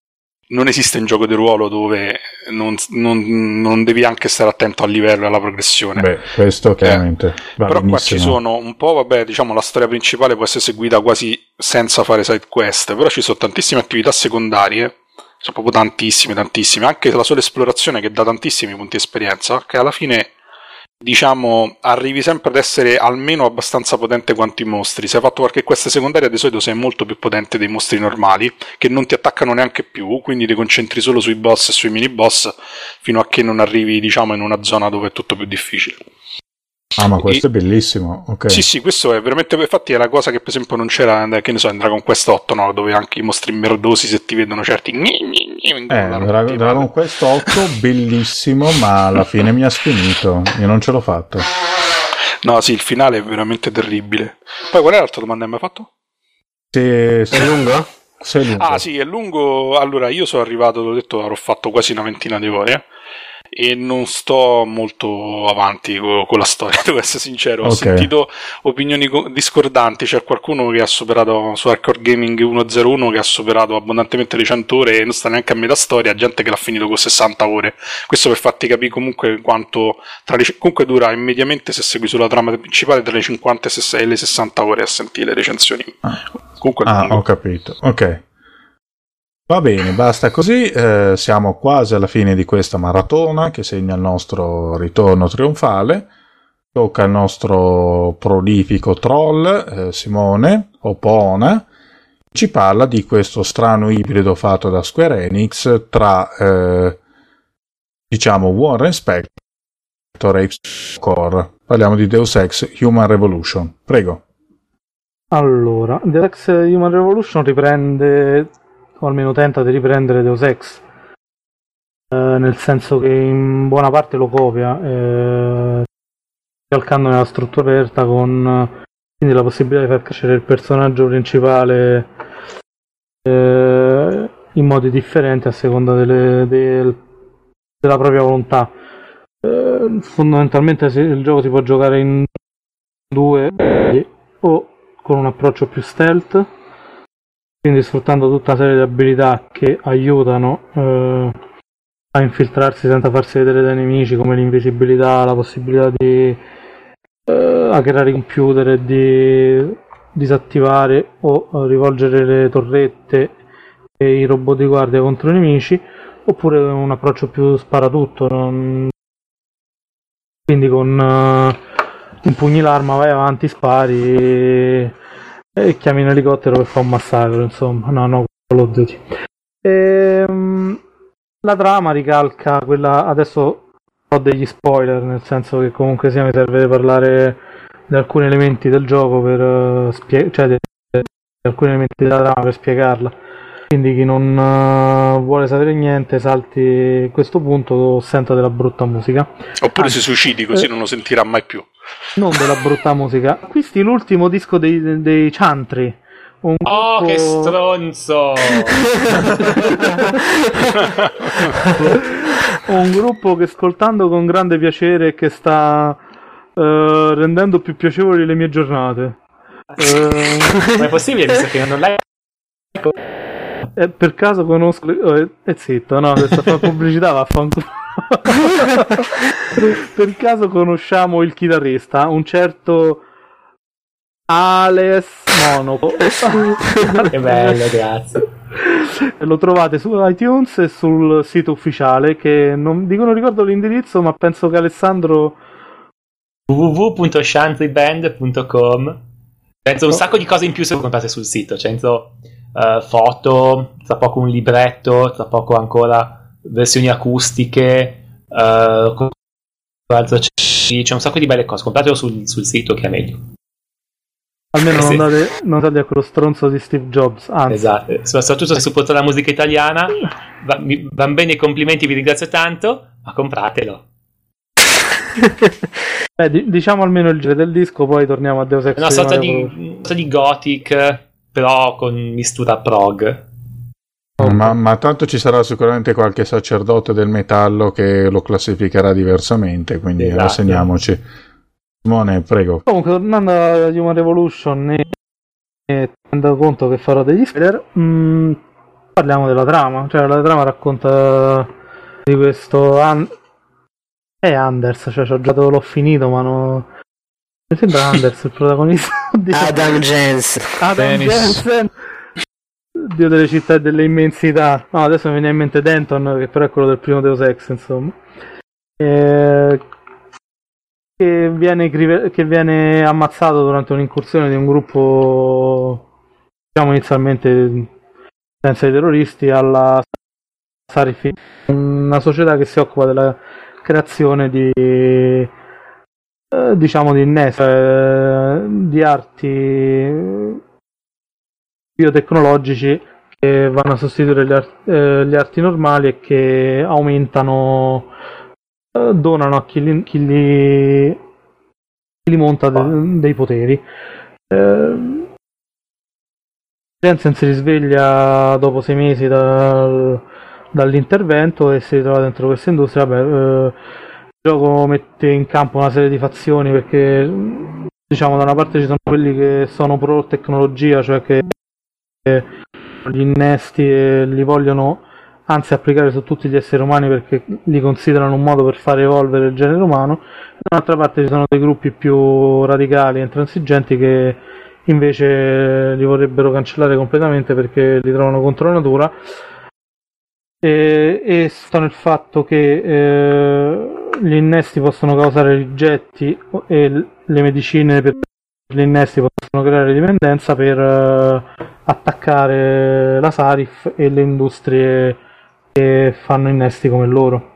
non esiste un gioco di ruolo dove non, non, non devi anche stare attento al livello e alla progressione. Beh, questo chiaramente. Eh, va però benissimo. Qua ci sono un po', vabbè, diciamo la storia principale può essere seguita quasi senza fare side quest, però ci sono tantissime attività secondarie, sono proprio tantissime, tantissime, anche la sola esplorazione che dà tantissimi punti esperienza, che alla fine, diciamo, arrivi sempre ad essere almeno abbastanza potente quanto i mostri. Se hai fatto qualche quest secondaria, di solito sei molto più potente dei mostri normali, che non ti attaccano neanche più, quindi ti concentri solo sui boss e sui mini boss fino a che non arrivi, diciamo, in una zona dove è tutto più difficile. Ah, ma questo e... è bellissimo. Okay. Sì, sì, questo è veramente, infatti è la cosa che per esempio non c'era, che ne so, in Dragon Quest otto, no? Dove anche i mostri merdosi, se ti vedono certi Eh, Dragon, Dragon Quest otto bellissimo, ma alla fine mi ha sfinito, io non ce l'ho fatto. No, sì, il finale è veramente terribile. Poi qual è l'altra domanda che mi hai fatto? Se, se... È lungo? Se è lungo? Ah sì, è lungo. Allora, io sono arrivato, l'ho detto, avrò fatto quasi una ventina di ore e non sto molto avanti con, con la storia, devo essere sincero. Ho okay. sentito opinioni discordanti. C'è qualcuno che ha superato su Hardcore Gaming centouno che ha superato abbondantemente le cento ore e non sta neanche a metà storia, gente che l'ha finito con sessanta ore. Questo per farti capire comunque quanto tra le, comunque dura mediamente, se segui sulla trama principale, tra le cinquanta e le sessanta ore a sentire le recensioni. Ah, comunque ah ho capito, ok. Va bene, basta così, eh, siamo quasi alla fine di questa maratona che segna il nostro ritorno trionfale. Tocca al nostro prolifico troll, eh, Simone Opona, ci parla di questo strano ibrido fatto da Square Enix tra, eh, diciamo, Warren Spector e Core. Parliamo di Deus Ex Human Revolution. Prego. Allora, Deus Ex Human Revolution riprende, o almeno tenta di riprendere Deus Ex, eh, nel senso che in buona parte lo copia, eh, calcando nella struttura aperta, con quindi la possibilità di far crescere il personaggio principale eh, in modi differenti a seconda delle, del, della propria volontà. Eh, fondamentalmente il gioco si può giocare in due o con un approccio più stealth, quindi sfruttando tutta una serie di abilità che aiutano eh, a infiltrarsi senza farsi vedere dai nemici, come l'invisibilità, la possibilità di eh, hackerare i computer e di disattivare o rivolgere le torrette e i robot di guardia contro i nemici, oppure un approccio più sparatutto, non... quindi con uh, impugni l'arma, vai avanti, spari e... e chiami un elicottero per fare un massacro, insomma. No, no, Call of Duty. Ehm, la trama ricalca quella, adesso ho degli spoiler, nel senso che comunque sia mi serve parlare di alcuni elementi del gioco per uh, spiegare, cioè di, di alcuni elementi della trama per spiegarla. Quindi chi non uh, vuole sapere niente salti questo punto, senta della brutta musica. Oppure Anzi, si suicidi, così eh, non lo sentirà mai più. Non della brutta musica. Acquisti l'ultimo disco dei, dei Chantry. Un oh, gruppo... che stronzo! Un gruppo che ascoltando con grande piacere e che sta uh, rendendo più piacevoli le mie giornate. Uh... Ma è possibile, visto che non l'hai... Eh, per caso conosco... Oh, è, è zitto, no, questa fa pubblicità, vaffanculo. Per caso conosciamo il chitarrista, un certo Ales Monaco. Che bello, grazie. Lo trovate su iTunes e sul sito ufficiale, che non dico, non ricordo l'indirizzo, ma penso che Alessandro w w w punto shantryband punto com. Penso un sacco di cose in più se lo comprate sul sito, cioè uh, foto, tra poco un libretto, tra poco ancora versioni acustiche, uh, c'è un sacco di belle cose. Compratelo sul, sul sito, che è meglio. Almeno eh non, sì. date, non date a quello stronzo di Steve Jobs, anzi. Esatto, soprattutto se supporta la musica italiana. Va, mi, van bene i complimenti, vi ringrazio tanto, ma compratelo. eh, d- diciamo almeno il genere del disco, poi torniamo a Deus Ex. Una sorta di, una sorta di gothic, però con mistura prog. Ma, ma tanto ci sarà sicuramente qualche sacerdote del metallo che lo classificherà diversamente, quindi esatto. Rassegniamoci. Simone, prego. Comunque, tornando a Human Revolution, ne, ne tenendo conto che farò degli spoiler, mh, parliamo della trama. Cioè, la trama racconta di questo An- è Anders, cioè ho giocato, l'ho finito, ma no... mi sembra Anders il protagonista. Adam Jensen. Adam Jensen, dio delle città e delle immensità. No, adesso mi viene in mente Denton, che però è quello del primo Deus Ex, insomma. Eh, che viene che viene ammazzato durante un'incursione di un gruppo, diciamo inizialmente senza i terroristi, alla Sarif, una società che si occupa della creazione di eh, diciamo di innesti, eh, di arti biotecnologici che vanno a sostituire le, art- eh, le arti normali e che aumentano, eh, donano a chi li, chi li, chi li monta de- dei poteri. Eh, Jensen si risveglia dopo sei mesi dal, dall'intervento e si ritrova dentro questa industria. Vabbè, eh, il gioco mette in campo una serie di fazioni, perché diciamo da una parte ci sono quelli che sono pro tecnologia, cioè che gli innesti e li vogliono anzi applicare su tutti gli esseri umani perché li considerano un modo per far evolvere il genere umano. Dall'altra parte ci sono dei gruppi più radicali e intransigenti che invece li vorrebbero cancellare completamente perché li trovano contro la natura, e, e sta nel fatto che eh, gli innesti possono causare rigetti e le medicine per gli innesti possono creare dipendenza per uh, attaccare la Sarif e le industrie che fanno innesti come loro.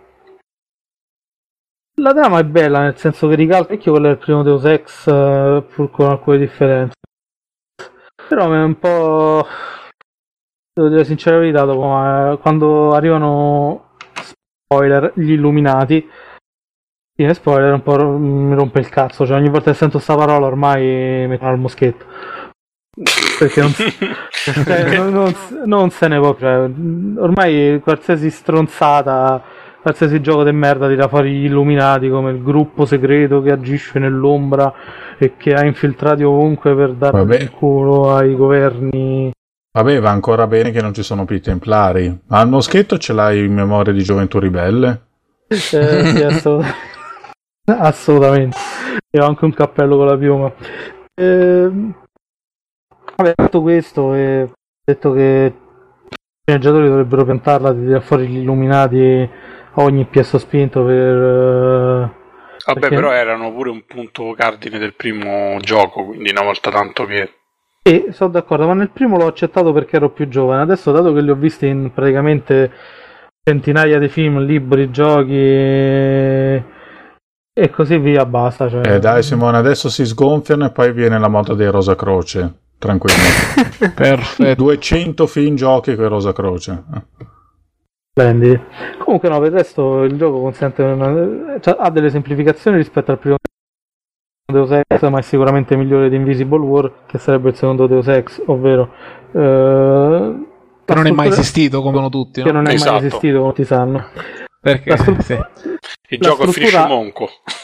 La trama è bella, nel senso che ricalca parecchio quella del primo Deus Ex, uh, pur con alcune differenze. Però è un po', devo dire la sincera verità, dopo, ma quando arrivano spoiler, gli illuminati, fine spoiler, un po' mi rompe il cazzo, cioè ogni volta che sento sta parola ormai mi torno al moschetto, perché non, cioè, non, non, non se ne può, cioè, ormai qualsiasi stronzata, qualsiasi gioco di merda tira fuori gli illuminati come il gruppo segreto che agisce nell'ombra e che ha infiltrati ovunque per dare il culo ai governi. Vabbè, va ancora bene che non ci sono più i templari, ma al moschetto ce l'hai in memoria di Gioventù Ribelle? Eh, sì, assolutamente. Assolutamente. E ho anche un cappello con la piuma. Eh, vabbè, detto questo, e ho detto che i sceneggiatori dovrebbero piantarla di tirare fuori gli illuminati a ogni piasso spinto per... Uh, Vabbè, perché... però erano pure un punto cardine del primo gioco, quindi una volta tanto che... E sono d'accordo, ma nel primo l'ho accettato perché ero più giovane. Adesso, dato che li ho visti in praticamente centinaia di film, libri, giochi e, e così via, basta. Cioè... Eh dai Simone, adesso si sgonfiano e poi viene la moda dei Rosa Croce. Tranquillo. Perfetto. duecento film, giochi con Rosa Croce. Splendidi. Comunque no, per il resto il gioco consente una... cioè, ha delle semplificazioni rispetto al primo Deus Ex, ma è sicuramente migliore di Invisible War, che sarebbe il secondo Deus Ex, ovvero eh, che non è mai esistito, come sono tutti, no? Che non è esatto. mai esistito, come tutti sanno. Perché stru- sì. Il gioco struttura... finisce monco.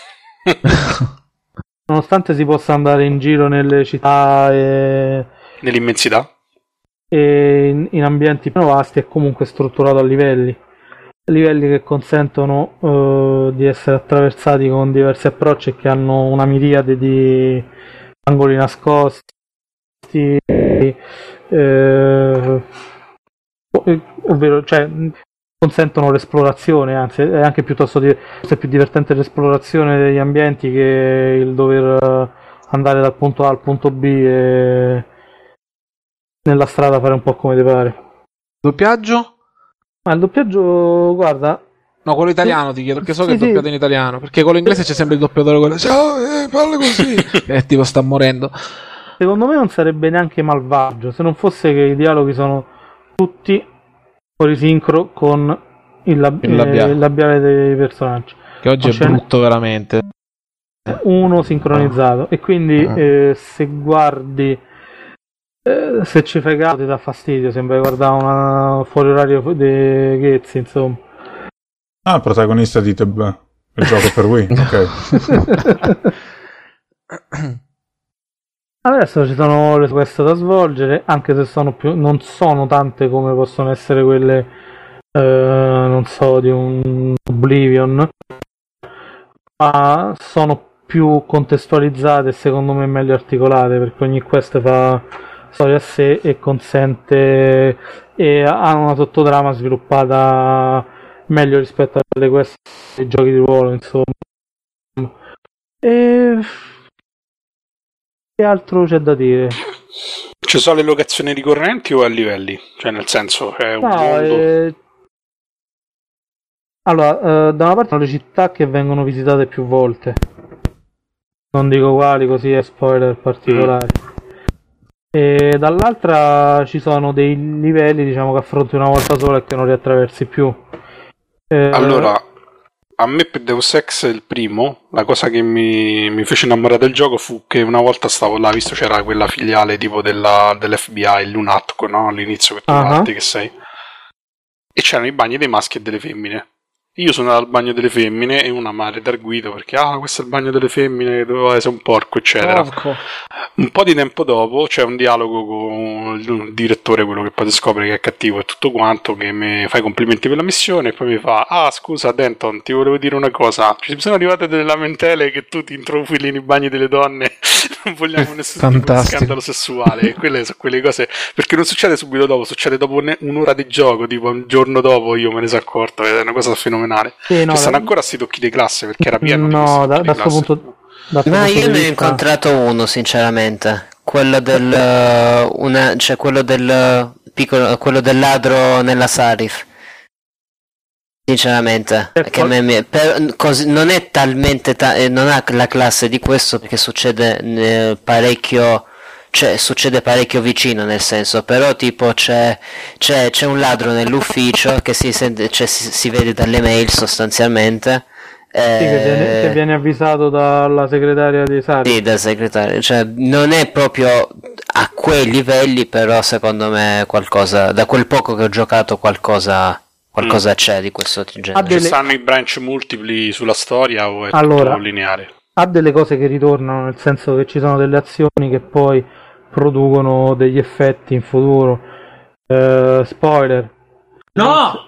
Nonostante si possa andare in giro nelle città e nell'immensità e in, in ambienti più vasti, è comunque strutturato a livelli. Livelli che consentono uh, di essere attraversati con diversi approcci e che hanno una miriade di angoli nascosti, eh, ovvero, cioè, consentono l'esplorazione, anzi è anche piuttosto di, è più divertente l'esplorazione degli ambienti che il dover andare dal punto A al punto B e nella strada fare un po' come ti pare. Doppiaggio? Ma il doppiaggio, guarda... No, quello italiano ti chiedo, perché so sì, che è doppiato sì. in italiano. Perché con l'inglese c'è sempre il doppiatore quello, ciao, eh, parla così. E tipo sta morendo. Secondo me non sarebbe neanche malvagio, se non fosse che i dialoghi sono tutti fuori sincro con il, lab- il, labiale. eh, il labiale dei personaggi. Che oggi non è brutto veramente. Uno sincronizzato. Oh. E quindi oh. eh, se guardi... Eh, se ci fai caso ti dà fastidio, sembra guardare una fuori orario di Ghezzi, insomma. Ah, protagonista di The B- il gioco per Wii, ok. Adesso ci sono le quest da svolgere, anche se sono più, non sono tante come possono essere quelle, eh, non so, di un Oblivion, ma sono più contestualizzate e secondo me meglio articolate, perché ogni quest fa storia a sé e consente e ha una sottotrama sviluppata meglio rispetto alle quest dei giochi di ruolo, insomma. E che altro c'è da dire? Ci sono le locazioni ricorrenti o a livelli? Cioè, nel senso, è un No, mondo... eh... Allora, eh, da una parte sono le città che vengono visitate più volte. Non dico quali, così è spoiler particolari. Mm. E dall'altra ci sono dei livelli, diciamo, che affronti una volta sola e che non riattraversi più. Eh... Allora... A me per Deus Ex il primo, la cosa che mi, mi fece innamorare del gioco fu che una volta stavo là, visto c'era quella filiale tipo della, dell'F B I, l'UNATCO, no? All'inizio che tu uh-huh. parti che sei. E c'erano i bagni dei maschi e delle femmine. Io sono andato al bagno delle femmine e una madre d'arguito perché ah, questo è il bagno delle femmine, doveva essere un porco, eccetera. Porco. Un po' di tempo dopo c'è un dialogo con il direttore, quello che poi si scopre che è cattivo e tutto quanto, che mi fa i complimenti per la missione e poi mi fa ah scusa Denton, ti volevo dire una cosa, ci sono arrivate delle lamentele che tu ti introfili nei bagni delle donne, non vogliamo nessun tipo di scandalo sessuale, e quelle sono quelle cose, perché non succede subito dopo, succede dopo un'ora di gioco, tipo un giorno dopo io me ne sono accorto, è una cosa fenomenale. Sì, no, che stanno da... ancora sti tocchi di classe perché era pieno no, di da, da questo punto, da ma io ne ho incontrato uno sinceramente, quello del uh, una, cioè quello del uh, piccolo, quello del ladro nella Sarif, sinceramente che me, me, per, così, non è talmente ta- eh, non ha la classe di questo perché succede eh, parecchio. Cioè, succede parecchio vicino, nel senso, però tipo c'è, c'è, c'è un ladro nell'ufficio che si, sente, cioè, si, si vede dalle mail sostanzialmente. Eh, sì, che viene, che viene avvisato dalla segretaria di Sari. Sì, dal segretario, cioè non è proprio a quei livelli, però secondo me qualcosa, da quel poco che ho giocato qualcosa, qualcosa mm. c'è di questo genere. Delle... Ci stanno i branch multipli sulla storia o è allora, tutto lineare? Ha delle cose che ritornano, nel senso che ci sono delle azioni che poi producono degli effetti in futuro. Uh, spoiler. No!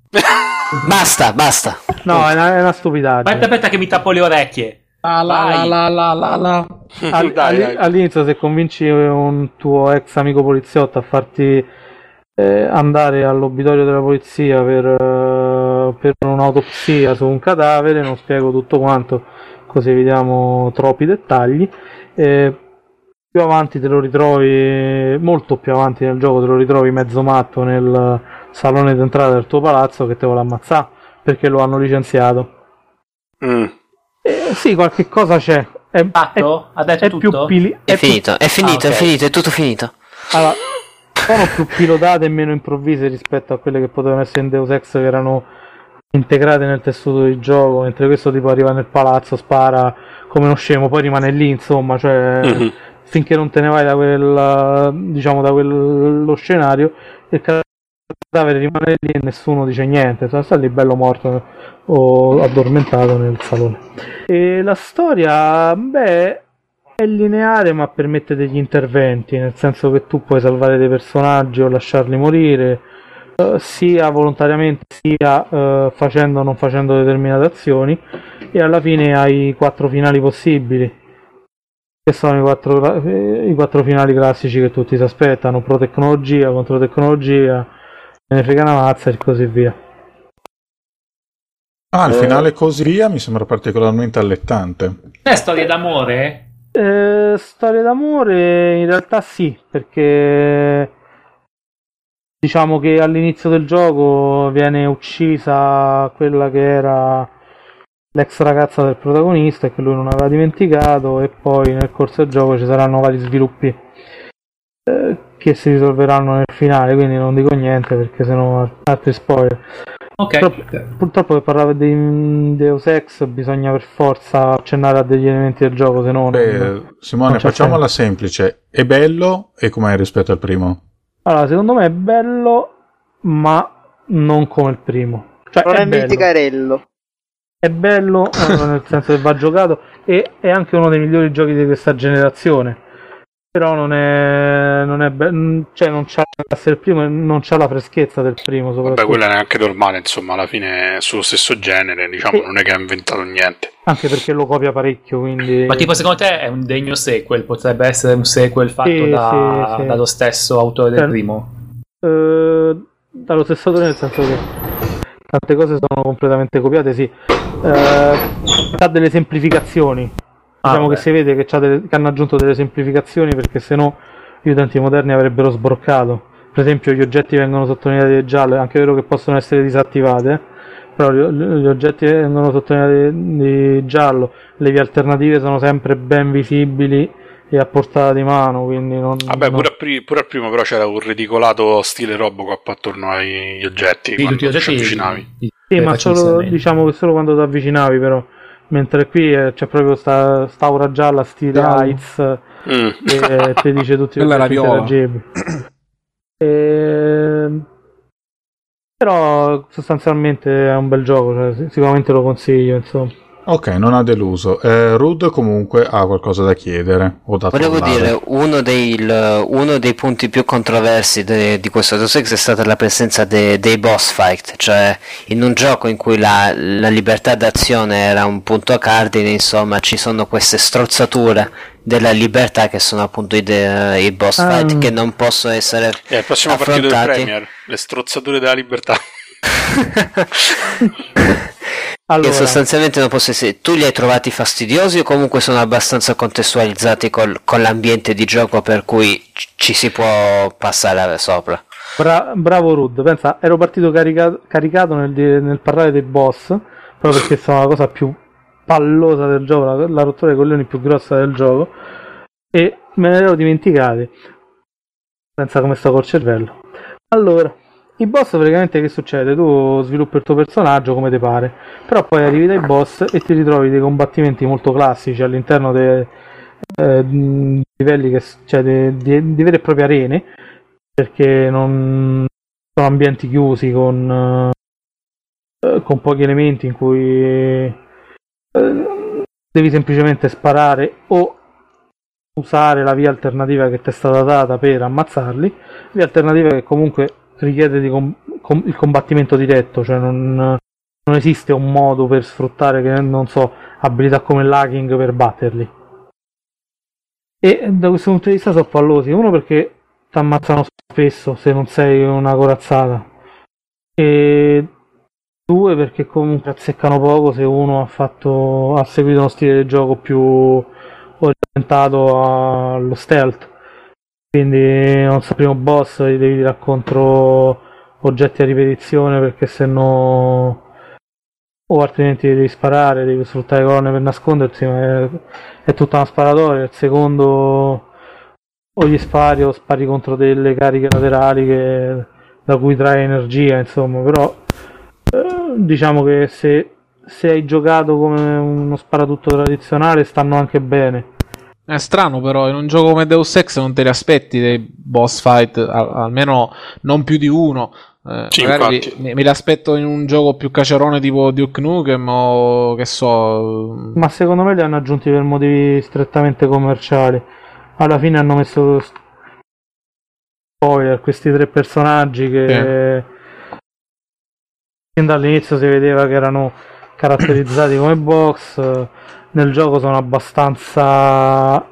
Basta, basta. No, è una, è una stupidaggine. Aspetta, aspetta che mi tappo le orecchie. La la la la la la. All, dai, dai. All'inizio se convinci un tuo ex amico poliziotto a farti eh, andare all'obitorio della polizia per, uh, per un'autopsia su un cadavere, non spiego tutto quanto, così evitiamo troppi dettagli. Eh, più avanti te lo ritrovi, molto più avanti nel gioco te lo ritrovi mezzo matto nel salone d'entrata del tuo palazzo che te vuole ammazzare perché lo hanno licenziato. Mm. Eh, sì, qualche cosa c'è. È, Fatto? È, ha detto è tutto? Più pili- è, è finito, è finito, ah, okay. è finito, è tutto finito. Allora, sono più pilotate e meno improvvise rispetto a quelle che potevano essere in Deus Ex, che erano integrate nel tessuto di gioco, mentre questo tipo arriva nel palazzo, spara come uno scemo, poi rimane lì, insomma, cioè mm-hmm. finché non te ne vai da quel, diciamo, da quello scenario, il cadavere rimane lì e nessuno dice niente, sta lì bello morto o addormentato nel salone. E la storia, beh, è lineare ma permette degli interventi, nel senso che tu puoi salvare dei personaggi o lasciarli morire, Uh, sia volontariamente sia uh, facendo o non facendo determinate azioni, e alla fine hai quattro finali possibili, che sono i quattro, eh, i quattro finali classici che tutti si aspettano: pro tecnologia, contro tecnologia, me ne frega una mazza e così via. Ah, il finale così via mi sembra particolarmente allettante. È storia d'amore? Eh, storia d'amore in realtà sì, perché diciamo che all'inizio del gioco viene uccisa quella che era l'ex ragazza del protagonista e che lui non aveva dimenticato, e poi nel corso del gioco ci saranno vari sviluppi eh, che si risolveranno nel finale, quindi non dico niente perché sennò altri spoiler. Okay. Purtroppo, purtroppo per parlare di Deus Ex bisogna per forza accennare a degli elementi del gioco, se no Beh, non, Simone, non facciamola semplice: è bello e com'è rispetto al primo? Allora, secondo me è bello, ma non come il primo. Cioè, non è, è bello. miticarello. È bello nel senso che va giocato, e è anche uno dei migliori giochi di questa generazione. però non è non è be- cioè non c'ha il primo, non c'ha la freschezza del primo soprattutto. Vabbè, quella è anche normale, insomma, alla fine è sullo stesso genere, diciamo, E... non è che ha inventato niente. Anche perché lo copia parecchio, quindi... Ma tipo secondo te è un degno sequel? Potrebbe essere un sequel fatto sì, da, sì, sì. dallo stesso autore del Per... primo? Uh, dallo stesso autore, nel senso che tante cose sono completamente copiate, sì. Uh, ha delle semplificazioni. Ah, diciamo beh. che si vede che, c'ha delle... che hanno aggiunto delle semplificazioni, perché sennò gli utenti moderni avrebbero sbroccato. Per esempio gli oggetti vengono sottolineati di giallo, è anche vero che possono essere disattivate, eh? Però gli oggetti vengono sottolineati di giallo, le vie alternative sono sempre ben visibili e a portata di mano, quindi non... Vabbè, non... pure, al pri- pure al primo però c'era un ridicolato stile Robocop attorno agli oggetti, Sì, quando tutti gli ci oggetti avvicinavi. Sì, ma solo, diciamo che solo quando ti avvicinavi, però. Mentre qui eh, c'è proprio sta, sta aura gialla, stile Heights, Mm. che ti dice tutti Quella era oggetti viola. interagibili. E... Però sostanzialmente è un bel gioco, cioè, sicuramente lo consiglio, insomma. Ok, non ha deluso. Eh, Rud comunque ha qualcosa da chiedere o da Volevo trollare. dire, uno dei, il- uno dei punti più controversi de- di questo Deus Ex è stata la presenza de- dei boss fight, cioè in un gioco in cui la, la libertà d'azione era un punto cardine, insomma, ci sono queste strozzature della libertà che sono appunto i, de- i boss Ah. fight che non possono essere È il prossimo partito del affrontati. Premier, le strozzature della libertà. Allora, Che sostanzialmente non posso essere. Tu li hai trovati fastidiosi o comunque sono abbastanza contestualizzati col, con l'ambiente di gioco per cui ci- ci si può passare sopra? bra- bravo Rud, pensa, ero partito carica- caricato nel, di- nel parlare dei boss, proprio perché sono la cosa più pallosa del gioco, la, la rottura dei coglioni più grossa del gioco, e me ne ero dimenticati. Pensa come sto col cervello. Allora, i boss praticamente che succede? Tu sviluppi il tuo personaggio come ti pare, però poi arrivi dai boss e ti ritrovi dei combattimenti molto classici all'interno dei eh, livelli, che, cioè di, di, di vere e proprie arene, perché non sono ambienti chiusi con, eh, con pochi elementi in cui eh, devi semplicemente sparare o usare la via alternativa che ti è stata data per ammazzarli, via alternativa che comunque richiede di com- com- il combattimento diretto, cioè non, non esiste un modo per sfruttare, che non so, abilità come l'hacking per batterli. E da questo punto di vista sono pallosi, uno perché ti ammazzano spesso se non sei una corazzata, e due perché comunque azzeccano poco se uno ha fatto ha seguito uno stile di gioco più orientato allo stealth. Quindi non so, primo boss gli devi tirare contro oggetti a ripetizione, perché se no, o altrimenti devi sparare, devi sfruttare le colonne per nascondersi, ma è, è tutta una sparatoria. Il secondo o gli spari o spari contro delle cariche laterali che, da cui trae energia, insomma. Però eh, diciamo che se, se hai giocato come uno sparatutto tradizionale stanno anche bene. È strano però, in un gioco come Deus Ex non te li aspetti dei boss fight, al- almeno non più di uno. Eh, Sì, magari infatti. mi- me li aspetto in un gioco più caciarone tipo Duke Nukem o che so. Ma secondo me li hanno aggiunti per motivi strettamente commerciali. Alla fine hanno messo spoiler, questi tre personaggi che fin dall'inizio si vedeva che erano caratterizzati come boss. Nel gioco sono abbastanza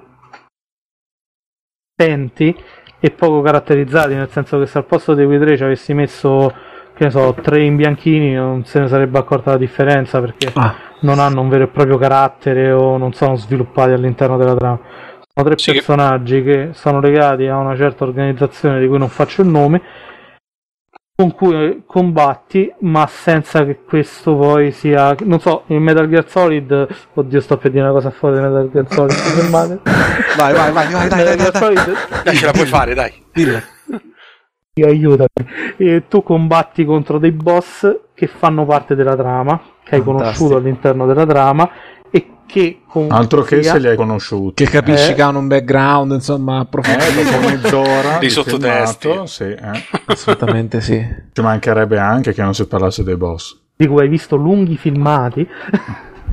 attenti e poco caratterizzati, nel senso che se al posto dei quei tre ci avessi messo, che ne so, tre in bianchini, non se ne sarebbe accorta la differenza, perché Ah. non hanno un vero e proprio carattere o non sono sviluppati all'interno della trama. Sono tre Sì, che- personaggi che sono legati a una certa organizzazione di cui non faccio il nome, con cui combatti, ma senza che questo poi sia, non so, in Metal Gear Solid, oddio, sto per dire una cosa fuori di Metal Gear Solid, fermate. Vai, vai, vai, vai, dai, dai, Metal Gear dai, Solid, Dai, ce la puoi fare, dai. dillo. Dio, aiutami. E tu combatti contro dei boss che fanno parte della trama, che hai Fantastico. conosciuto all'interno della trama, e che comunque Altro che sia- se li hai conosciuti. Che capisci Eh. che hanno un background, insomma, Eh, approfondito. dopo mezz'ora Dei di sottotesti. filmato, sì, eh. Assolutamente sì. Ci mancherebbe anche che non si parlasse dei boss. di cui hai visto lunghi filmati.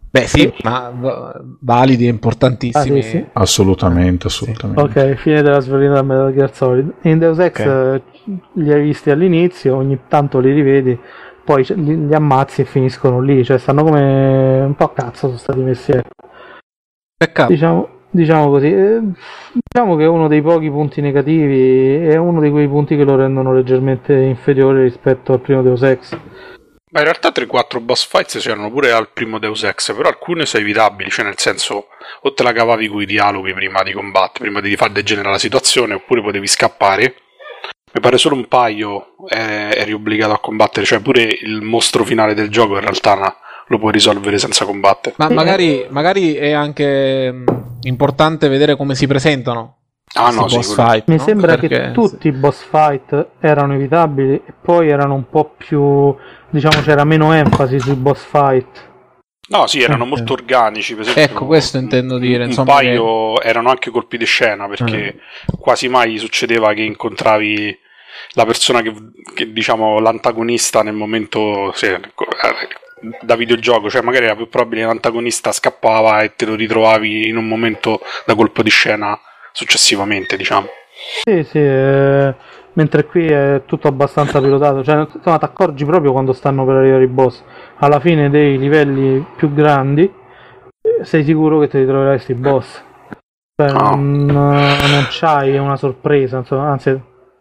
Beh sì, ma v- validi e importantissimi. Ah, sì, sì. Assolutamente, assolutamente. Ok, fine della svelina da Metal Gear Solid. In Deus Ex Ok. eh, li hai visti all'inizio, ogni tanto li rivedi, poi c- li, li ammazzi e finiscono lì, cioè stanno come un po' a cazzo sono stati messi. ecco. Peccato. Diciamo, diciamo così, eh, diciamo che è uno dei pochi punti negativi, è uno di quei punti che lo rendono leggermente inferiore rispetto al primo Deus Ex. Ma in realtà tre quattro boss fights c'erano pure al primo Deus Ex, però alcune sono evitabili, cioè nel senso o te la cavavi con i dialoghi prima di combattere, prima di far degenerare la situazione, oppure potevi scappare. Mi pare solo un paio eh, eri obbligato a combattere, cioè pure il mostro finale del gioco in realtà na, lo puoi risolvere senza combattere. Ma magari, magari è anche mh, importante vedere come si presentano Ah questi no, sì, boss quello- fight. Mi no? sembra Perché- che tutti i boss fight erano evitabili e poi erano un po' più, diciamo c'era meno enfasi sui boss fight. No, sì, erano Ok. molto organici, per esempio. Ecco, questo intendo dire, Un insomma, paio erano anche colpi di scena, perché quasi mai succedeva che incontravi la persona che, che, diciamo, l'antagonista nel momento sì, eh, da videogioco, cioè magari era più probabile che l'antagonista scappava e te lo ritrovavi in un momento da colpo di scena successivamente, diciamo. Sì, sì, eh, mentre qui è tutto abbastanza pilotato, cioè insomma ti accorgi proprio quando stanno per arrivare i boss. Alla fine dei livelli più grandi eh, sei sicuro che ti ritroverai sti boss. Cioè, Ah. non, non c'hai una sorpresa, insomma, anzi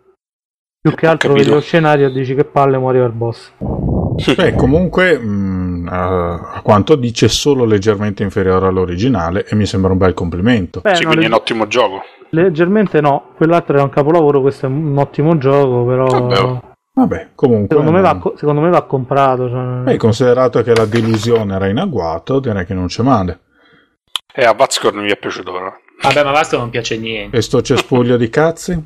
più che altro capito. vedi lo scenario e dici che palle mo arriva il boss. Beh, comunque, mh, a a quanto dice, solo leggermente inferiore all'originale, e mi sembra un bel complimento. Beh, Sì, no, quindi è leg- un ottimo gioco. leggermente no, quell'altro era un capolavoro, questo è un ottimo gioco, però Vabbè. Vabbè, comunque. secondo me, va, non- co- secondo me va comprato. Cioè... Beh, considerato che la delusione era in agguato, direi che non c'è male. E a Vazcor non mi è piaciuto però. Vabbè, ma Vasto non piace niente. E sto cespuglio di cazzi?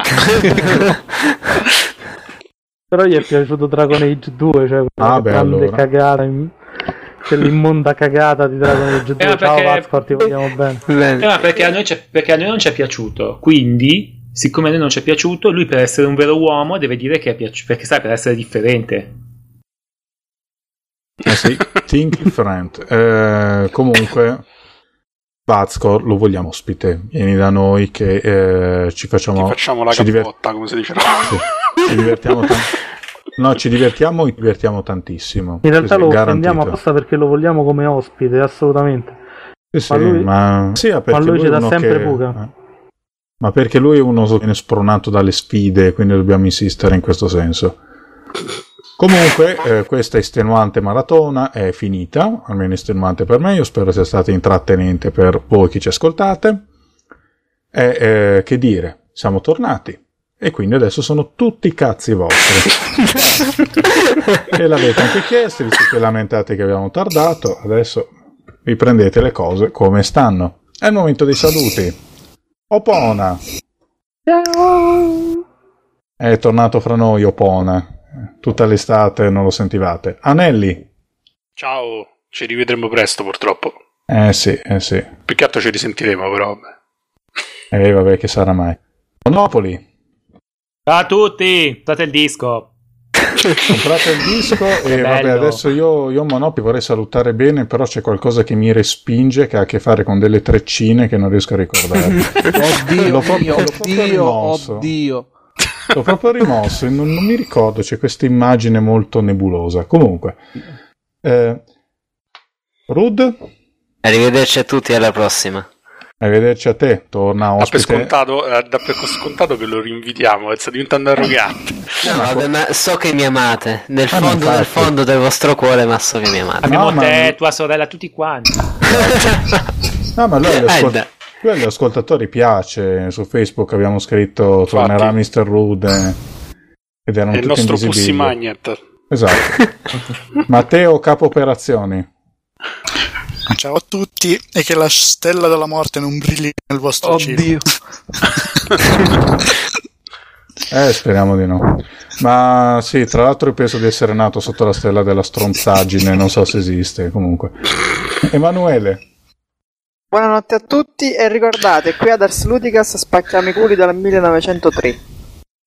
Però gli è piaciuto Dragon Age due, cioè quella Ah, beh, grande allora. cagata, in- quell'immonda cagata di Dragon Age due. Eh, ma Ciao perché- Vazcor, ti vogliamo bene. Bene. Eh, ma perché a, noi c'è, perché a noi non ci è piaciuto. Quindi, siccome a noi non ci è piaciuto, lui per essere un vero uomo deve dire che è piaciuto. Perché sai, per essere differente. Eh sì, think different. Eh, comunque, Vazcor lo vogliamo ospite. Vieni da noi che eh, ci facciamo... Ti facciamo la ci diver- cappotta, come si dice. sì, ci divertiamo tan- No, ci divertiamo e divertiamo tantissimo. In realtà Sì, lo garantito. prendiamo apposta perché lo vogliamo come ospite, assolutamente. Sì, sì, Ma lui- ma... Sì, perché ma lui ci è dà uno sempre che- buca. eh. Ma perché lui è uno che viene spronato dalle sfide, quindi dobbiamo insistere in questo senso. Comunque, eh, questa estenuante maratona è finita, almeno estenuante per me, io spero sia stata intrattenente per voi che ci ascoltate. E eh, che dire, siamo tornati. E quindi adesso sono tutti cazzi vostri. E l'avete anche chiesto, visto che lamentate che abbiamo tardato, adesso vi prendete le cose come stanno. È il momento dei saluti. Opona. È tornato fra noi Opona. Tutta l'estate non lo sentivate. Anelli. Ciao, ci rivedremo presto purtroppo. Eh sì, eh sì. Più che altro ci risentiremo però. Vabbè. Eh vabbè, che sarà mai. Monopoli. Ciao a tutti! Date il disco. Comprate il disco e vabbè, bello. adesso io, io Monopoli vorrei salutare bene, però c'è qualcosa che mi respinge, che ha a che fare con delle treccine che non riesco a ricordare. Oddio, L'ho proprio- mio, l'ho proprio oddio, rimosso. oddio. L'ho proprio rimosso e non, non mi ricordo, c'è questa immagine molto nebulosa. Comunque, eh, Rud, Arrivederci a tutti, alla prossima. arrivederci a te, torna Da per, ospite. scontato, eh, da per scontato che lo rinvitiamo, sta diventando arrogante. No, vabbè, ma so che mi amate. Nel Ah, ma fondo, nel infatti. fondo del vostro cuore, ma so che mi amate. Abbiamo ma- te, tua sorella, tutti quanti. No, ma lui agli, Eh, ascol- dai. lui agli ascoltatori piace. Su Facebook abbiamo scritto tornerà mister Rude ed erano È il tutti nostro Pussy invisibili. Magnet. Esatto. Matteo, capo operazioni. Ciao a tutti e che la stella della morte non brilli nel vostro cielo. Oddio. Eh, speriamo di no. Ma sì, tra l'altro io penso di essere nato sotto la stella della stronzaggine, non so se esiste, comunque. Emanuele. Buonanotte a tutti e ricordate, qui ad Ars Ludicas spacchiamo i culi dal millenovecentotre.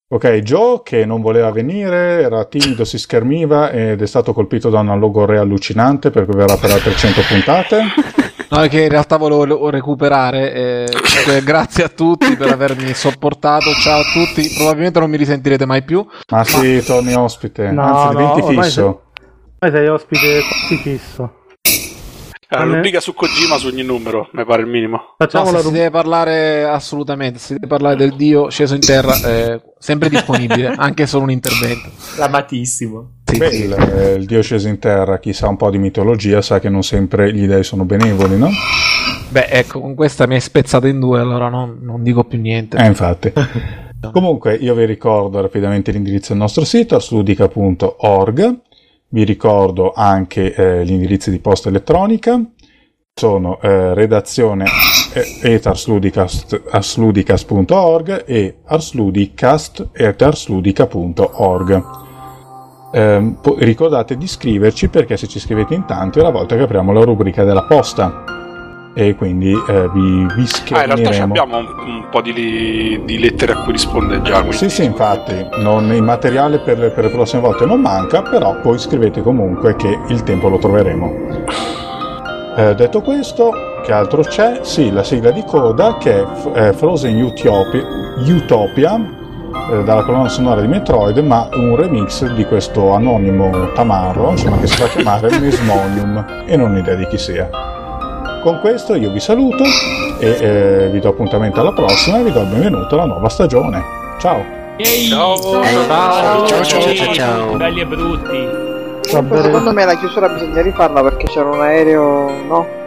Ok, Joe che non voleva venire, era timido, si schermiva ed è stato colpito da una logorrea allucinante per cui verrà per altre cento puntate. No, è che in realtà volevo recuperare. Eh, grazie a tutti per avermi sopportato. Ciao a tutti. Probabilmente non mi risentirete mai più. Ma, ma... sì, torni ospite. No, Anzi, diventi no, fisso. Ormai sei, sei ospite quasi fisso. La rubrica su Kojima su ogni numero, mi pare il minimo. Facciamo no, la rub- si deve parlare assolutamente, si deve parlare del dio sceso in terra, eh, sempre disponibile, anche solo un intervento. L'amatissimo. Sì, Beh, sì. Il, il dio sceso in terra, chi sa un po' di mitologia sa che non sempre gli dei sono benevoli, no? Beh, ecco, con questa mi hai spezzato in due, allora non, non dico più niente. Eh, infatti. Comunque, io vi ricordo rapidamente l'indirizzo del nostro sito, arsludica punto org. Vi ricordo anche eh, gli indirizzi di posta elettronica, sono eh, redazione eh, at arsludicast punto org e arsludicast at arsludica punto org. Eh, po- ricordate di iscriverci perché se ci scrivete in tanti è la volta che apriamo la rubrica della posta e quindi eh, vi, vi schermiremo. Ah, in realtà abbiamo un, un po' di, di lettere a cui risponde già. Sì, sì, infatti, non, il materiale per le, per le prossime volte non manca, però poi scrivete comunque che il tempo lo troveremo. Eh, detto questo, che altro c'è? Sì, la sigla di coda che è eh, Frozen Utopia, Utopia eh, dalla colonna sonora di Metroid, ma un remix di questo anonimo tamarro, insomma, che si fa chiamare Mesmonium e non ho idea di chi sia. Con questo io vi saluto e eh, vi do appuntamento alla prossima e vi do il benvenuto alla nuova stagione. Ciao! Ehi, ciao. Ciao, ciao, ciao, ciao, ciao, ciao, ciao. Belli e brutti. Secondo me la chiusura bisogna rifarla perché c'era un aereo, no?